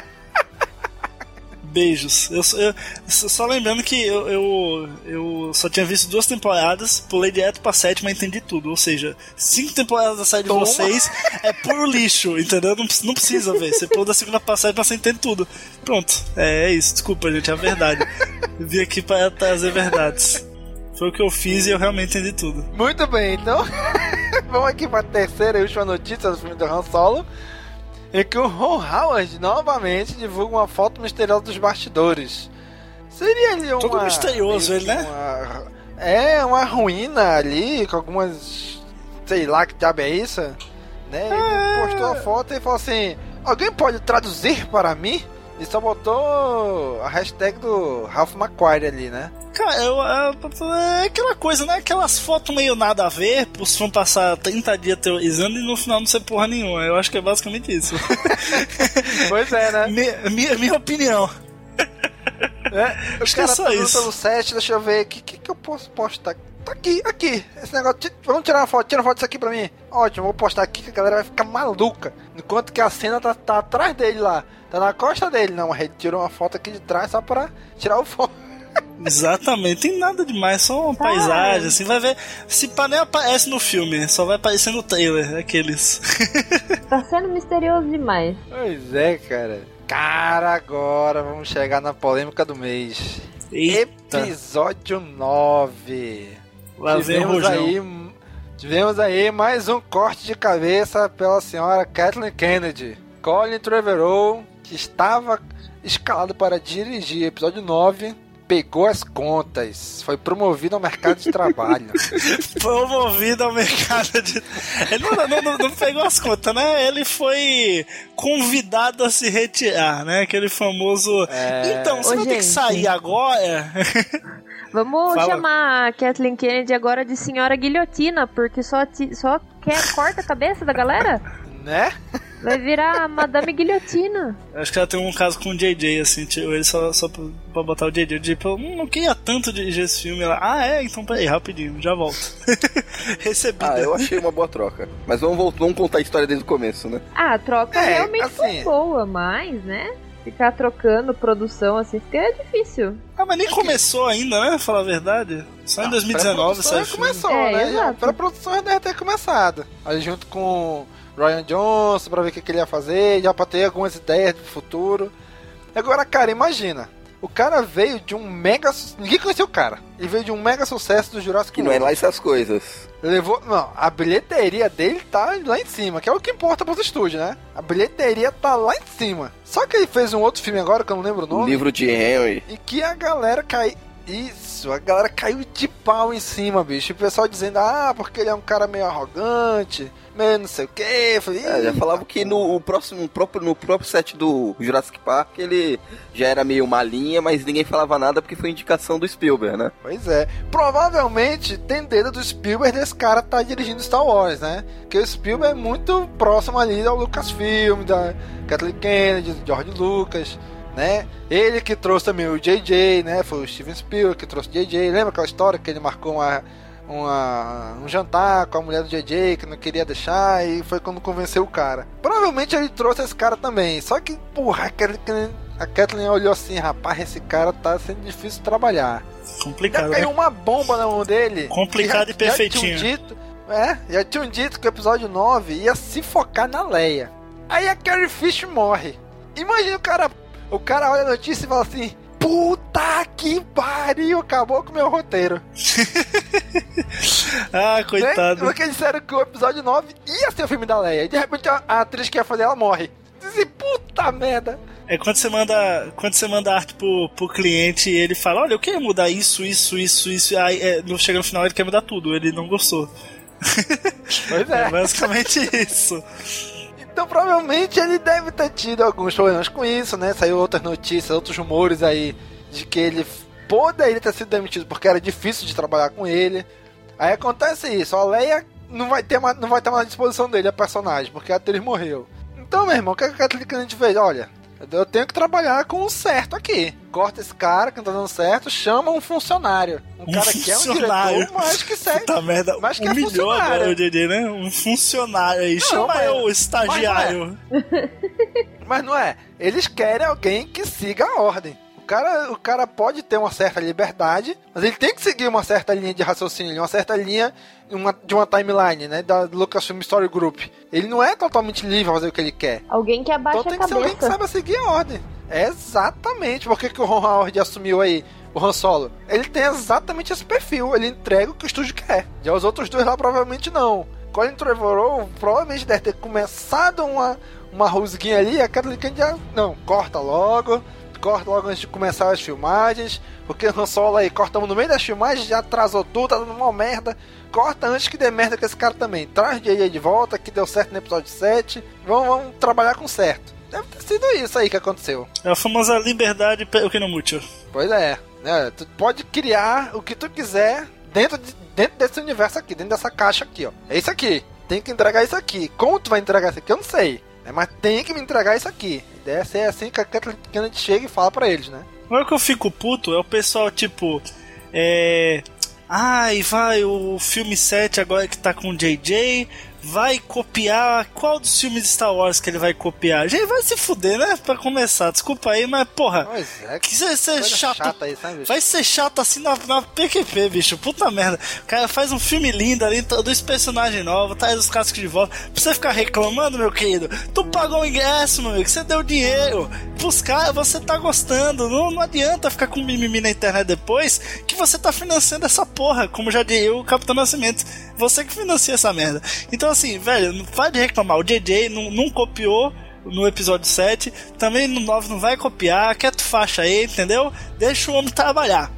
[SPEAKER 4] Beijos. Eu, eu, só lembrando que eu, eu, eu só tinha visto duas temporadas, pulei direto pra sétima e entendi tudo. Ou seja, cinco temporadas da série de Toma. vocês é puro lixo, entendeu? Não, não precisa ver. Você pula da segunda pra sétima, você entende tudo. Pronto. É, é isso. Desculpa, gente. É a verdade. Eu vim aqui pra trazer verdades. Foi o que eu fiz e eu realmente entendi tudo.
[SPEAKER 2] Muito bem, então. Vamos aqui pra terceira e última notícia do filme do Han Solo. É que o Ron Howard novamente divulga uma foto misteriosa dos bastidores. Seria ali uma...
[SPEAKER 4] Todo misterioso ele, né?
[SPEAKER 2] Uma, é, uma ruína ali, com algumas... Sei lá que diabo é isso, né? Ele é... postou a foto e falou assim... Alguém pode traduzir para mim? E só botou a hashtag do Ralph McQuarrie ali, né?
[SPEAKER 4] Cara, eu, é aquela coisa, né? Aquelas fotos meio nada a ver, os fãs passar trinta dias teorizando e no final não ser porra nenhuma. Eu acho que é basicamente isso.
[SPEAKER 2] Pois é, né?
[SPEAKER 4] Minha, minha, minha opinião.
[SPEAKER 2] É, acho que é só isso. Pelo set, deixa eu ver, o que, que, que eu posso postar? Tá aqui, aqui, esse negócio, vamos tirar uma foto, tira uma foto disso aqui pra mim. Ótimo, vou postar aqui que a galera vai ficar maluca. Enquanto que a cena tá, tá atrás dele lá, tá na costa dele. Não, a gente tirou uma foto aqui de trás só pra tirar o foto.
[SPEAKER 4] Exatamente, tem nada demais, só uma ah, paisagem, assim, vai ver, se pá nem aparece no filme, só vai aparecer no trailer, aqueles.
[SPEAKER 5] Tá sendo misterioso demais.
[SPEAKER 2] Pois é, cara. Cara, agora vamos chegar na polêmica do mês.
[SPEAKER 4] Eita.
[SPEAKER 2] Episódio nove.
[SPEAKER 4] Lá
[SPEAKER 2] tivemos aí, tivemos aí mais um corte de cabeça pela senhora Kathleen Kennedy. Colin Trevorrow, que estava escalado para dirigir episódio nove, pegou as contas, foi promovido ao mercado de trabalho.
[SPEAKER 4] Promovido ao mercado de... Ele não, não, não, não pegou as contas, né? Ele foi convidado a se retirar, né? Aquele famoso... É... Então, você Ô, vai gente. ter que sair agora...
[SPEAKER 5] Vamos
[SPEAKER 4] Fala.
[SPEAKER 5] chamar a Kathleen Kennedy agora de senhora guilhotina, porque só, ti, só quer corta a cabeça da galera?
[SPEAKER 2] Né?
[SPEAKER 5] Vai virar a Madame Guilhotina.
[SPEAKER 4] Acho que ela tem um caso com o J J, assim, tirou ele só, só pra, pra botar o J J. O J J falou, hum, não queria tanto dirigir esse filme. Ela, ah, é? Então peraí, rapidinho, já volto. Recebida.
[SPEAKER 3] Ah, eu achei uma boa troca. Mas vamos, voltar, vamos contar a história desde o começo, né?
[SPEAKER 5] Ah, a troca
[SPEAKER 2] é,
[SPEAKER 5] realmente
[SPEAKER 2] assim...
[SPEAKER 5] foi boa, mas, né? Ficar trocando produção assim fica é difícil.
[SPEAKER 4] Ah, mas nem começou ainda, né? Falar a verdade. Só em dois mil e dezenove saiu o filme.
[SPEAKER 2] Começou,
[SPEAKER 5] é,
[SPEAKER 2] né?
[SPEAKER 5] Exato.
[SPEAKER 2] A produção já deve ter começado. Aí junto com Ryan Johnson pra ver o que, que ele ia fazer, já pra ter algumas ideias do futuro. Agora, cara, imagina. O cara veio de um mega... Ninguém conheceu o cara. Ele veio de um mega sucesso do Jurassic
[SPEAKER 3] World. Que não é lá essas coisas.
[SPEAKER 2] Levou... Não, a bilheteria dele tá lá em cima, que é o que importa pros estúdios, né? A bilheteria tá lá em cima. Só que ele fez um outro filme agora, que eu não lembro o nome.
[SPEAKER 3] O Livro de Henry.
[SPEAKER 2] E que a galera caiu... Isso, a galera caiu de pau em cima, bicho. O pessoal dizendo, ah, porque ele é um cara meio arrogante, meio não sei o quê. Eu falei,
[SPEAKER 3] é, já falava que no próximo, no próprio, no próprio set do Jurassic Park ele já era meio malinha, mas ninguém falava nada porque foi indicação do Spielberg, né?
[SPEAKER 2] Pois é. Provavelmente tem dedo do Spielberg desse cara tá dirigindo Star Wars, né? Porque o Spielberg é muito próximo ali ao Lucasfilm, da Kathleen Kennedy, do George Lucas, né? Ele que trouxe também o J J, né? Foi o Steven Spielberg que trouxe o J J. Lembra aquela história que ele marcou uma, uma, um jantar com a mulher do J J que não queria deixar e foi quando convenceu o cara. Provavelmente ele trouxe esse cara também. Só que, porra, a Kathleen olhou assim, rapaz, esse cara tá sendo difícil de trabalhar.
[SPEAKER 4] Complicado,
[SPEAKER 2] já caiu
[SPEAKER 4] né?
[SPEAKER 2] uma bomba na mão dele.
[SPEAKER 4] Complicado
[SPEAKER 2] já,
[SPEAKER 4] e perfeitinho.
[SPEAKER 2] Já tinham dito, é, já tinham dito que o episódio nove ia se focar na Leia. Aí a Carrie Fisher morre. Imagina o cara, o cara olha a notícia e fala assim, puta que pariu, acabou com o meu roteiro.
[SPEAKER 4] Ah, coitado.
[SPEAKER 2] Né? Porque disseram que o episódio nove ia ser o filme da Leia. E de repente a atriz que ia fazer ela morre. Dizem, puta merda.
[SPEAKER 4] É quando você manda, quando você manda arte pro, pro cliente e ele fala, olha, eu queria mudar isso, isso, isso, isso. Aí é, chega no final ele quer mudar tudo, ele não gostou.
[SPEAKER 2] Pois é.
[SPEAKER 4] É basicamente isso.
[SPEAKER 2] Então provavelmente ele deve ter tido alguns problemas com isso, né? Saiu outras notícias, outros rumores aí de que ele poderia ter sido demitido porque era difícil de trabalhar com ele. Aí acontece isso, a Leia não vai ter mais, não vai ter mais à disposição dele, a personagem, porque a atriz morreu. Então, meu irmão, o que a Kathleen Kennedy fez? Olha, eu tenho que trabalhar com o certo aqui. Corta esse cara que não tá dando certo, chama um funcionário. Um, um cara que é um diretor, mas que serve.
[SPEAKER 4] Puta merda,
[SPEAKER 2] mas que
[SPEAKER 4] humilhou
[SPEAKER 2] é funcionário.
[SPEAKER 4] Agora o D D, né? Um funcionário aí. Não, chama mas, eu, o estagiário.
[SPEAKER 2] Mas não, é. Mas não é. Eles querem alguém que siga a ordem. O cara, o cara pode ter uma certa liberdade, mas ele tem que seguir uma certa linha de raciocínio, uma certa linha uma, de uma timeline, né? Da Lucasfilm Story Group. Ele não é totalmente livre pra fazer o que ele quer.
[SPEAKER 5] Alguém que abaixa
[SPEAKER 2] então tem
[SPEAKER 5] a
[SPEAKER 2] que ser alguém que saiba seguir a ordem. É exatamente. Por que, que o Ron Howard assumiu aí o Han Solo? Ele tem exatamente esse perfil. Ele entrega o que o estúdio quer. Já os outros dois lá provavelmente não. Colin Trevorrow provavelmente deve ter começado uma, uma rusguinha ali. A Kathleen Kennedy já... Não, corta logo. Corta logo antes de começar as filmagens, porque o Han Solo aí, cortamos no meio das filmagens, já atrasou tudo, tá dando uma merda. Corta antes que dê merda com esse cara também. Traz o J J de volta, que deu certo no episódio sete. Vamos, vamos trabalhar com certo. Deve ter sido isso aí que aconteceu.
[SPEAKER 4] É a famosa liberdade, o que não mútil.
[SPEAKER 2] Pois é, né? Tu pode criar o que tu quiser dentro, de, dentro desse universo aqui, dentro dessa caixa aqui, ó. É isso aqui. Tem que entregar isso aqui. Como tu vai entregar isso aqui, eu não sei. Né? Mas tem que me entregar isso aqui. Deve ser assim que a Kathleen Kennedy chega e fala pra eles, né?
[SPEAKER 4] Agora que eu fico puto é o pessoal, tipo... É... Ai, vai, o filme sete agora que tá com o J J... Vai copiar... Qual dos filmes de Star Wars que ele vai copiar? Gente, vai se fuder, né? Pra começar. Desculpa aí, mas, porra...
[SPEAKER 2] Pois é,
[SPEAKER 4] que vai ser chato.
[SPEAKER 2] Aí, sabe,
[SPEAKER 4] vai ser chato assim na, na P Q P, bicho. Puta merda. O cara faz um filme lindo ali, dois personagens novos, traz os cascos de volta. Pra você ficar reclamando, meu querido. Tu pagou o ingresso, meu amigo. Você deu dinheiro. Pros caras, você tá gostando. Não, não adianta ficar com mimimi na internet depois que você tá financiando essa porra. Como já disse eu, o Capitão Nascimento. Você que financia essa merda. Então, assim, velho, não pode reclamar. O J J não, não copiou no episódio sete, também no nove não vai copiar, quieto faixa aí, entendeu? Deixa o homem trabalhar.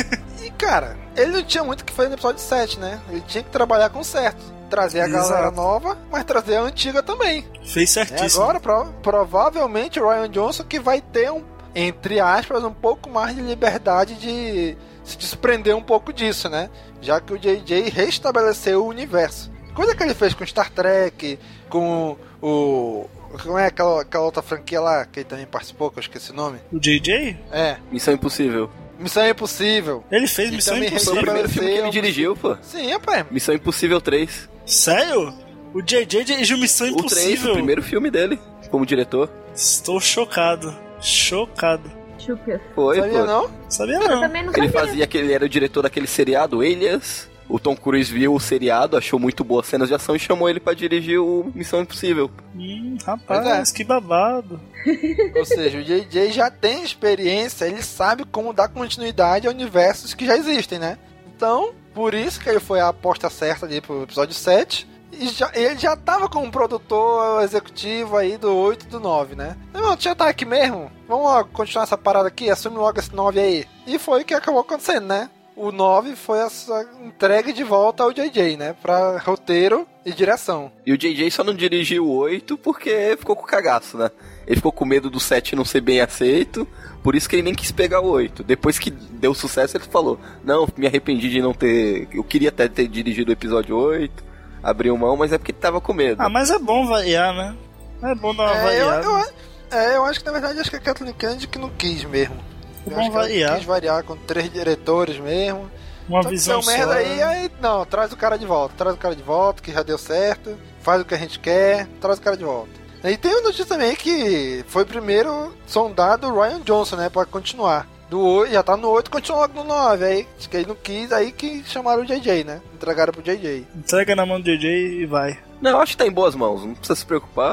[SPEAKER 2] E, cara, ele não tinha muito o que fazer no episódio sete, né? Ele tinha que trabalhar com certo. Trazer a
[SPEAKER 4] Exato.
[SPEAKER 2] Galera nova, mas trazer a antiga também.
[SPEAKER 4] Fez certíssimo.
[SPEAKER 2] É, agora, pro, provavelmente, o Rian Johnson que vai ter, um, entre aspas, um pouco mais de liberdade de se desprender um pouco disso, né? Já que o J J restabeleceu o universo. Coisa que ele fez com Star Trek, com o... Como é aquela, aquela outra franquia lá que ele também participou, que eu esqueci o nome?
[SPEAKER 4] O J J?
[SPEAKER 2] É.
[SPEAKER 3] Missão Impossível.
[SPEAKER 2] Missão Impossível.
[SPEAKER 4] Ele fez Missão Impossível.
[SPEAKER 3] Foi o primeiro filme que ele dirigiu, pô.
[SPEAKER 2] Sim, rapaz.
[SPEAKER 3] Missão Impossível três.
[SPEAKER 4] Sério? O J J dirigiu Missão
[SPEAKER 3] O
[SPEAKER 4] Impossível?
[SPEAKER 3] três, o primeiro filme dele, como diretor.
[SPEAKER 4] Estou chocado. Chocado.
[SPEAKER 5] Chúpias.
[SPEAKER 3] Foi,
[SPEAKER 2] Sabia
[SPEAKER 3] pô.
[SPEAKER 2] não?
[SPEAKER 4] Sabia
[SPEAKER 5] Eu
[SPEAKER 4] não.
[SPEAKER 5] também não
[SPEAKER 3] Ele
[SPEAKER 5] sabia.
[SPEAKER 3] fazia aquele, ele era o diretor daquele seriado, Alias. O Tom Cruise viu o seriado, achou muito boas cenas de ação e chamou ele pra dirigir o Missão Impossível.
[SPEAKER 4] Hum,
[SPEAKER 2] Pois
[SPEAKER 4] rapaz,
[SPEAKER 2] é.
[SPEAKER 4] que babado.
[SPEAKER 2] Ou seja, o J J já tem experiência, ele sabe como dar continuidade a universos que já existem, né? Então, por isso que ele foi a aposta certa ali pro episódio sete. E já, ele já tava como produtor executivo aí do oito e do nove, né? Não, já tá aqui mesmo. Vamos lá continuar essa parada aqui, assume logo esse nove aí. E foi o que acabou acontecendo, né? O nove foi essa entrega de volta ao J J, né? Pra roteiro e direção.
[SPEAKER 3] E o J J só não dirigiu o oito porque ficou com cagaço, né? Ele ficou com medo do sete não ser bem aceito, por isso que ele nem quis pegar o oito. Depois que deu sucesso, ele falou: não, me arrependi de não ter... Eu queria até ter dirigido o episódio oito, abriu mão, mas é porque ele tava com medo.
[SPEAKER 4] Ah, mas é bom variar, né? É bom dar uma
[SPEAKER 2] É, eu,
[SPEAKER 4] variada.
[SPEAKER 2] eu, é, eu acho que na verdade acho que a Kathleen Kennedy que não quis mesmo.
[SPEAKER 4] É
[SPEAKER 2] Eu
[SPEAKER 4] bom
[SPEAKER 2] acho que ela
[SPEAKER 4] variar.
[SPEAKER 2] quis variar com três diretores mesmo.
[SPEAKER 4] Uma
[SPEAKER 2] Só que
[SPEAKER 4] visão
[SPEAKER 2] deu
[SPEAKER 4] só.
[SPEAKER 2] merda aí, aí, não, traz o cara de volta, traz o cara de volta, que já deu certo, faz o que a gente quer, traz o cara de volta. E tem uma notícia também que foi primeiro sondado o Rian Johnson, né, pra continuar. Do oito, já tá no oito, continua logo no nove, aí, que ele não quis, aí que chamaram o J J, né, entregaram pro J J.
[SPEAKER 4] Entrega na mão do J J e vai.
[SPEAKER 3] Não, eu acho que tá em boas mãos, não precisa se preocupar.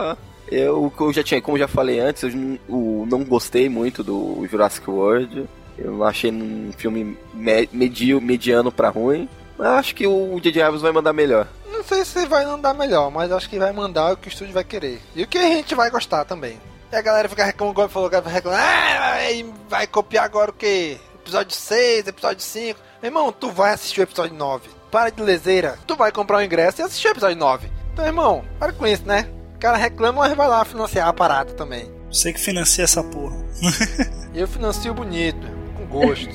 [SPEAKER 3] Eu, eu já tinha, como já falei antes, eu não, eu não gostei muito do Jurassic World. Eu achei um filme me, medio, mediano pra ruim. Mas acho que o J J Abrams vai mandar melhor.
[SPEAKER 2] Não sei se vai mandar melhor, mas acho que vai mandar o que o estúdio vai querer. E o que a gente vai gostar também. E a galera fica reclamando, como falou, vai reclamar, ah, vai copiar agora o quê? Episódio seis, episódio cinco. Meu irmão, tu vai assistir o episódio nove. Para de leseira. Tu vai comprar o ingresso e assistir o episódio nove. Então, irmão, para com isso, né? O cara reclama, mas vai lá financiar a parada também.
[SPEAKER 4] Você que financia essa porra.
[SPEAKER 2] Eu financio bonito, com gosto.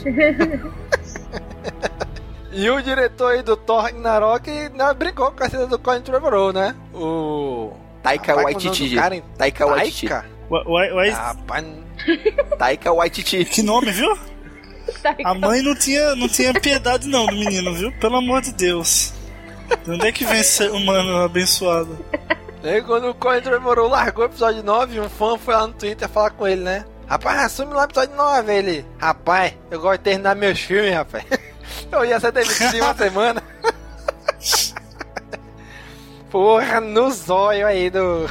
[SPEAKER 2] E o diretor aí do Thor Ragnarok né, brincou com a cena do Colin Trevorrow, né? O...
[SPEAKER 3] Taika Waititi. Taika Waititi.
[SPEAKER 2] Rapaz...
[SPEAKER 3] Taika Waititi.
[SPEAKER 4] Que nome, viu? A mãe não tinha, não tinha piedade não do menino, viu? Pelo amor de Deus. De onde é que vem esse ser humano abençoado?
[SPEAKER 2] E aí quando o Colin Trevorrow largou o episódio nove, um fã foi lá no Twitter falar com ele, né? Rapaz, assume lá o episódio nove, ele. Rapaz, eu gosto de terminar meus filmes, rapaz. Eu ia ser demitido em uma semana. Porra, no zóio aí do...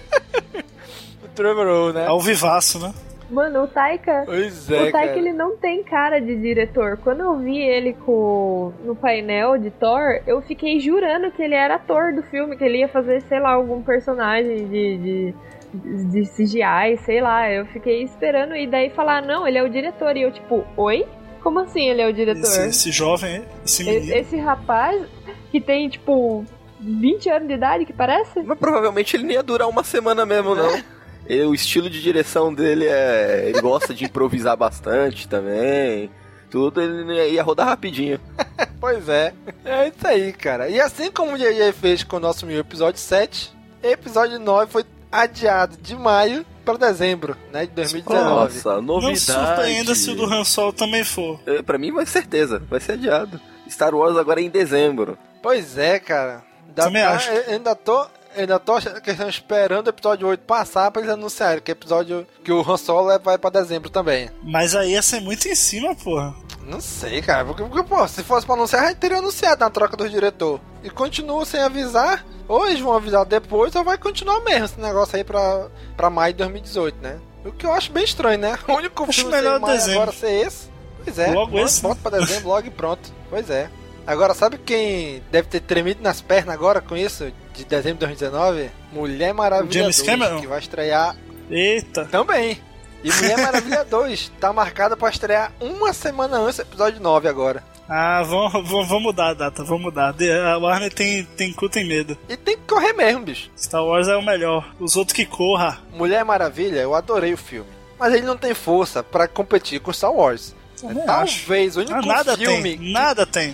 [SPEAKER 2] do Trevorrow, né?
[SPEAKER 4] Ao vivaço, né?
[SPEAKER 5] Mano, o Taika...
[SPEAKER 2] Pois é,
[SPEAKER 5] o Taika,
[SPEAKER 2] cara.
[SPEAKER 5] ele não tem cara de diretor. Quando eu vi ele com, no painel de Thor, eu fiquei jurando que ele era ator do filme, que ele ia fazer, sei lá, algum personagem de... de... de C G I, sei lá, eu fiquei esperando e daí falar, não, ele é o diretor, e eu tipo, oi? Como assim ele é o diretor?
[SPEAKER 4] Esse, esse jovem, esse menino.
[SPEAKER 5] Esse rapaz que tem tipo vinte anos de idade, que parece?
[SPEAKER 3] Mas provavelmente ele nem ia durar uma semana mesmo, não. E o estilo de direção dele é... ele gosta de improvisar bastante também. Tudo ele ia rodar rapidinho.
[SPEAKER 2] Pois é, é isso aí, cara. E assim como o J J fez com o nosso meu episódio sete, episódio nove foi adiado de maio para dezembro, né, de dois mil e dezenove.
[SPEAKER 3] Nossa, novidade.
[SPEAKER 4] Não surpreenda se o do Han Solo também for.
[SPEAKER 3] É, pra mim vai certeza, vai ser adiado. Star Wars agora é em dezembro.
[SPEAKER 2] Pois é, cara. Ainda
[SPEAKER 4] Também
[SPEAKER 2] tá,
[SPEAKER 4] acho.
[SPEAKER 2] eu Ainda tô, ainda tô questão esperando o episódio oito passar pra eles anunciarem que é episódio que o Han Solo é- vai pra dezembro também.
[SPEAKER 4] Mas aí ia ser muito em cima, porra.
[SPEAKER 2] Não sei, cara, porque, porque pô, se fosse pra anunciar, a gente teria anunciado na troca do diretor. E continua sem avisar, ou eles vão avisar depois, ou vai continuar mesmo esse negócio aí pra, pra maio de dois mil e dezoito, né? O que eu acho bem estranho, né? O único
[SPEAKER 4] Acho
[SPEAKER 2] filme
[SPEAKER 4] melhor
[SPEAKER 2] sem maio
[SPEAKER 4] dezembro.
[SPEAKER 2] agora ser esse. Pois é,
[SPEAKER 4] Logo
[SPEAKER 2] bota,
[SPEAKER 4] esse,
[SPEAKER 2] bota pra dezembro logo e pronto. Pois é. Agora, sabe quem deve ter tremido nas pernas agora com isso? De dezembro de dois mil e dezenove? Mulher Maravilha
[SPEAKER 4] James
[SPEAKER 2] dois,
[SPEAKER 4] Cameron?
[SPEAKER 2] que vai estrear
[SPEAKER 4] Eita.
[SPEAKER 2] também. E Mulher Maravilha dois tá marcada pra estrear uma semana antes do episódio nove agora.
[SPEAKER 4] Ah, vamos, vamos, vamos mudar a data, vamos mudar. A Warner tem, tem cu, tem medo.
[SPEAKER 2] E tem que correr mesmo, bicho.
[SPEAKER 4] Star Wars é o melhor. Os outros que corra.
[SPEAKER 2] Mulher Maravilha, eu adorei o filme. Mas ele não tem força pra competir com Star Wars.
[SPEAKER 4] Também
[SPEAKER 2] Talvez o único
[SPEAKER 4] Ah, nada
[SPEAKER 2] filme...
[SPEAKER 4] tem, nada tem.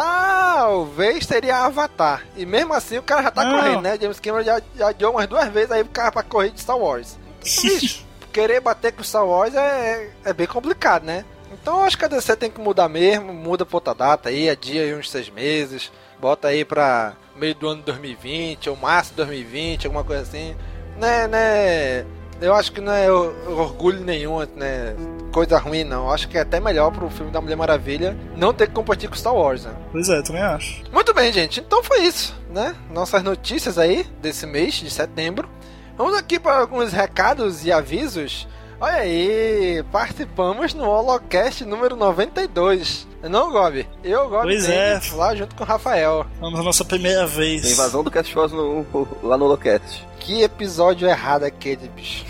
[SPEAKER 2] Talvez seria Avatar. E mesmo assim o cara já tá
[SPEAKER 4] Não.
[SPEAKER 2] correndo, né? James Cameron já, já adiou umas duas vezes aí pro cara pra correr de Star Wars. Bicho, querer bater com Star Wars é, é bem complicado, né? Então eu acho que a D C tem que mudar mesmo. Muda pra outra data aí, adia aí uns seis meses. Bota aí pra meio do ano de dois mil e vinte, ou março de dois mil e vinte, alguma coisa assim. Né, né... Eu acho que não é orgulho nenhum, né? Coisa ruim, não. Eu acho que é até melhor pro filme da Mulher Maravilha não ter que competir com Star Wars, né?
[SPEAKER 4] Pois é, também acho.
[SPEAKER 2] Muito bem, gente. Então foi isso, né? Nossas notícias aí desse mês de setembro. Vamos aqui para alguns recados e avisos. Olha aí, participamos no Holocast número noventa e dois. Não, Gobi? Eu, Gobi,
[SPEAKER 4] Pois é.
[SPEAKER 2] lá junto com o Rafael.
[SPEAKER 4] Vamos a nossa primeira vez.
[SPEAKER 3] Tem invasão do Cast Force no, lá no Holocast.
[SPEAKER 2] Que episódio errado aquele, bicho.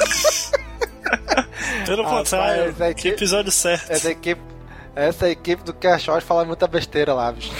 [SPEAKER 4] Pelo
[SPEAKER 2] Rapaz,
[SPEAKER 4] contrário,
[SPEAKER 2] essa aqui-
[SPEAKER 4] que episódio certo.
[SPEAKER 2] Essa equipe, essa equipe do Cast Force fala muita besteira lá, bicho.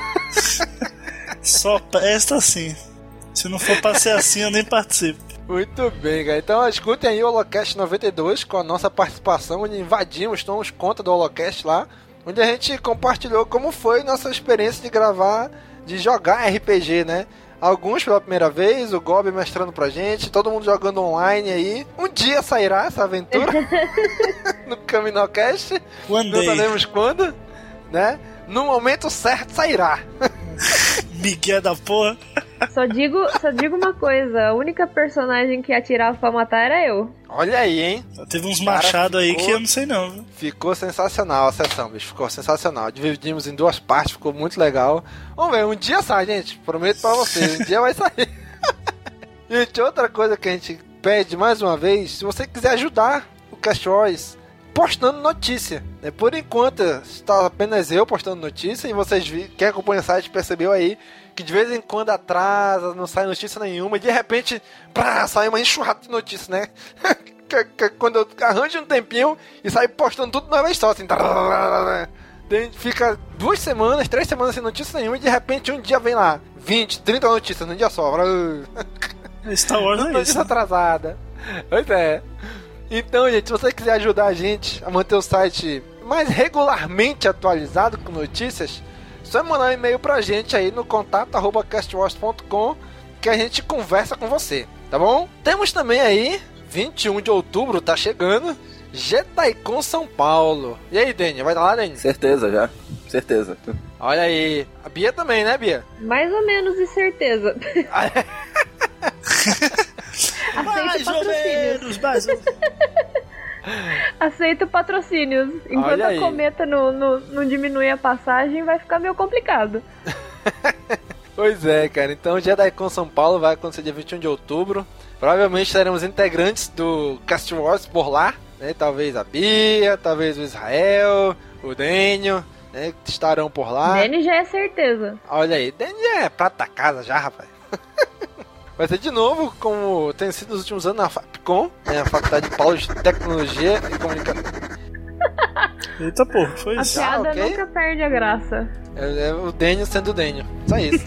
[SPEAKER 4] Só presta assim. Se não for pra ser assim, eu nem participo.
[SPEAKER 2] Muito bem, cara. Então escutem aí o Holocast noventa e dois com a nossa participação, onde invadimos, tomamos conta do Holocast lá, onde a gente compartilhou como foi nossa experiência de gravar, de jogar R P G, né? Alguns pela primeira vez, o Gobi mestrando pra gente, todo mundo jogando online aí. Um dia sairá essa aventura no Caminocast.
[SPEAKER 4] One
[SPEAKER 2] Não
[SPEAKER 4] day.
[SPEAKER 2] sabemos quando, né? No momento certo sairá.
[SPEAKER 4] Miguel da porra.
[SPEAKER 5] Só digo, só digo uma coisa, a única personagem que atirava pra matar era eu.
[SPEAKER 2] Olha aí, hein?
[SPEAKER 4] Teve uns
[SPEAKER 2] Cara,
[SPEAKER 4] machados aí
[SPEAKER 2] ficou-
[SPEAKER 4] que eu não sei não, viu?
[SPEAKER 2] Ficou sensacional a sessão, bicho. Ficou sensacional. Dividimos em duas partes, ficou muito legal. Vamos ver, um dia sai, gente. Prometo pra vocês, um dia vai sair. Gente, outra coisa que a gente pede mais uma vez, se você quiser ajudar o Cast Wars postando notícia, né? Por enquanto está apenas eu postando notícia e vocês vi, quem acompanha o site percebeu aí que de vez em quando atrasa, não sai notícia nenhuma e de repente prá, sai uma enxurrada de notícias, né? Quando eu arranjo um tempinho e saio postando tudo de uma vez só, assim, fica duas semanas, três semanas sem notícia nenhuma e de repente um dia vem lá vinte, trinta notícias num dia só.
[SPEAKER 4] Star Wars é
[SPEAKER 2] notícia
[SPEAKER 4] isso.
[SPEAKER 2] atrasada. Pois é. Então, gente, se você quiser ajudar a gente a manter o site mais regularmente atualizado com notícias, só mandar um e-mail pra gente aí no contato arroba castwars ponto com que a gente conversa com você, tá bom? Temos também aí, vinte e um de outubro, tá chegando, JediCon São Paulo. E aí, Dani, vai estar lá, Dani?
[SPEAKER 3] Certeza, já. Certeza.
[SPEAKER 2] Olha aí. A Bia também, né, Bia?
[SPEAKER 5] Mais ou menos de certeza.
[SPEAKER 4] Mais ou menos, mais ou...
[SPEAKER 5] Aceito patrocínios. Enquanto a cometa não, não, não diminui a passagem, vai ficar meio complicado.
[SPEAKER 2] Pois é, cara. Então, o JediCon São Paulo vai acontecer dia vinte e um de outubro. Provavelmente teremos integrantes do Cast Wars por lá, né? Talvez a Bia, talvez o Israel, o Dênio, né? Estarão por lá.
[SPEAKER 5] Dênio já é certeza.
[SPEAKER 2] Olha aí, Dênio é prata da casa já, rapaz. Vai ser de novo, como tem sido nos últimos anos, na Fapcom, né? A Faculdade de Paulo de Tecnologia e Comunicação.
[SPEAKER 4] Eita porra, foi
[SPEAKER 5] A
[SPEAKER 4] isso.
[SPEAKER 5] piada
[SPEAKER 2] Ah, okay.
[SPEAKER 5] nunca perde a graça.
[SPEAKER 2] É, é o Dênio sendo o Dênio. Só isso.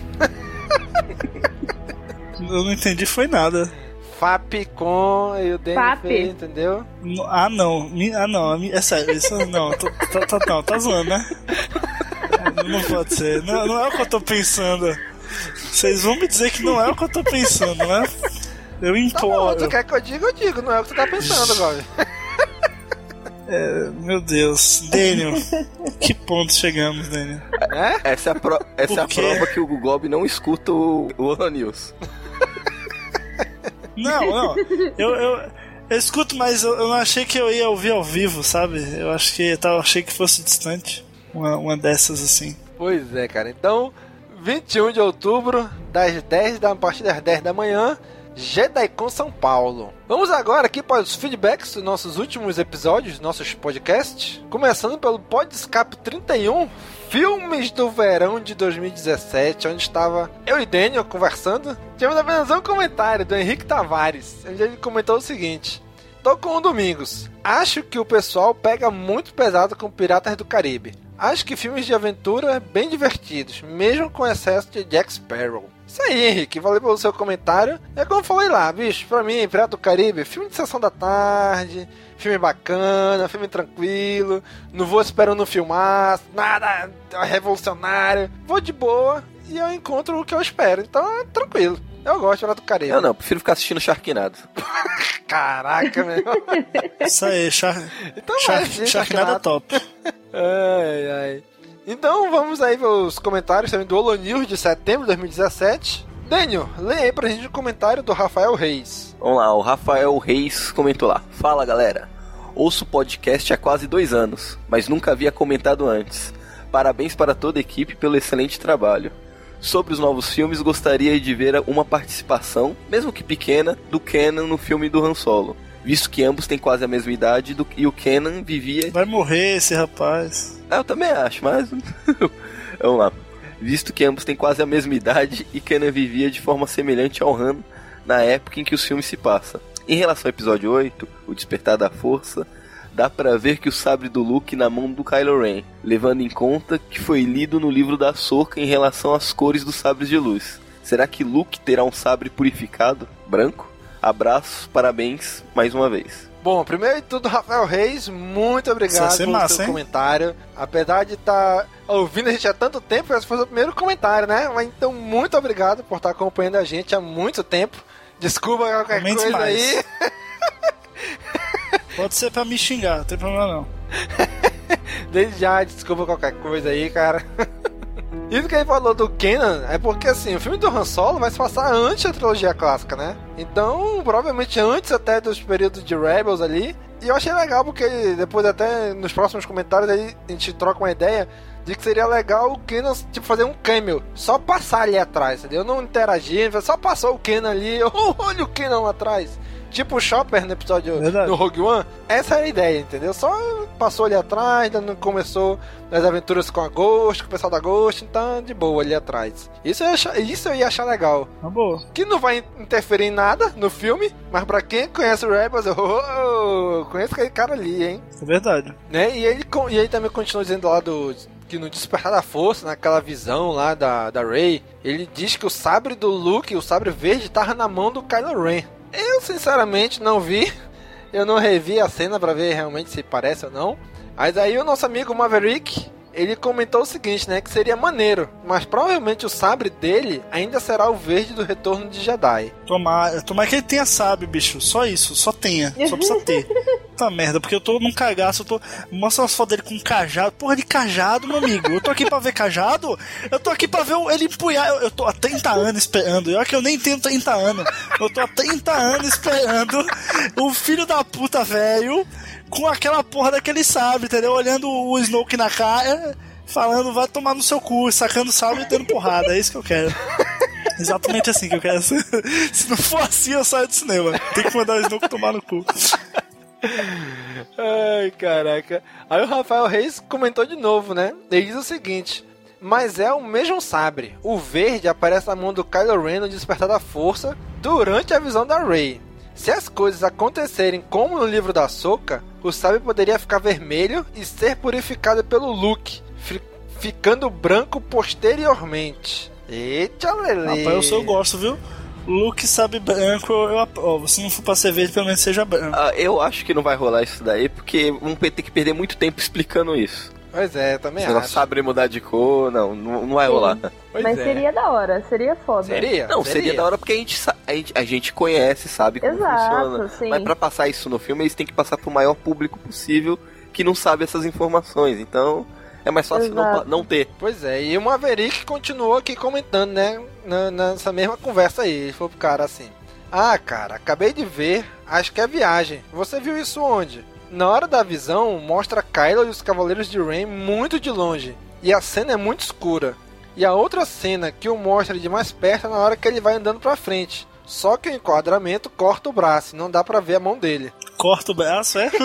[SPEAKER 4] Eu não entendi, foi nada.
[SPEAKER 2] Fapcom e o Dênio
[SPEAKER 5] Fap.
[SPEAKER 2] fez, entendeu?
[SPEAKER 4] Ah, não. Ah, não. É sério, isso não. Tá, tá, tá, não, tá zoando, né? Não pode ser. Não, não é o que eu tô pensando. Vocês vão me dizer que não é o que eu tô pensando, né? Eu imploro.
[SPEAKER 2] Tá bom, tu quer que eu diga, eu digo. Não é o que tu tá pensando agora.
[SPEAKER 4] É, meu Deus. Daniel, que ponto chegamos, Daniel?
[SPEAKER 2] É?
[SPEAKER 3] Essa é a, pro... Essa é a prova que o Google não escuta o, o Holo News.
[SPEAKER 4] Não, não. Eu, eu, eu escuto, mas eu, eu não achei que eu ia ouvir ao vivo, sabe? Eu acho que eu achei que fosse distante. Uma, uma dessas assim.
[SPEAKER 2] Pois é, cara. Então, vinte e um de outubro, das dez da, a partir das dez da manhã, JediCon São Paulo. Vamos agora aqui para os feedbacks dos nossos últimos episódios, nossos podcasts. Começando pelo Podscape trinta e um, Filmes do Verão de dois mil e dezessete, onde estava eu e Daniel conversando. Tivemos apenas um comentário do Henrique Tavares, onde ele comentou o seguinte: tô com o Domingos. Acho que o pessoal pega muito pesado com Piratas do Caribe. Acho que filmes de aventura bem divertidos, mesmo com excesso de Jack Sparrow. Isso aí, Henrique, valeu pelo seu comentário. É como eu falei lá, bicho, pra mim, Pirata do Caribe, filme de sessão da tarde, filme bacana, filme tranquilo, não vou esperando um filmaço, nada revolucionário, vou de boa e eu encontro o que eu espero, então é tranquilo. Eu gosto de Pirata do Caribe.
[SPEAKER 3] Eu não, prefiro ficar assistindo Sharknado.
[SPEAKER 2] Caraca, meu.
[SPEAKER 4] Isso aí, char...
[SPEAKER 2] Então
[SPEAKER 4] char...
[SPEAKER 2] vai,
[SPEAKER 4] Sharknado é top.
[SPEAKER 2] Ai, ai. Então vamos aí para os comentários também do Holo News de setembro de dois mil e dezessete. Daniel, lê aí pra gente o comentário do Rafael Reis.
[SPEAKER 3] Vamos lá, o Rafael Reis comentou lá. Fala, galera. Ouço o podcast há quase dois anos, mas nunca havia comentado antes. Parabéns para toda a equipe pelo excelente trabalho. Sobre os novos filmes, gostaria de ver uma participação, mesmo que pequena, do Kenan no filme do Han Solo, visto que ambos têm quase a mesma idade do... e o Kenan vivia...
[SPEAKER 4] Vai morrer esse rapaz.
[SPEAKER 3] Ah, eu também acho, mas... Vamos lá. Visto que ambos têm quase a mesma idade e Kenan vivia de forma semelhante ao Han na época em que os filmes se passam. Em relação ao episódio oito, O Despertar da Força, dá pra ver que o sabre do Luke na mão do Kylo Ren, levando em conta que foi lido no livro da Ahsoka em relação às cores dos sabres de luz. Será que Luke terá um sabre purificado, branco? Abraços, parabéns mais uma vez.
[SPEAKER 2] Bom, primeiro de tudo, Rafael Reis, muito obrigado pelo
[SPEAKER 4] massa,
[SPEAKER 2] seu
[SPEAKER 4] hein?
[SPEAKER 2] comentário. Apesar de estar ouvindo a gente há tanto tempo, esse foi o primeiro comentário, né? Mas então, muito obrigado por estar acompanhando a gente há muito tempo. Desculpa qualquer
[SPEAKER 4] Comente
[SPEAKER 2] coisa
[SPEAKER 4] mais.
[SPEAKER 2] aí.
[SPEAKER 4] Pode ser pra me xingar, não tem problema não.
[SPEAKER 2] Desde já, desculpa qualquer coisa aí, cara. Isso que ele falou do Kenan é porque, assim, o filme do Han Solo vai se passar antes da trilogia clássica, né? Então, provavelmente antes até dos períodos de Rebels ali. E eu achei legal porque depois até nos próximos comentários aí a gente troca uma ideia de que seria legal o Kenan, tipo, fazer um cameo, só passar ali atrás, entendeu? Não interagir, só passou o Kenan ali, oh, olha o Kenan lá atrás. Tipo o Chopper no episódio
[SPEAKER 4] Verdade.
[SPEAKER 2] do Rogue One. Essa era a ideia, entendeu? Só passou ali atrás, ainda não começou as aventuras com a Ghost, com o pessoal da Ghost, então de boa ali atrás. Isso eu ia achar, isso eu ia achar legal.
[SPEAKER 4] Uma boa.
[SPEAKER 2] Que não vai interferir em nada no filme, mas pra quem conhece o Rebels, eu oh, conheço aquele cara ali, hein?
[SPEAKER 4] É verdade.
[SPEAKER 2] Né? E ele, e ele também continua dizendo lá do... que no Despertar da Força, naquela visão lá da, da Rey, ele diz que o sabre do Luke, o sabre verde, tava na mão do Kylo Ren. Eu, sinceramente, não vi. Eu não revi a cena pra ver realmente se parece ou não. Mas aí o nosso amigo Maverick, ele comentou o seguinte, né? Que seria maneiro, mas provavelmente o sabre dele ainda será o verde do Retorno de Jedi.
[SPEAKER 4] Tomar, tomar que ele tenha sabe, bicho. Só isso, só tenha. Só precisa ter. Puta merda, porque eu tô num cagaço, eu tô... Mostra umas fotos dele com cajado. Porra de cajado, meu amigo. Eu tô aqui pra ver cajado? Eu tô aqui pra ver ele empunhar. Eu, eu tô há trinta anos esperando. E olha que eu nem tenho trinta anos. Eu tô há trinta anos esperando o filho da puta velho com aquela porra daquele sabre, entendeu? Olhando o Snoke na cara, falando, vai tomar no seu cu, sacando sabre e dando porrada. É isso que eu quero. Exatamente assim que eu quero. Se não for assim, eu saio do cinema. Tem que mandar o Snoke tomar no cu.
[SPEAKER 2] Ai, caraca. Aí o Rafael Reis comentou de novo, né? Ele diz o seguinte: mas é o mesmo sabre. O verde aparece na mão do Kylo Ren no Despertar da Força durante a visão da Rey. Se as coisas acontecerem como no livro da Ahsoka, o sabre poderia ficar vermelho e ser purificado pelo Luke, fi- ficando branco posteriormente. Eita, lelê.
[SPEAKER 4] Rapaz, eu, eu gosto, viu? Luke sabe branco, eu, eu, ó, se não for pra ser verde, pelo menos seja branco.
[SPEAKER 3] Ah, eu acho que não vai rolar isso daí, porque vamos ter que perder muito tempo explicando isso.
[SPEAKER 2] Pois é, também
[SPEAKER 3] Se não
[SPEAKER 2] acho.
[SPEAKER 3] sabe mudar de cor, não, não, não vai
[SPEAKER 5] Sim.
[SPEAKER 3] rolar.
[SPEAKER 2] Pois
[SPEAKER 5] Mas
[SPEAKER 2] é.
[SPEAKER 5] seria da hora, seria foda.
[SPEAKER 2] Seria?
[SPEAKER 3] Não, seria da hora porque a gente, sa- a gente, a gente conhece, sabe como
[SPEAKER 5] Exato,
[SPEAKER 3] funciona.
[SPEAKER 5] sim.
[SPEAKER 3] Mas pra passar isso no filme, eles têm que passar pro maior público possível que não sabe essas informações. Então, é mais fácil não,
[SPEAKER 5] Exato.
[SPEAKER 3] não ter.
[SPEAKER 2] Pois é, e o Maverick continuou aqui comentando, né, na- nessa mesma conversa aí. Ele falou pro cara assim: ah, cara, acabei de ver, acho que é viagem. Você viu isso onde? Na hora da visão, mostra Kylo e os Cavaleiros de Ren muito de longe, e a cena é muito escura. E a outra cena que o mostra de mais perto é na hora que ele vai andando pra frente. Só que o enquadramento corta o braço, não dá pra ver a mão dele.
[SPEAKER 4] Corta o braço, é?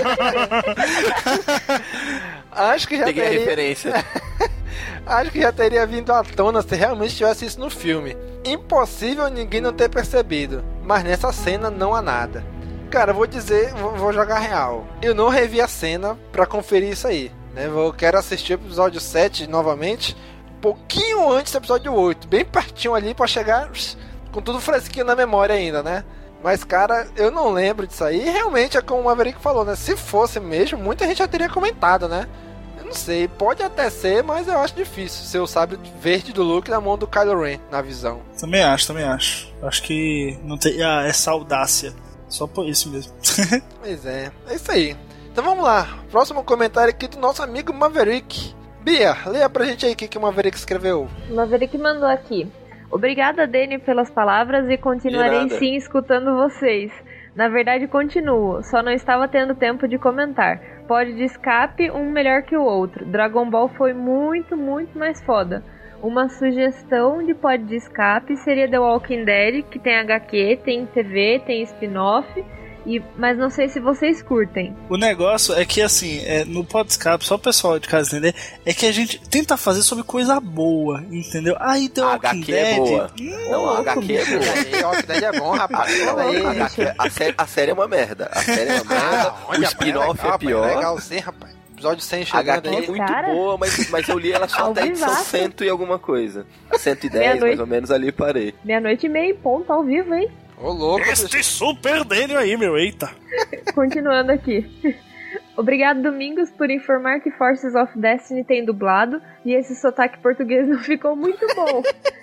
[SPEAKER 2] Acho que já
[SPEAKER 3] Peguei a
[SPEAKER 2] teria...
[SPEAKER 3] referência.
[SPEAKER 2] Acho que já teria vindo à tona se realmente tivesse isso no filme. Impossível ninguém não ter percebido, mas nessa cena não há nada. Cara, eu vou dizer, vou, vou jogar real. Eu não revi a cena pra conferir isso aí, né? Eu quero assistir o episódio sete novamente, um pouquinho antes do episódio oito, bem pertinho ali pra chegar com tudo fresquinho na memória ainda, né? Mas, cara, eu não lembro disso aí. E realmente é como o Maverick falou, né? Se fosse mesmo, muita gente já teria comentado, né? Eu não sei, pode até ser, mas eu acho difícil ser o sabre verde do Luke na mão do Kylo Ren, na visão.
[SPEAKER 4] Também acho, também acho. Acho que não tem. Ah, essa audácia. Só por isso mesmo.
[SPEAKER 2] Pois é, é isso aí. Então vamos lá, próximo comentário aqui do nosso amigo Maverick. Bia, leia pra gente aí o que, que o Maverick escreveu.
[SPEAKER 5] O Maverick mandou aqui: obrigada, Dani, pelas palavras e continuarei
[SPEAKER 3] De nada.
[SPEAKER 5] sim escutando vocês. Na verdade, continuo, só não estava tendo tempo de comentar. Pode de escape, um melhor que o outro. Dragon Ball foi muito, muito mais foda. Uma sugestão de pod de escape seria The Walking Dead, que tem H Q, tem T V, tem spin-off, e, mas não sei se vocês curtem.
[SPEAKER 4] O negócio é que, assim, é, no Podscape, só o pessoal de casa entender, é que a gente tenta fazer sobre coisa boa, entendeu? Aí The
[SPEAKER 3] A
[SPEAKER 4] Walking
[SPEAKER 3] H Q é
[SPEAKER 4] Dead...
[SPEAKER 3] boa.
[SPEAKER 4] Hum,
[SPEAKER 3] Não, a H Q é boa.
[SPEAKER 2] Aí, ó, que daí é bom, rapaz.
[SPEAKER 3] A,
[SPEAKER 2] Fala aí.
[SPEAKER 3] a, H Q a, série, a série é uma merda. A série é uma merda.
[SPEAKER 2] Ah,
[SPEAKER 3] o
[SPEAKER 2] olha,
[SPEAKER 3] spin-off
[SPEAKER 2] legal,
[SPEAKER 3] é pior.
[SPEAKER 2] É legal sim, rapaz. Episódio cem
[SPEAKER 3] A
[SPEAKER 2] chegando
[SPEAKER 3] H Q
[SPEAKER 2] aí.
[SPEAKER 3] é muito
[SPEAKER 5] Cara.
[SPEAKER 3] boa, mas, mas eu li ela só
[SPEAKER 5] Ao
[SPEAKER 3] até a edição
[SPEAKER 5] vivaço.
[SPEAKER 3] cento e alguma coisa. cento e dez,
[SPEAKER 5] Meia-noite.
[SPEAKER 3] mais ou menos, ali parei.
[SPEAKER 5] Meia-noite e meia, ponto, ao vivo, hein?
[SPEAKER 2] Ô, louco.
[SPEAKER 4] Este super Daniel aí, meu, eita.
[SPEAKER 5] Continuando aqui. Obrigado, Domingos, por informar que Forces of Destiny tem dublado e esse sotaque português não ficou muito bom.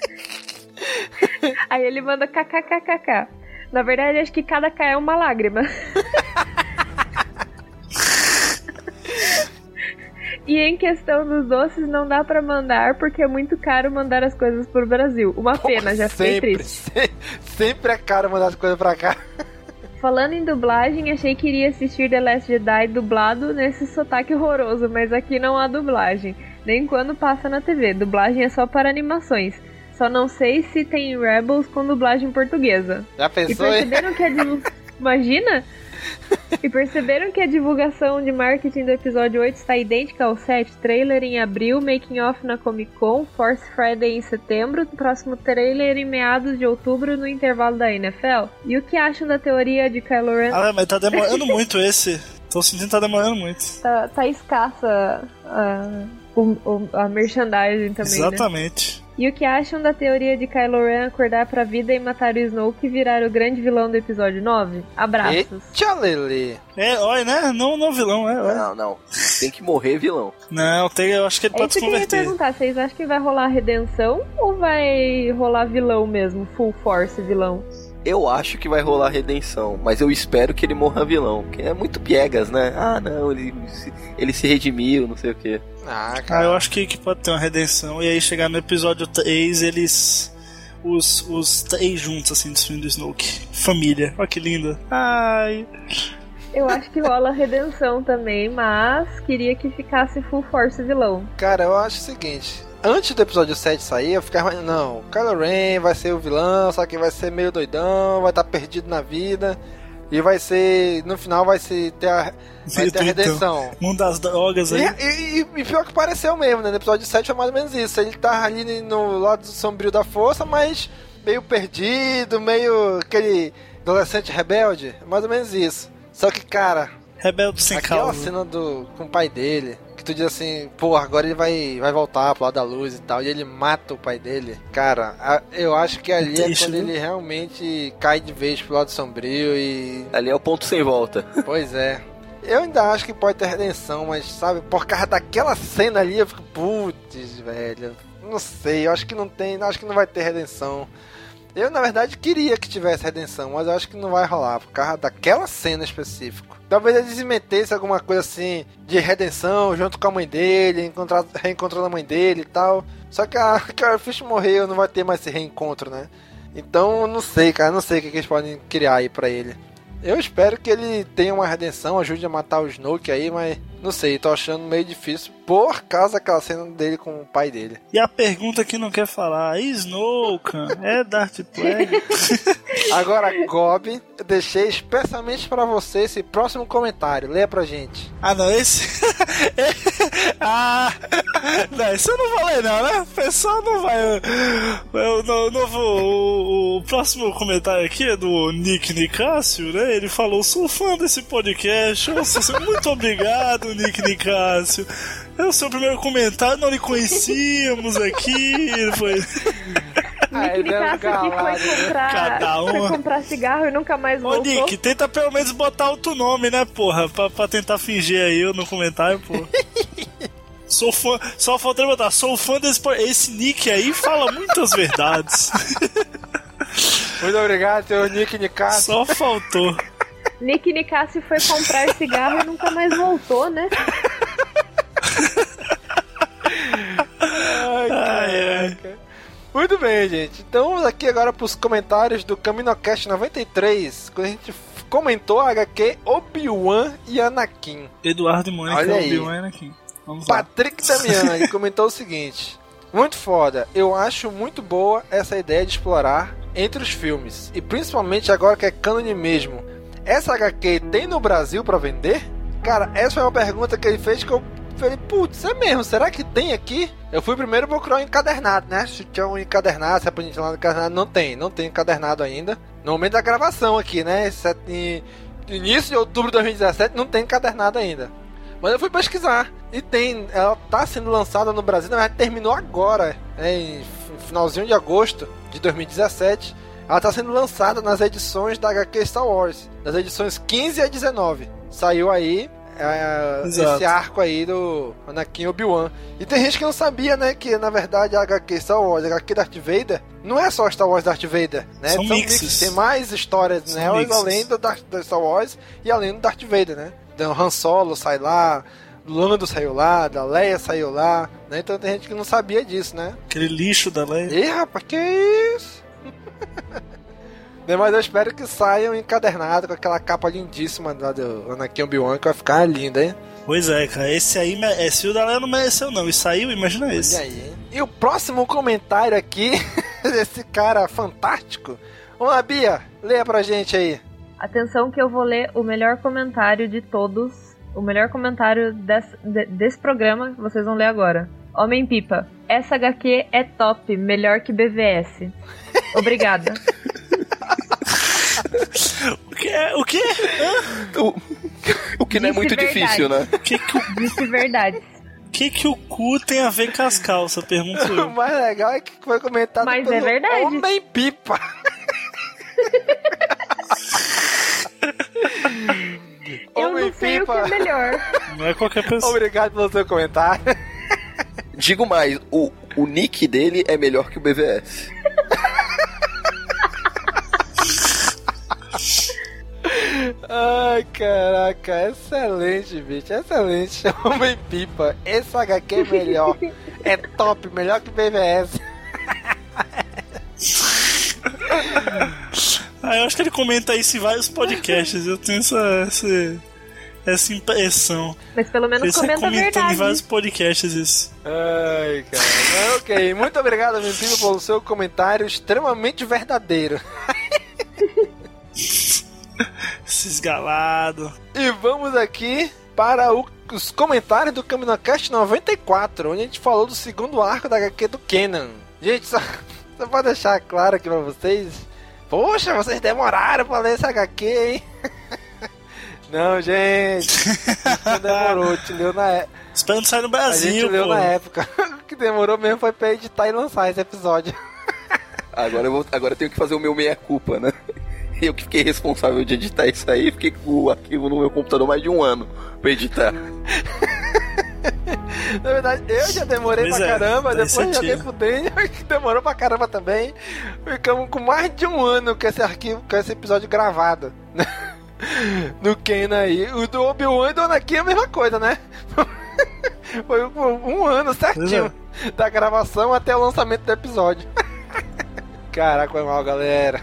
[SPEAKER 5] Aí ele manda kkkk. Na verdade, acho que cada K é uma lágrima. E em questão dos doces, não dá pra mandar porque é muito caro mandar as coisas pro Brasil. Uma pena, já fiquei
[SPEAKER 2] sempre,
[SPEAKER 5] triste.
[SPEAKER 2] se- sempre é caro mandar as coisas pra cá.
[SPEAKER 5] falando em dublagem, achei que iria assistir The Last Jedi dublado nesse sotaque horroroso, mas aqui não há dublagem, nem quando passa na T V. Dublagem é só para animações. Só não sei se tem Rebels com dublagem portuguesa.
[SPEAKER 2] Já pensou,
[SPEAKER 5] e perceberam hein? que a divu... Imagina? E perceberam que a divulgação de marketing do episódio oito está idêntica ao sete? Trailer em abril, making off na Comic Con, Force Friday em setembro, próximo trailer em meados de outubro no intervalo da N F L. E o que acham da teoria de Kylo Ren?
[SPEAKER 4] Ah, mas tá demorando muito esse. Tô sentindo que tá demorando muito.
[SPEAKER 5] Tá, tá escassa a, a, a merchandising também,
[SPEAKER 4] Exatamente.
[SPEAKER 5] Né? E o que acham da teoria de Kylo Ren acordar pra vida e matar o Snoke e virar o grande vilão do episódio nove? Abraços.
[SPEAKER 2] Tchau, Lele.
[SPEAKER 4] É, olha, né? Não, não vilão, é. Olha.
[SPEAKER 3] Não, não. Tem que morrer vilão.
[SPEAKER 4] Não, tem, eu acho que ele
[SPEAKER 5] é
[SPEAKER 4] pode se converter.
[SPEAKER 5] Eu queria perguntar, vocês acham que vai rolar redenção ou vai rolar vilão mesmo? Full force vilão?
[SPEAKER 3] Eu acho que vai rolar redenção, mas eu espero que ele morra vilão, porque é muito piegas, né? Ah, não, ele se, ele se redimiu, não sei o quê.
[SPEAKER 2] Ah, cara.
[SPEAKER 4] Ah, eu acho que, que pode ter uma redenção, e aí chegar no episódio três, eles... Os, os três juntos, assim, destruindo o Snoke. Família, olha que lindo. Ai...
[SPEAKER 5] Eu acho que rola redenção também, mas queria que ficasse full force vilão.
[SPEAKER 2] Cara, eu acho o seguinte... Antes do episódio sete sair, eu ficava, não, o Kylo Ren vai ser o vilão, só que vai ser meio doidão, vai estar perdido na vida, e vai ser, no final vai ser ter a, vai ter a redenção.
[SPEAKER 4] Mundo das drogas aí.
[SPEAKER 2] E, e, e pior que pareceu mesmo, né? No episódio sete foi mais ou menos isso. Ele tá ali no lado sombrio da força, mas meio perdido, meio aquele adolescente rebelde, mais ou menos isso. Só que, cara,
[SPEAKER 4] rebelde sem
[SPEAKER 2] aquela
[SPEAKER 4] causa.
[SPEAKER 2] cena do, com o pai dele, que tu diz assim, pô, agora ele vai, vai voltar pro lado da luz e tal, e ele mata o pai dele. Cara, a, eu acho que ali é, triste, é quando viu? Ele realmente cai de vez pro lado sombrio e...
[SPEAKER 3] Ali é o ponto sem volta.
[SPEAKER 2] Pois é. Eu ainda acho que pode ter redenção, mas, sabe, por causa daquela cena ali, eu fico, putz, velho, não sei, eu acho que não tem, acho que não vai ter redenção. Eu, na verdade, queria que tivesse redenção, mas eu acho que não vai rolar, por causa daquela cena específica. Talvez eles metessem alguma coisa assim, de redenção, junto com a mãe dele, encontrar, reencontrando a mãe dele e tal. Só que a Carrie Fisher morreu, não vai ter mais esse reencontro, né? Então, não sei, cara, não sei o que eles podem criar aí pra ele. Eu espero que ele tenha uma redenção, ajude a matar o Snoke aí, mas não sei, tô achando meio difícil por causa daquela cena dele com o pai dele.
[SPEAKER 4] E a pergunta que não quer falar, Snoke, é Darth Plagueis?
[SPEAKER 2] Agora, Gob, eu deixei especialmente pra você esse próximo comentário, leia pra gente.
[SPEAKER 4] Ah, não, esse... ah, não, isso eu não vou ler não, né? O pessoal não vai... Eu não, não vou... O, o próximo comentário aqui é do Nick Nicásio, né? Ele falou, sou fã desse podcast, eu sou muito obrigado, Nick Nicásio. É o seu primeiro comentário, não lhe conhecíamos aqui. Ele foi.
[SPEAKER 5] Nick Nicásio aqui foi comprar,
[SPEAKER 4] Cada uma.
[SPEAKER 5] foi comprar cigarro e nunca mais
[SPEAKER 4] Ô,
[SPEAKER 5] voltou.
[SPEAKER 4] Nick, tenta pelo menos botar outro nome, né, porra? Pra, pra tentar fingir aí eu no comentário, porra. Sou fã. Só faltou botar, sou fã desse. Esse Nick aí fala muitas verdades.
[SPEAKER 2] Muito obrigado, seu Nick Nicásio.
[SPEAKER 4] Só faltou.
[SPEAKER 5] Nick Nicásio foi comprar cigarro e nunca mais voltou, né?
[SPEAKER 2] Ai, ai, ai. Muito bem, gente. Então vamos aqui agora para os comentários do CaminoCast noventa e três, quando a gente comentou a H Q Obi-Wan e Anakin.
[SPEAKER 4] Eduardo e Mônica, Obi-Wan e Anakin. Vamos lá.
[SPEAKER 2] Patrick Damiano, ele comentou o seguinte: muito foda, eu acho muito boa essa ideia de explorar entre os filmes, e principalmente agora que é cânone mesmo. Essa H Q tem no Brasil pra vender? Cara, essa foi uma pergunta que ele fez que eu falei, putz, é mesmo, será que tem aqui? Eu fui primeiro procurar um encadernado, né? Se tinha um encadernado, se é pra gente ir lá no encadernado, não tem, não tem encadernado ainda. No momento da gravação aqui, né? Em início de outubro de dois mil e dezessete, não tem encadernado ainda. Mas eu fui pesquisar, e tem, ela tá sendo lançada no Brasil, na verdade terminou agora, né? Em finalzinho de agosto de dois mil e dezessete. Ela está sendo lançada nas edições da H Q Star Wars, nas edições quinze a dezenove. Saiu aí é, esse arco aí do Anakin Obi-Wan. E tem gente que não sabia, né, que na verdade a H Q Star Wars, a H Q Darth Vader, não é só Star Wars Darth Vader, né?
[SPEAKER 4] São,
[SPEAKER 2] São
[SPEAKER 4] mixes.
[SPEAKER 2] mixes. Tem mais histórias
[SPEAKER 4] São
[SPEAKER 2] nelas
[SPEAKER 4] mixes.
[SPEAKER 2] além do, do Star Wars e além do Darth Vader, né? Então Han Solo sai lá, Lando saiu lá, da Leia saiu lá, né? Então tem gente que não sabia disso, né?
[SPEAKER 4] Aquele lixo da Leia.
[SPEAKER 2] Ih, rapaz, que isso? Mas eu espero que saiam encadernado com aquela capa lindíssima lá do Anakin Obi-Wan, que vai ficar linda, hein?
[SPEAKER 4] Pois é, cara, esse aí, esse o da Leia não mereceu não, e saiu, imagina esse.
[SPEAKER 2] Olha aí, hein? E o próximo comentário aqui, desse cara fantástico. Vamos lá, Bia, leia pra gente aí.
[SPEAKER 5] Atenção que eu vou ler o melhor comentário de todos, o melhor comentário desse, de, desse programa que vocês vão ler agora. Homem Pipa, essa agá quê é top, melhor que B V S. Obrigada.
[SPEAKER 4] O que? O que?
[SPEAKER 3] O, o que não é muito
[SPEAKER 5] verdade.
[SPEAKER 3] difícil, né?
[SPEAKER 4] Que que o...
[SPEAKER 5] Disse verdade.
[SPEAKER 4] O que, que o cu tem a ver com as calças? Pergunto
[SPEAKER 2] O
[SPEAKER 4] eu.
[SPEAKER 2] mais legal é que foi comentado
[SPEAKER 5] Mas
[SPEAKER 2] pelo
[SPEAKER 5] é verdade.
[SPEAKER 2] Homem Pipa.
[SPEAKER 5] Eu
[SPEAKER 2] Homem
[SPEAKER 5] não sei
[SPEAKER 2] Pipa.
[SPEAKER 5] o que é melhor.
[SPEAKER 4] Não é qualquer pessoa.
[SPEAKER 2] Obrigado pelo seu comentário.
[SPEAKER 3] Digo mais, o, o nick dele é melhor que o B V S.
[SPEAKER 2] Ai, caraca, excelente, bicho, excelente. Homem Pipa, esse agá quê é melhor. É top, melhor que o B V S.
[SPEAKER 4] Ah, eu acho que ele comenta isso em vários podcasts. Eu tenho essa, essa, essa impressão.
[SPEAKER 5] Mas pelo menos
[SPEAKER 4] Ele
[SPEAKER 5] comenta a
[SPEAKER 4] comentando
[SPEAKER 5] verdade.
[SPEAKER 4] em vários podcasts isso.
[SPEAKER 2] Ai, cara. Mas, ok, muito obrigado, Homem Pipa, pelo seu comentário extremamente verdadeiro.
[SPEAKER 4] Esses galados.
[SPEAKER 2] E vamos aqui para o, os comentários do CaminoCast noventa e quatro, onde a gente falou do segundo arco da agá quê do Kanan. Gente, só, só pra deixar claro aqui pra vocês. Poxa, vocês demoraram pra ler esse agá quê, hein? Não, gente. Não demorou, a gente leu na época.
[SPEAKER 4] Esperando sair no
[SPEAKER 2] A
[SPEAKER 4] Brasil,
[SPEAKER 2] gente leu
[SPEAKER 4] pô.
[SPEAKER 2] na época. O que demorou mesmo foi pra editar e lançar esse episódio.
[SPEAKER 3] Agora eu, vou, agora eu tenho que fazer o meu meia-culpa, né? Eu que fiquei responsável de editar isso aí, fiquei com o arquivo no meu computador mais de um ano pra editar.
[SPEAKER 2] Na verdade, eu já demorei
[SPEAKER 4] Pois
[SPEAKER 2] pra
[SPEAKER 4] é,
[SPEAKER 2] caramba,
[SPEAKER 4] faz
[SPEAKER 2] depois joguei
[SPEAKER 4] sentido.
[SPEAKER 2] pro Daniel, que demorou pra caramba também. Ficamos com mais de um ano com esse arquivo, com esse episódio gravado. No Kanan aí. O do Obi-Wan e do Anakin é a mesma coisa, né? Foi um ano certinho da gravação até o lançamento do episódio. Caraca, foi mal, galera.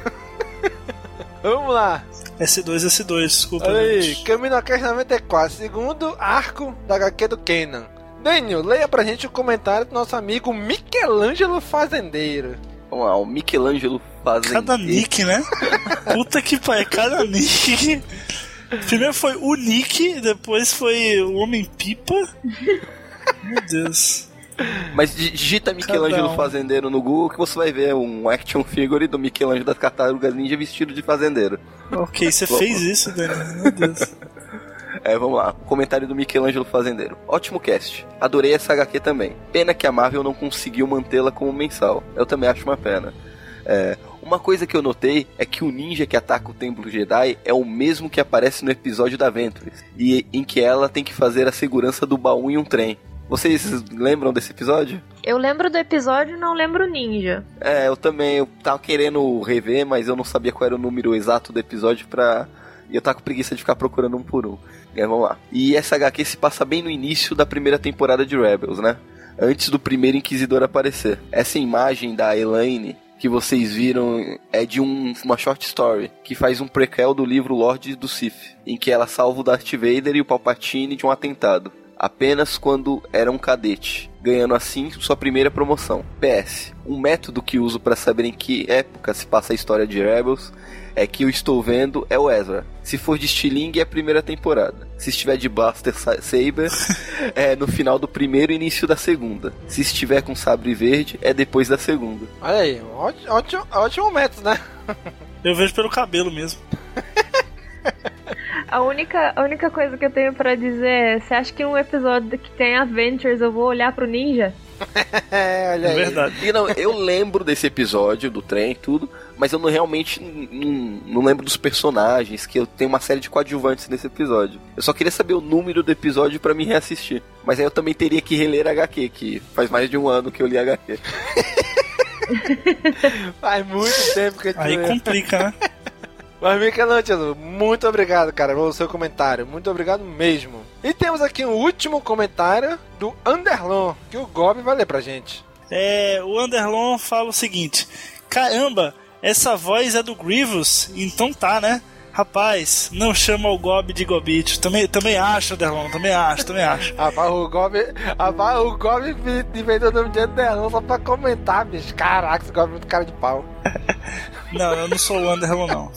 [SPEAKER 2] Vamos lá.
[SPEAKER 4] S dois, S dois, desculpa.
[SPEAKER 2] Olha aí,
[SPEAKER 4] gente.
[SPEAKER 2] CaminoCast noventa e quatro, segundo arco da agá quê do Kanan. Daniel, leia pra gente o comentário do nosso amigo Michelangelo Fazendeiro.
[SPEAKER 3] Vamos lá, o Michelangelo fazendo.
[SPEAKER 4] Cada nick, né? Puta que pariu, cada nick. Primeiro foi o Nick, depois foi o Homem-Pipa. Meu Deus.
[SPEAKER 3] Mas digita Michelangelo
[SPEAKER 4] Cada um.
[SPEAKER 3] Fazendeiro no Google que você vai ver um action figure do Michelangelo das Tartarugas Ninja vestido de fazendeiro.
[SPEAKER 4] Ok, você fez isso, Daniel. Meu Deus.
[SPEAKER 3] É, vamos lá. Comentário do Michelangelo Fazendeiro. Ótimo cast. Adorei essa agá quê também. Pena que a Marvel não conseguiu mantê-la como mensal. Eu também acho uma pena. É, uma coisa que eu notei é que o ninja que ataca o Templo Jedi é o mesmo que aparece no episódio da Ventress, e em que ela tem que fazer a segurança do baú em um trem. Vocês lembram desse episódio?
[SPEAKER 5] Eu lembro do episódio e não lembro o ninja.
[SPEAKER 3] É, eu também. Eu tava querendo rever, mas eu não sabia qual era o número exato do episódio pra... E eu tava com preguiça de ficar procurando um por um. E aí, vamos lá. E essa agá quê se passa bem no início da primeira temporada de Rebels, né? Antes do primeiro Inquisidor aparecer. Essa imagem da Elaine que vocês viram é de um, uma short story que faz um prequel do livro Lorde do Sith, em que ela salva o Darth Vader e o Palpatine de um atentado, apenas quando era um cadete, ganhando assim sua primeira promoção. P S. Um método que uso para saber em que época se passa a história de Rebels é que eu estou vendo é o Ezra. Se for de estilingue é a primeira temporada. Se estiver de Blaster Saber é no final do primeiro e início da segunda. Se estiver com sabre verde é depois da segunda.
[SPEAKER 2] Olha aí, ótimo, ótimo, ótimo método, né?
[SPEAKER 4] Eu vejo pelo cabelo mesmo.
[SPEAKER 5] A única, a única coisa que eu tenho pra dizer é: você acha que um episódio que tem Adventures eu vou olhar pro ninja?
[SPEAKER 2] É, olha
[SPEAKER 4] É
[SPEAKER 2] aí.
[SPEAKER 4] verdade.
[SPEAKER 3] E não, eu lembro desse episódio do trem e tudo, mas eu não realmente não, não lembro dos personagens, que eu tenho uma série de coadjuvantes nesse episódio. Eu só queria saber o número do episódio pra me reassistir. Mas aí eu também teria que reler agá quê, que faz mais de um ano que eu li agá quê.
[SPEAKER 2] Faz muito tempo que a gente
[SPEAKER 4] Aí
[SPEAKER 2] lê.
[SPEAKER 4] complica, né?
[SPEAKER 2] Mas, Michelangelo, muito obrigado, cara, pelo seu comentário. Muito obrigado mesmo. E temos aqui um último comentário do Underlon, que o Gob vai ler pra gente.
[SPEAKER 4] É, o Underlon fala o seguinte: caramba, essa voz é do Grievous? Então tá, né? Rapaz, não chama o Gob de Gobit. Também, também acho, Derlon, também acho, também acho.
[SPEAKER 2] Rapaz, o Gob, rapaz, o Gob inventou o nome de Anderlon só pra comentar, bicho. Caraca, esse Gob é muito cara de pau.
[SPEAKER 4] Não, eu não sou o Anderlon, não.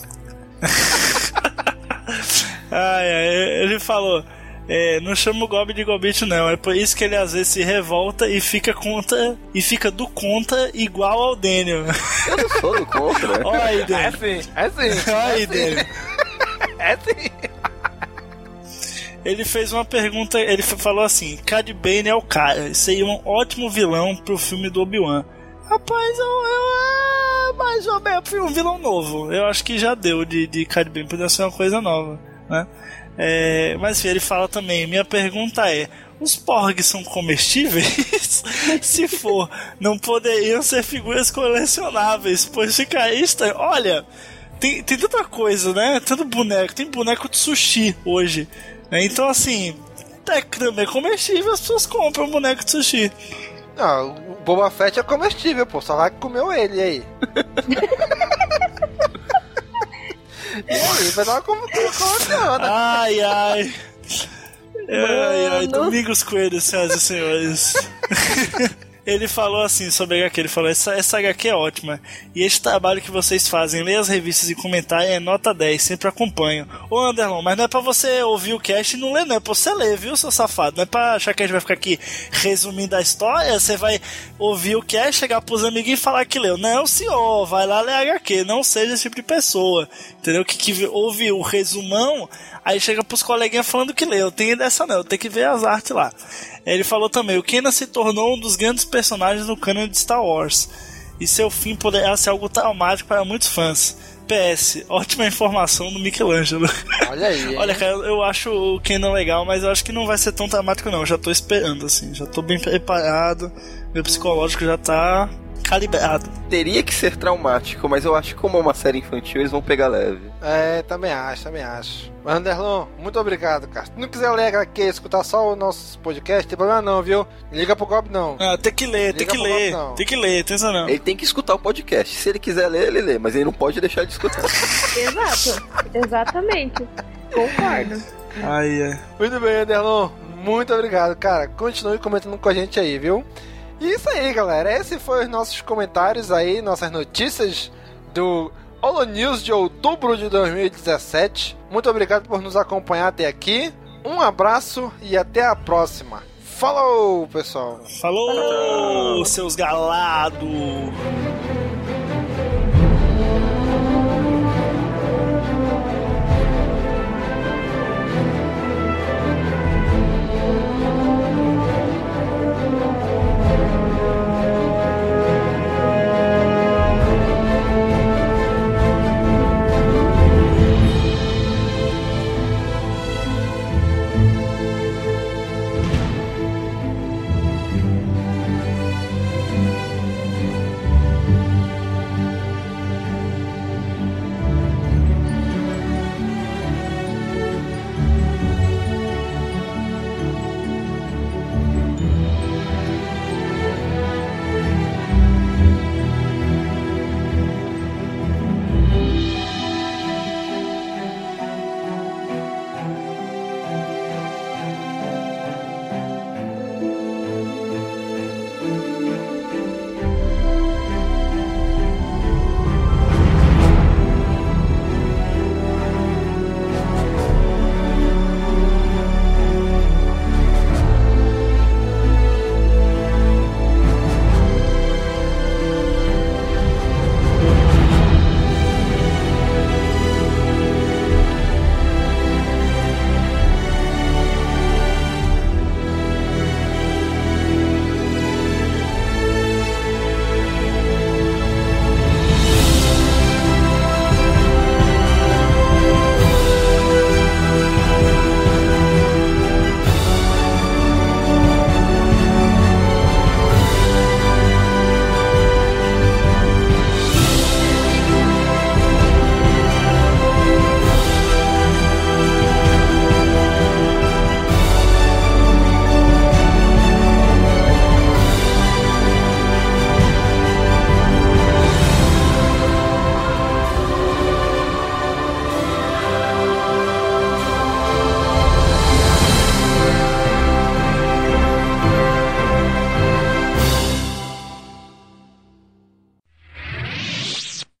[SPEAKER 4] Ai, ai, ele falou... É, não chama o Gob de Gobit não, é por isso que ele às vezes se revolta e fica contra e fica do contra igual ao Daniel.
[SPEAKER 3] Eu não sou do contra.
[SPEAKER 4] Olha aí, Daniel.
[SPEAKER 2] É sim, é sim.
[SPEAKER 4] Olha aí,
[SPEAKER 2] é
[SPEAKER 4] Daniel.
[SPEAKER 2] É sim.
[SPEAKER 4] Ele fez uma pergunta, ele falou assim: Cad Bane é o cara, seria um ótimo vilão pro filme do Obi-Wan. Rapaz, eu, eu é mais ou menos um vilão novo. Eu acho que já deu de, de Cad Bane, podia ser uma coisa nova, né? É, mas enfim, ele fala também, minha pergunta é, os porgs são comestíveis? Se for, não poderiam ser figuras colecionáveis, pois fica estranho. Olha, tem, tem tanta coisa, né? Tanto boneco, tem boneco de sushi hoje, né? Então assim, tecnicamente é comestível, as pessoas compram um boneco de sushi.
[SPEAKER 2] Não, o Boba Fett é comestível, pô, só vai que comeu ele, e aí? E aí, vai dar uma colocada.
[SPEAKER 4] Ai, ai. Ai, ai, Domingos Coelhos, senhoras e senhores. Ele falou assim sobre a agá quê, ele falou, essa, essa agá quê é ótima, e esse trabalho que vocês fazem, ler as revistas e comentar é nota dez, sempre acompanho. Ô Anderlon, mas não é pra você ouvir o cast e não ler, não, é pra você ler, viu, seu safado? Não é pra achar que a gente vai ficar aqui resumindo a história, você vai ouvir o cast, chegar pros amiguinhos e falar que leu. Não, senhor, vai lá ler a agá quê, não seja esse tipo de pessoa, entendeu? Que, que ouve o resumão, aí chega pros coleguinhas falando que leu. Tem dessa não, tem que ver as artes lá. Ele falou também, o Kanan se tornou um dos grandes personagens no canon de Star Wars, e seu fim poderá ser algo traumático para muitos fãs. P S, ótima informação do Michelangelo.
[SPEAKER 2] Olha aí.
[SPEAKER 4] Olha, cara, eu acho o Kanan legal, mas eu acho que não vai ser tão traumático não, eu já tô esperando, assim, já tô bem preparado, meu psicológico já tá calibrado.
[SPEAKER 3] Teria que ser traumático, mas eu acho que como é uma série infantil, eles vão pegar leve.
[SPEAKER 2] É, também acho, também acho. Anderlon, muito obrigado, cara. Se não quiser ler agá quê, escutar só o nosso podcast, tem problema não, viu? Liga pro Gob não.
[SPEAKER 4] Ah, tem que ler,
[SPEAKER 2] Liga
[SPEAKER 4] tem que ler,
[SPEAKER 2] Gob,
[SPEAKER 4] tem que ler, tem isso não.
[SPEAKER 3] Ele tem que escutar o podcast. Se ele quiser ler, ele lê, mas ele não pode deixar de escutar.
[SPEAKER 5] Exato, exatamente. Concordo.
[SPEAKER 4] Ai, ai.
[SPEAKER 2] Muito bem, Anderlon. Muito obrigado, cara. Continue comentando com a gente aí, viu? E isso aí, galera. Esses foram os nossos comentários aí, nossas notícias do Holo News de outubro de dois mil e dezessete. Muito obrigado por nos acompanhar até aqui. Um abraço e até a próxima. Falou, pessoal.
[SPEAKER 4] Falou, seus galados.